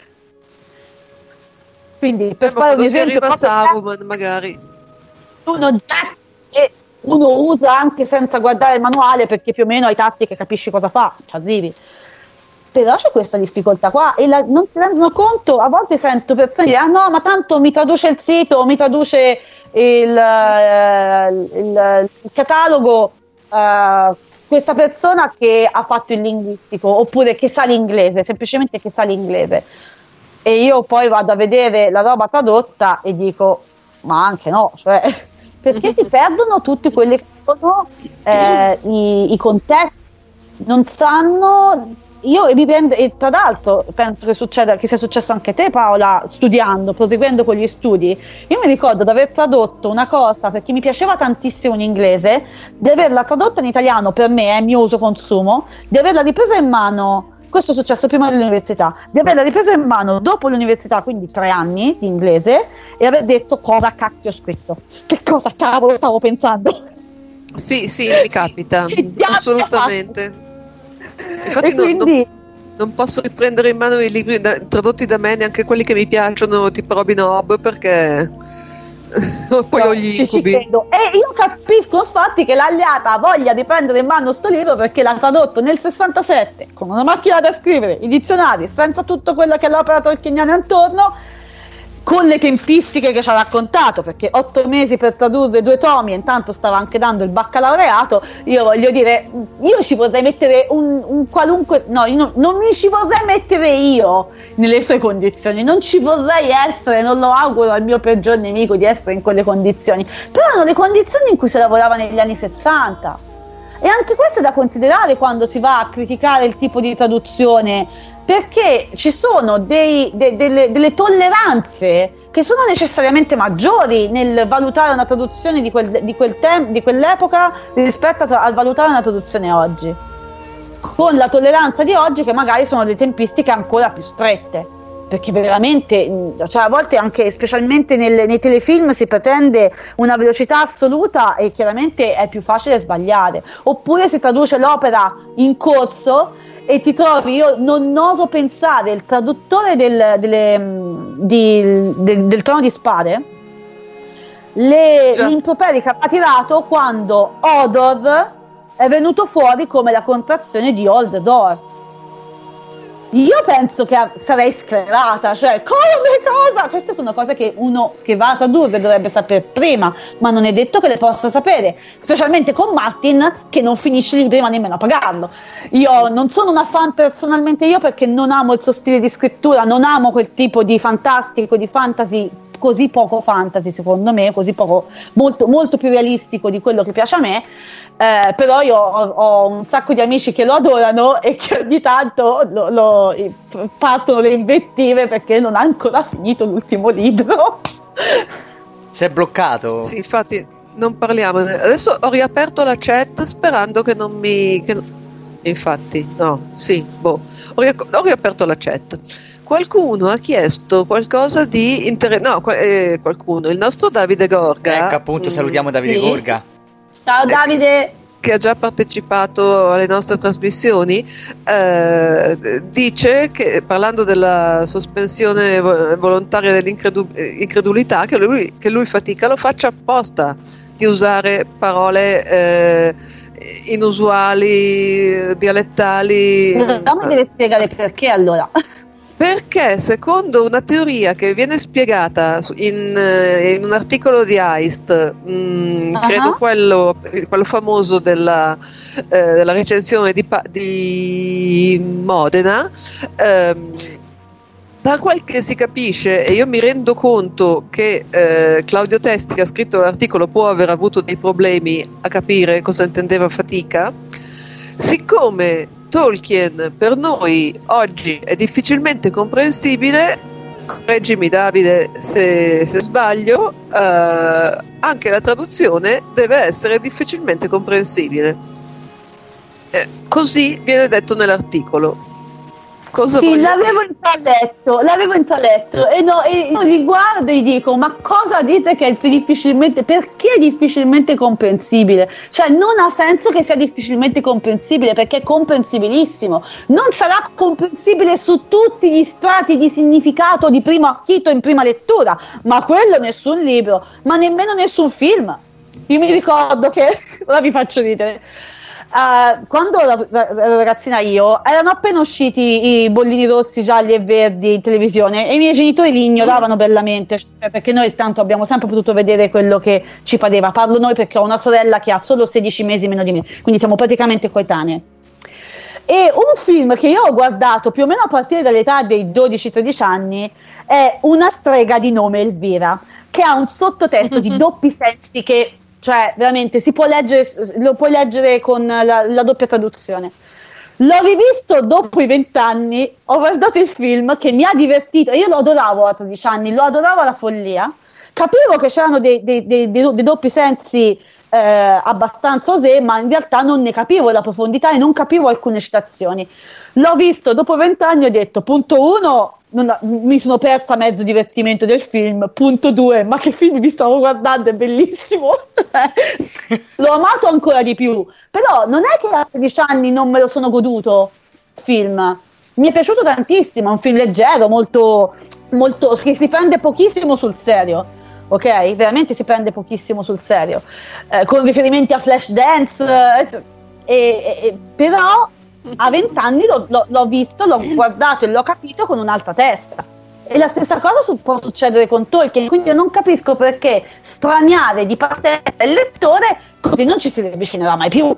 quindi per eh, fare un esempio arriva Saruman magari uno già e uno usa anche senza guardare il manuale, perché più o meno hai tasti che capisci cosa fa, ci arrivi. Però c'è questa difficoltà qua e la, non si rendono conto. A volte sento persone dire: ah no, ma tanto mi traduce il sito o mi traduce il, il, il, il catalogo uh, questa persona che ha fatto il linguistico, oppure che sa l'inglese, semplicemente che sa l'inglese. E io poi vado a vedere la roba tradotta e dico: ma anche no, cioè perché si perdono tutti quelli che sono eh, i, i contesti, non sanno. Io mi prendo, e tra l'altro penso che succeda, che sia successo anche a te, Paola, studiando, proseguendo con gli studi. Io mi ricordo di aver tradotto una cosa perché mi piaceva tantissimo in inglese, di averla tradotta in italiano per me, è mio uso consumo, di averla ripresa in mano. Questo è successo prima dell'università, di averla ripresa in mano dopo l'università, quindi tre anni di inglese, e aver detto: cosa cacchio ho scritto? Che cosa cavolo stavo pensando? Sì, sì, mi capita, assolutamente. Infatti non, quindi... non, non posso riprendere in mano i libri da, tradotti da me, neanche quelli che mi piacciono, tipo Robin Hood, perché poi no, ho gli incubi. E io capisco infatti che l'alliata voglia di prendere in mano sto libro, perché l'ha tradotto nel sessantasette con una macchina da scrivere, i dizionari, senza tutto quello che è l'opera tolkieniana intorno, con le tempistiche che ci ha raccontato, perché otto mesi per tradurre due tomi, e intanto stava anche dando il baccalaureato. Io voglio dire, io ci vorrei mettere un, un qualunque, no, io non, non mi ci vorrei mettere io nelle sue condizioni, non ci vorrei essere, non lo auguro al mio peggior nemico di essere in quelle condizioni, però erano le condizioni in cui si lavorava negli anni sessanta, e anche questo è da considerare quando si va a criticare il tipo di traduzione, perché ci sono dei, de, delle, delle tolleranze che sono necessariamente maggiori nel valutare una traduzione di, quel, di, quel tem- di quell'epoca rispetto a, a valutare una traduzione oggi, con la tolleranza di oggi che magari sono delle tempistiche ancora più strette, perché veramente, cioè a volte anche specialmente nel, nei telefilm si pretende una velocità assoluta e chiaramente è più facile sbagliare, oppure si traduce l'opera in corso e ti trovi, io non oso pensare, il traduttore del, delle, di, del, del Trono di Spade, le, l'introperi che ha tirato quando Hodor è venuto fuori come la contrazione di Old Door. io penso che sarei sclerata, cioè come cosa? Queste sono cose che uno che va a tradurre dovrebbe sapere prima, ma non è detto che le possa sapere, specialmente con Martin che non finisce di prima nemmeno a pagarlo. Io non sono una fan personalmente io perché non amo il suo stile di scrittura, non amo quel tipo di fantastico, di fantasy così poco fantasy secondo me, così poco, molto, molto più realistico di quello che piace a me. Eh, però io ho, ho un sacco di amici che lo adorano e che ogni tanto lo, lo, partono le invettive perché non ha ancora finito l'ultimo libro. Si è bloccato. Sì, infatti non parliamo adesso. Ho riaperto la chat sperando che non mi che... infatti no sì boh ho, ri- ho riaperto la chat. Qualcuno ha chiesto qualcosa di inter... no eh, qualcuno il nostro Davide Gorga, ecco appunto, salutiamo Davide sì. Gorga. Ciao Davide, che ha già partecipato alle nostre trasmissioni, eh, dice che, parlando della sospensione volontaria dell'incredulità, che lui, che lui fatica, lo faccia apposta di usare parole eh, inusuali, dialettali. No, mi deve spiegare perché allora. Perché secondo una teoria che viene spiegata in, in un articolo di Heist, mh, uh-huh. credo quello, quello famoso della, eh, della recensione di, di Modena, ehm, da quel che si capisce, e io mi rendo conto che eh, Claudio Testi, che ha scritto l'articolo, può aver avuto dei problemi a capire cosa intendeva fatica, siccome Tolkien per noi oggi è difficilmente comprensibile, correggimi Davide se, se sbaglio, eh, anche la traduzione deve essere difficilmente comprensibile. Eh, così viene detto nell'articolo. Cosa sì, l'avevo intraletto, l'avevo intraletto e, no, e io li guardo e gli dico: ma cosa dite che è difficilmente, perché è difficilmente comprensibile? Cioè non ha senso che sia difficilmente comprensibile, perché è comprensibilissimo. Non sarà comprensibile su tutti gli strati di significato di primo acchito in prima lettura, ma quello nessun libro, ma nemmeno nessun film. Io mi ricordo che, ora vi faccio ridere, Uh, quando ero ragazzina io erano appena usciti i bollini rossi, gialli e verdi in televisione e i miei genitori li ignoravano bellamente, cioè perché noi tanto abbiamo sempre potuto vedere quello che ci pareva. Parlo noi perché ho una sorella che ha solo sedici mesi meno di me, quindi siamo praticamente coetanee. E un film che io ho guardato più o meno a partire dall'età dei dodici tredici anni è Una strega di nome Elvira, che ha un sottotesto di doppi sensi che, cioè veramente si può leggere, lo puoi leggere con la, la doppia traduzione. L'ho rivisto dopo i vent'anni, ho guardato il film che mi ha divertito, io lo adoravo a tredici anni, lo adoravo alla follia, capivo che c'erano dei, dei, dei, dei, dei doppi sensi eh, abbastanza osè, ma in realtà non ne capivo la profondità e non capivo alcune citazioni. L'ho visto dopo vent'anni e ho detto: punto uno, non, mi sono persa mezzo divertimento del film. Punto due, ma che film mi stavo guardando, è bellissimo. L'ho amato ancora di più, però non è che a tredici anni non me lo sono goduto il film, mi è piaciuto tantissimo, è un film leggero, molto, molto, che si prende pochissimo sul serio, ok? Veramente si prende pochissimo sul serio, eh, con riferimenti a Flashdance, eh, e, e, però a vent'anni l'ho, l'ho, l'ho visto, l'ho guardato e l'ho capito con un'altra testa. E la stessa cosa su, può succedere con Tolkien, quindi io non capisco perché straniare di partenza il lettore, così non ci si avvicinerà mai più.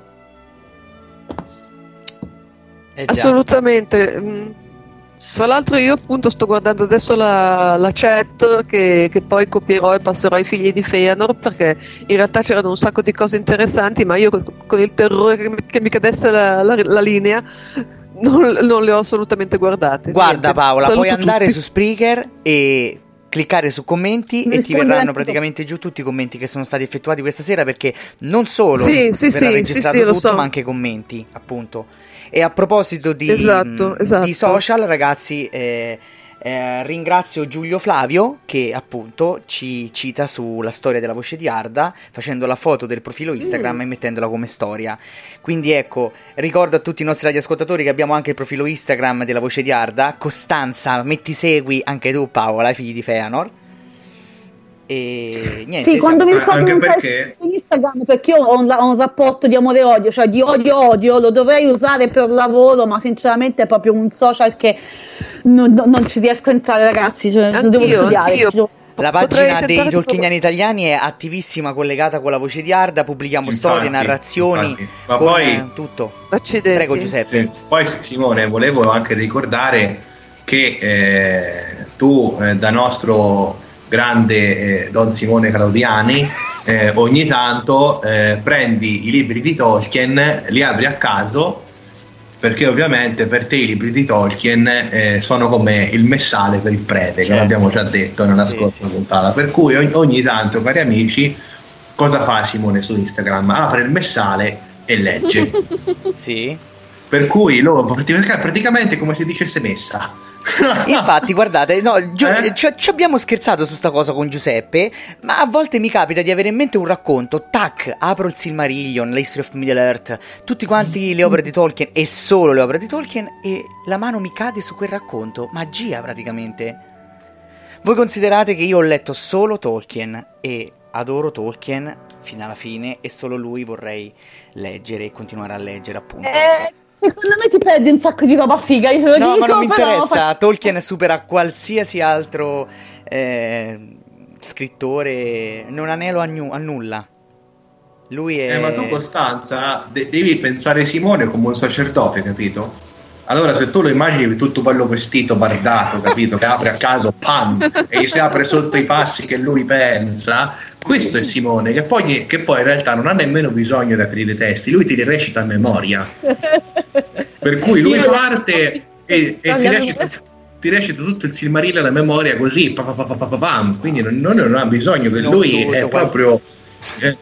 Eh Assolutamente. Tra l'altro io appunto sto guardando adesso la, la chat che, che poi copierò e passerò ai figli di Feanor, perché in realtà c'erano un sacco di cose interessanti, ma io con, con il terrore che mi, che mi cadesse la, la, la linea non, non le ho assolutamente guardate. Guarda Niente. Paola, Saluto puoi andare tutti. su Spreaker e cliccare su commenti Mi e ti rispondi verranno anche praticamente giù tutti i commenti che sono stati effettuati questa sera, perché non solo Sì, sì, verrà sì, registrato sì, sì, lo tutto, so. ma anche i commenti, appunto. E a proposito di, Esatto, mh, esatto. di social, ragazzi, eh, eh, ringrazio Giulio Flavio che appunto ci cita sulla storia della Voce di Arda, facendo la foto del profilo Instagram Mm. e mettendola come storia. Quindi ecco, ricordo a tutti i nostri radioascoltatori che abbiamo anche il profilo Instagram della Voce di Arda. Costanza, metti segui anche tu, Paola, i figli di Feanor. E niente, sì, quando mi esatto. scopri un perché... su Instagram, perché io ho un, ho un rapporto di amore e odio, cioè di odio odio, lo dovrei usare per lavoro, ma sinceramente è proprio un social che non, non ci riesco a entrare, ragazzi, cioè, lo devo studiare. Anch'io. La pagina dei Tolkieniani italiani è attivissima, collegata con la voce di Arda, pubblichiamo Infatti, storie, narrazioni, infatti. Ma con, poi eh, tutto. Accidenti. Prego Giuseppe. Sì, poi Simone, volevo anche ricordare che eh, tu eh, da nostro grande eh, Don Simone Claudiani eh, ogni tanto eh, prendi i libri di Tolkien, li apri a caso, perché ovviamente per te i libri di Tolkien eh, sono come il messale per il prete, certo, che l'abbiamo già detto nella sì, scorsa sì. puntata, per cui ogni, ogni tanto, cari amici, cosa fa Simone su Instagram? Apre il messale e legge. Sì. Per cui lo, praticamente è come se dicesse messa. Infatti guardate, no, Gio- eh? ci, ci abbiamo scherzato su sta cosa con Giuseppe, ma a volte mi capita di avere in mente un racconto, tac, apro il Silmarillion, la History of Middle Earth, tutti quanti le opere di Tolkien e solo le opere di Tolkien, e la mano mi cade su quel racconto, magia praticamente. Voi considerate che io ho letto solo Tolkien e adoro Tolkien fino alla fine, e solo lui vorrei leggere e continuare a leggere, appunto. Eh... Secondo me ti perdi un sacco di roba figa, io te lo no, dico, ma non mi però... interessa. Tolkien supera qualsiasi altro eh, scrittore, non anelo a, nu- a nulla. Lui è... Eh, ma tu, Costanza, de- devi pensare Simone come un sacerdote, capito? Allora, se tu lo immagini tutto bello vestito, bardato, capito? Che apre a caso, pam, e gli si apre sotto i passi che lui pensa. Questo è Simone, che poi, che poi in realtà non ha nemmeno bisogno di aprire i testi, lui ti li recita a memoria. Per cui lui Io parte e, e ti, recita, ti recita tutto il Silmarillion a memoria così, pa, pa, pa, pa, pa, pam. Quindi non, non ha bisogno che non lui tutto, è proprio... Eh,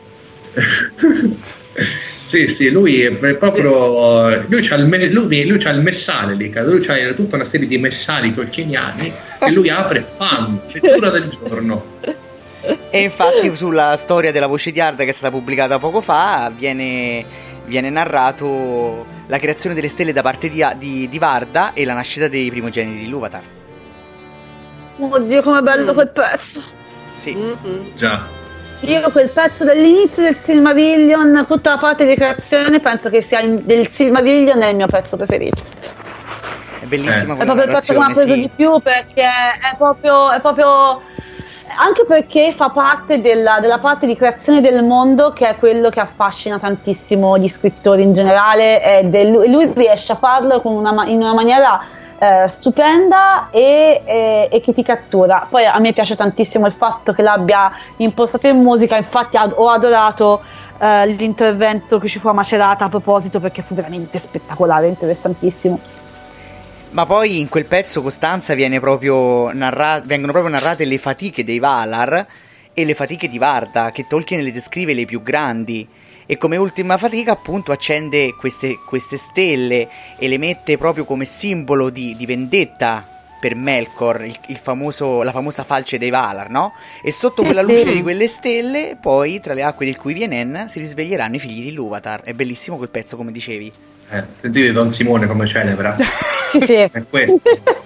sì, sì, lui è proprio. Lui c'ha il, me, lui, lui c'ha il messale lì, lui c'ha tutta una serie di messali tolkieniani che lui apre, pam, lettura del giorno. E infatti sulla storia della voce di Arda, che è stata pubblicata poco fa, viene, viene narrato la creazione delle stelle da parte di, di, di Varda e la nascita dei primogeniti di Ilúvatar. Oddio, com'è bello mm. quel pezzo. Sì. Mm-hmm. Già. Io quel pezzo dell'inizio del Silmarillion, tutta la parte di creazione, penso che sia il, del Silmarillion è il mio pezzo preferito. È bellissima eh. È proprio il pezzo che mi ha preso sì. di più, perché è proprio, è proprio anche perché fa parte della, della parte di creazione del mondo, che è quello che affascina tantissimo gli scrittori in generale, e del, lui riesce a farlo con una, in una maniera Eh, stupenda e, e, e che ti cattura. Poi a me piace tantissimo il fatto che l'abbia impostato in musica, infatti ad, ho adorato eh, l'intervento che ci fu a Macerata a proposito, perché fu veramente spettacolare, interessantissimo. Ma poi in quel pezzo, Costanza, viene proprio narra- vengono proprio narrate le fatiche dei Valar e le fatiche di Varda, che Tolkien le descrive le più grandi. E come ultima fatica, appunto, accende queste, queste stelle e le mette proprio come simbolo di, di vendetta per Melkor, il, il famoso, la famosa falce dei Valar, no? E sotto quella luce sì. di quelle stelle, poi, tra le acque del Cuivienen, si risveglieranno i figli di Ilúvatar. È bellissimo quel pezzo, come dicevi. Eh, sentite Don Simone come celebra. Sì, sì. È questo.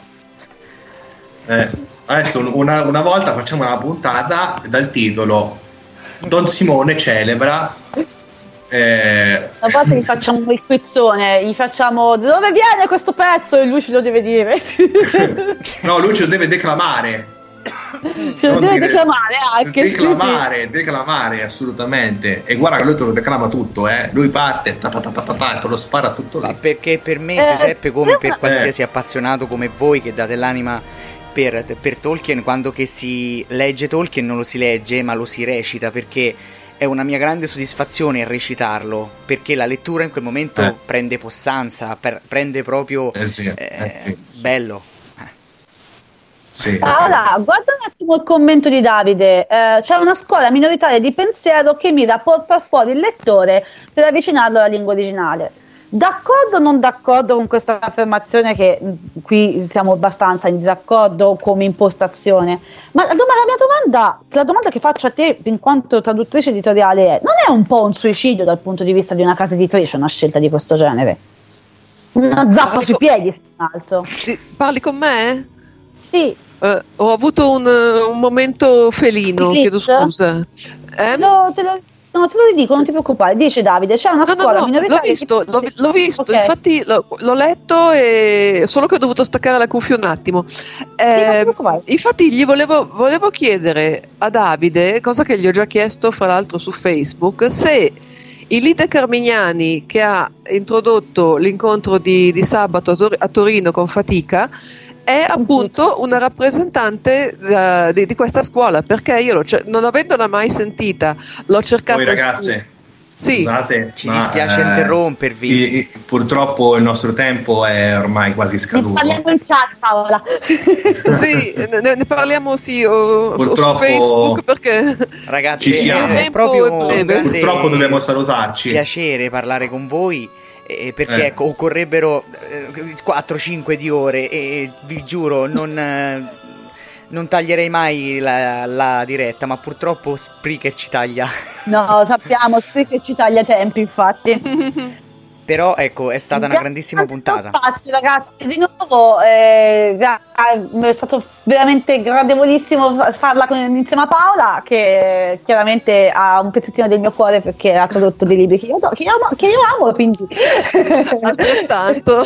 Eh, adesso una, una volta facciamo una puntata dal titolo Don Simone celebra. Eh... Una volta gli facciamo il quizzone, gli facciamo dove viene questo pezzo e lui ce lo deve dire. No, lui ce lo deve declamare. Ce lo deve dire... declamare anche. Declamare, sì, sì. declamare assolutamente. E guarda che lui te lo declama tutto, eh. Lui parte, ta ta ta ta ta ta, te lo spara tutto là. Perché per me, eh, Giuseppe, come per qualsiasi eh. appassionato come voi che date l'anima per, per Tolkien, quando che si legge Tolkien non lo si legge ma lo si recita, perché è una mia grande soddisfazione recitarlo, perché la lettura in quel momento eh. prende possanza, per, prende proprio eh sì, eh, eh sì, sì. bello. Sì, allora, guarda un attimo il commento di Davide. Eh, c'è una scuola minoritaria di pensiero che mira a portare fuori il lettore per avvicinarlo alla lingua originale. D'accordo o non d'accordo con questa affermazione, che qui siamo abbastanza in disaccordo come impostazione, ma la, dom- la mia domanda, la domanda che faccio a te in quanto traduttrice editoriale è: non è un po' un suicidio dal punto di vista di una casa editrice una scelta di questo genere? Una zappa parli sui con... piedi, se non altro. Parli con me? Sì. Uh, ho avuto un, un momento felino, chiedo scusa. Eh? Lo, te lo, no, te lo ridico, non ti preoccupare. Dice Davide, c'è una No, no, scuola no, minoritaria. l'ho visto, che- l'ho, l'ho visto, Ok. infatti l'ho, l'ho letto e solo che ho dovuto staccare la cuffia un attimo. Eh, infatti gli volevo, volevo chiedere a Davide, cosa che gli ho già chiesto fra l'altro su Facebook, se il leader Carmignani che ha introdotto l'incontro di, di sabato a, Tor- a Torino con Fatica è appunto una rappresentante eh, di, di questa scuola, perché io l'ho cer- non avendola mai sentita, l'ho cercato. Poi ragazze, Sì. scusate, Ci ma, dispiace eh, interrompervi. i- i- purtroppo il nostro tempo è ormai quasi Ne scaduto. parliamo in chat, Paola. Sì, ne, ne parliamo sì o, o su Purtroppo- Facebook perché Ragazzi, Ci siamo. è proprio un Breve. grande Purtroppo dobbiamo salutarci. piacere parlare con voi, eh, perché Eh. ecco, occorrebbero eh, quattro cinque di ore e vi giuro non, eh, non taglierei mai la, la diretta, ma purtroppo Spreaker ci taglia. No, sappiamo, che ci taglia tempi, infatti. Però ecco, è stata una grandissima puntata. Spazio, ragazzi, di nuovo eh, gra- è stato veramente gradevolissimo fa- farla con, insieme a Paola, che chiaramente ha un pezzettino del mio cuore perché ha tradotto dei libri che io, che io, amo, che io amo, quindi altrettanto.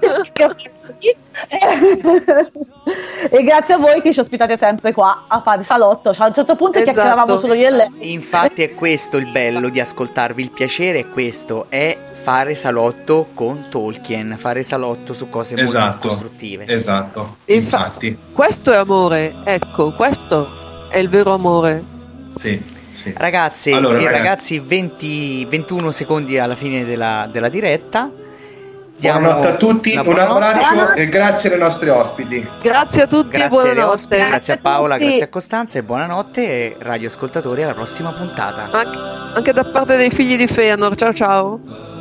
E grazie a voi che ci ospitate sempre qua a fare salotto. Cioè, a un certo punto Esatto. chiacchieravamo solo io e lei. Infatti è questo il bello di ascoltarvi, il piacere è questo, è fare salotto con Tolkien, fare salotto su cose molto Esatto, costruttive. esatto. Infa- Infatti, questo è amore, ecco, questo è il vero amore. sì, sì. Ragazzi Allora, e ragazzi. ragazzi, venti, ventuno secondi alla fine della, della diretta. Diamo Buonanotte a tutti, la un buonanotte. abbraccio e grazie ai nostri ospiti. Grazie a tutti e Grazie alle buonanotte. ospiti, grazie a Paola, tutti. grazie a Costanza e buonanotte e radioascoltatori alla prossima puntata. Anche, anche da parte dei figli di Feanor, ciao ciao.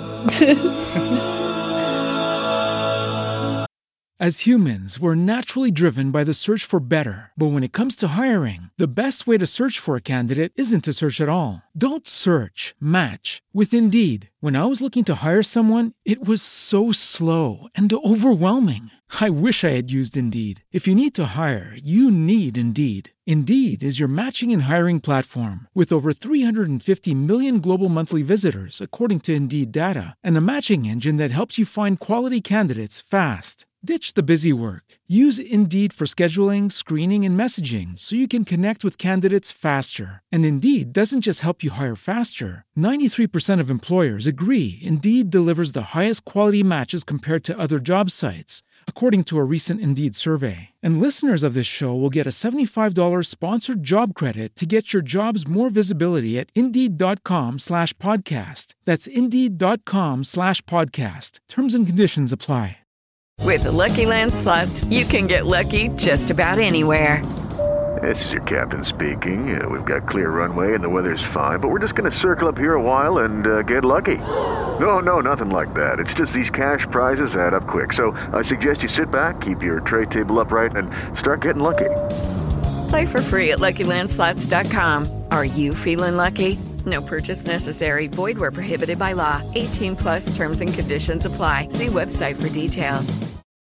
As humans, we're naturally driven by the search for better. But when it comes to hiring, the best way to search for a candidate isn't to search at all. Don't search, match with Indeed. When I was looking to hire someone, it was so slow and overwhelming. I wish I had used Indeed. If you need to hire, you need Indeed. Indeed is your matching and hiring platform with over three hundred fifty million global monthly visitors, according to Indeed data, and a matching engine that helps you find quality candidates fast. Ditch the busy work. Use Indeed for scheduling, screening, and messaging so you can connect with candidates faster. And Indeed doesn't just help you hire faster. ninety-three percent of employers agree Indeed delivers the highest quality matches compared to other job sites, according to a recent Indeed survey. And listeners of this show will get a seventy-five dollars sponsored job credit to get your jobs more visibility at Indeed.com slash podcast. That's Indeed.com slash podcast. Terms and conditions apply. With the Lucky Land Slots, you can get lucky just about anywhere. This is your captain speaking. Uh, we've got clear runway and the weather's fine, but we're just going to circle up here a while and uh, get lucky. No, no, nothing like that. It's just these cash prizes add up quick. So I suggest you sit back, keep your tray table upright, and start getting lucky. Play for free at Lucky Land Slots dot com. Are you feeling lucky? No purchase necessary. Void where prohibited by law. eighteen plus terms and conditions apply. See website for details.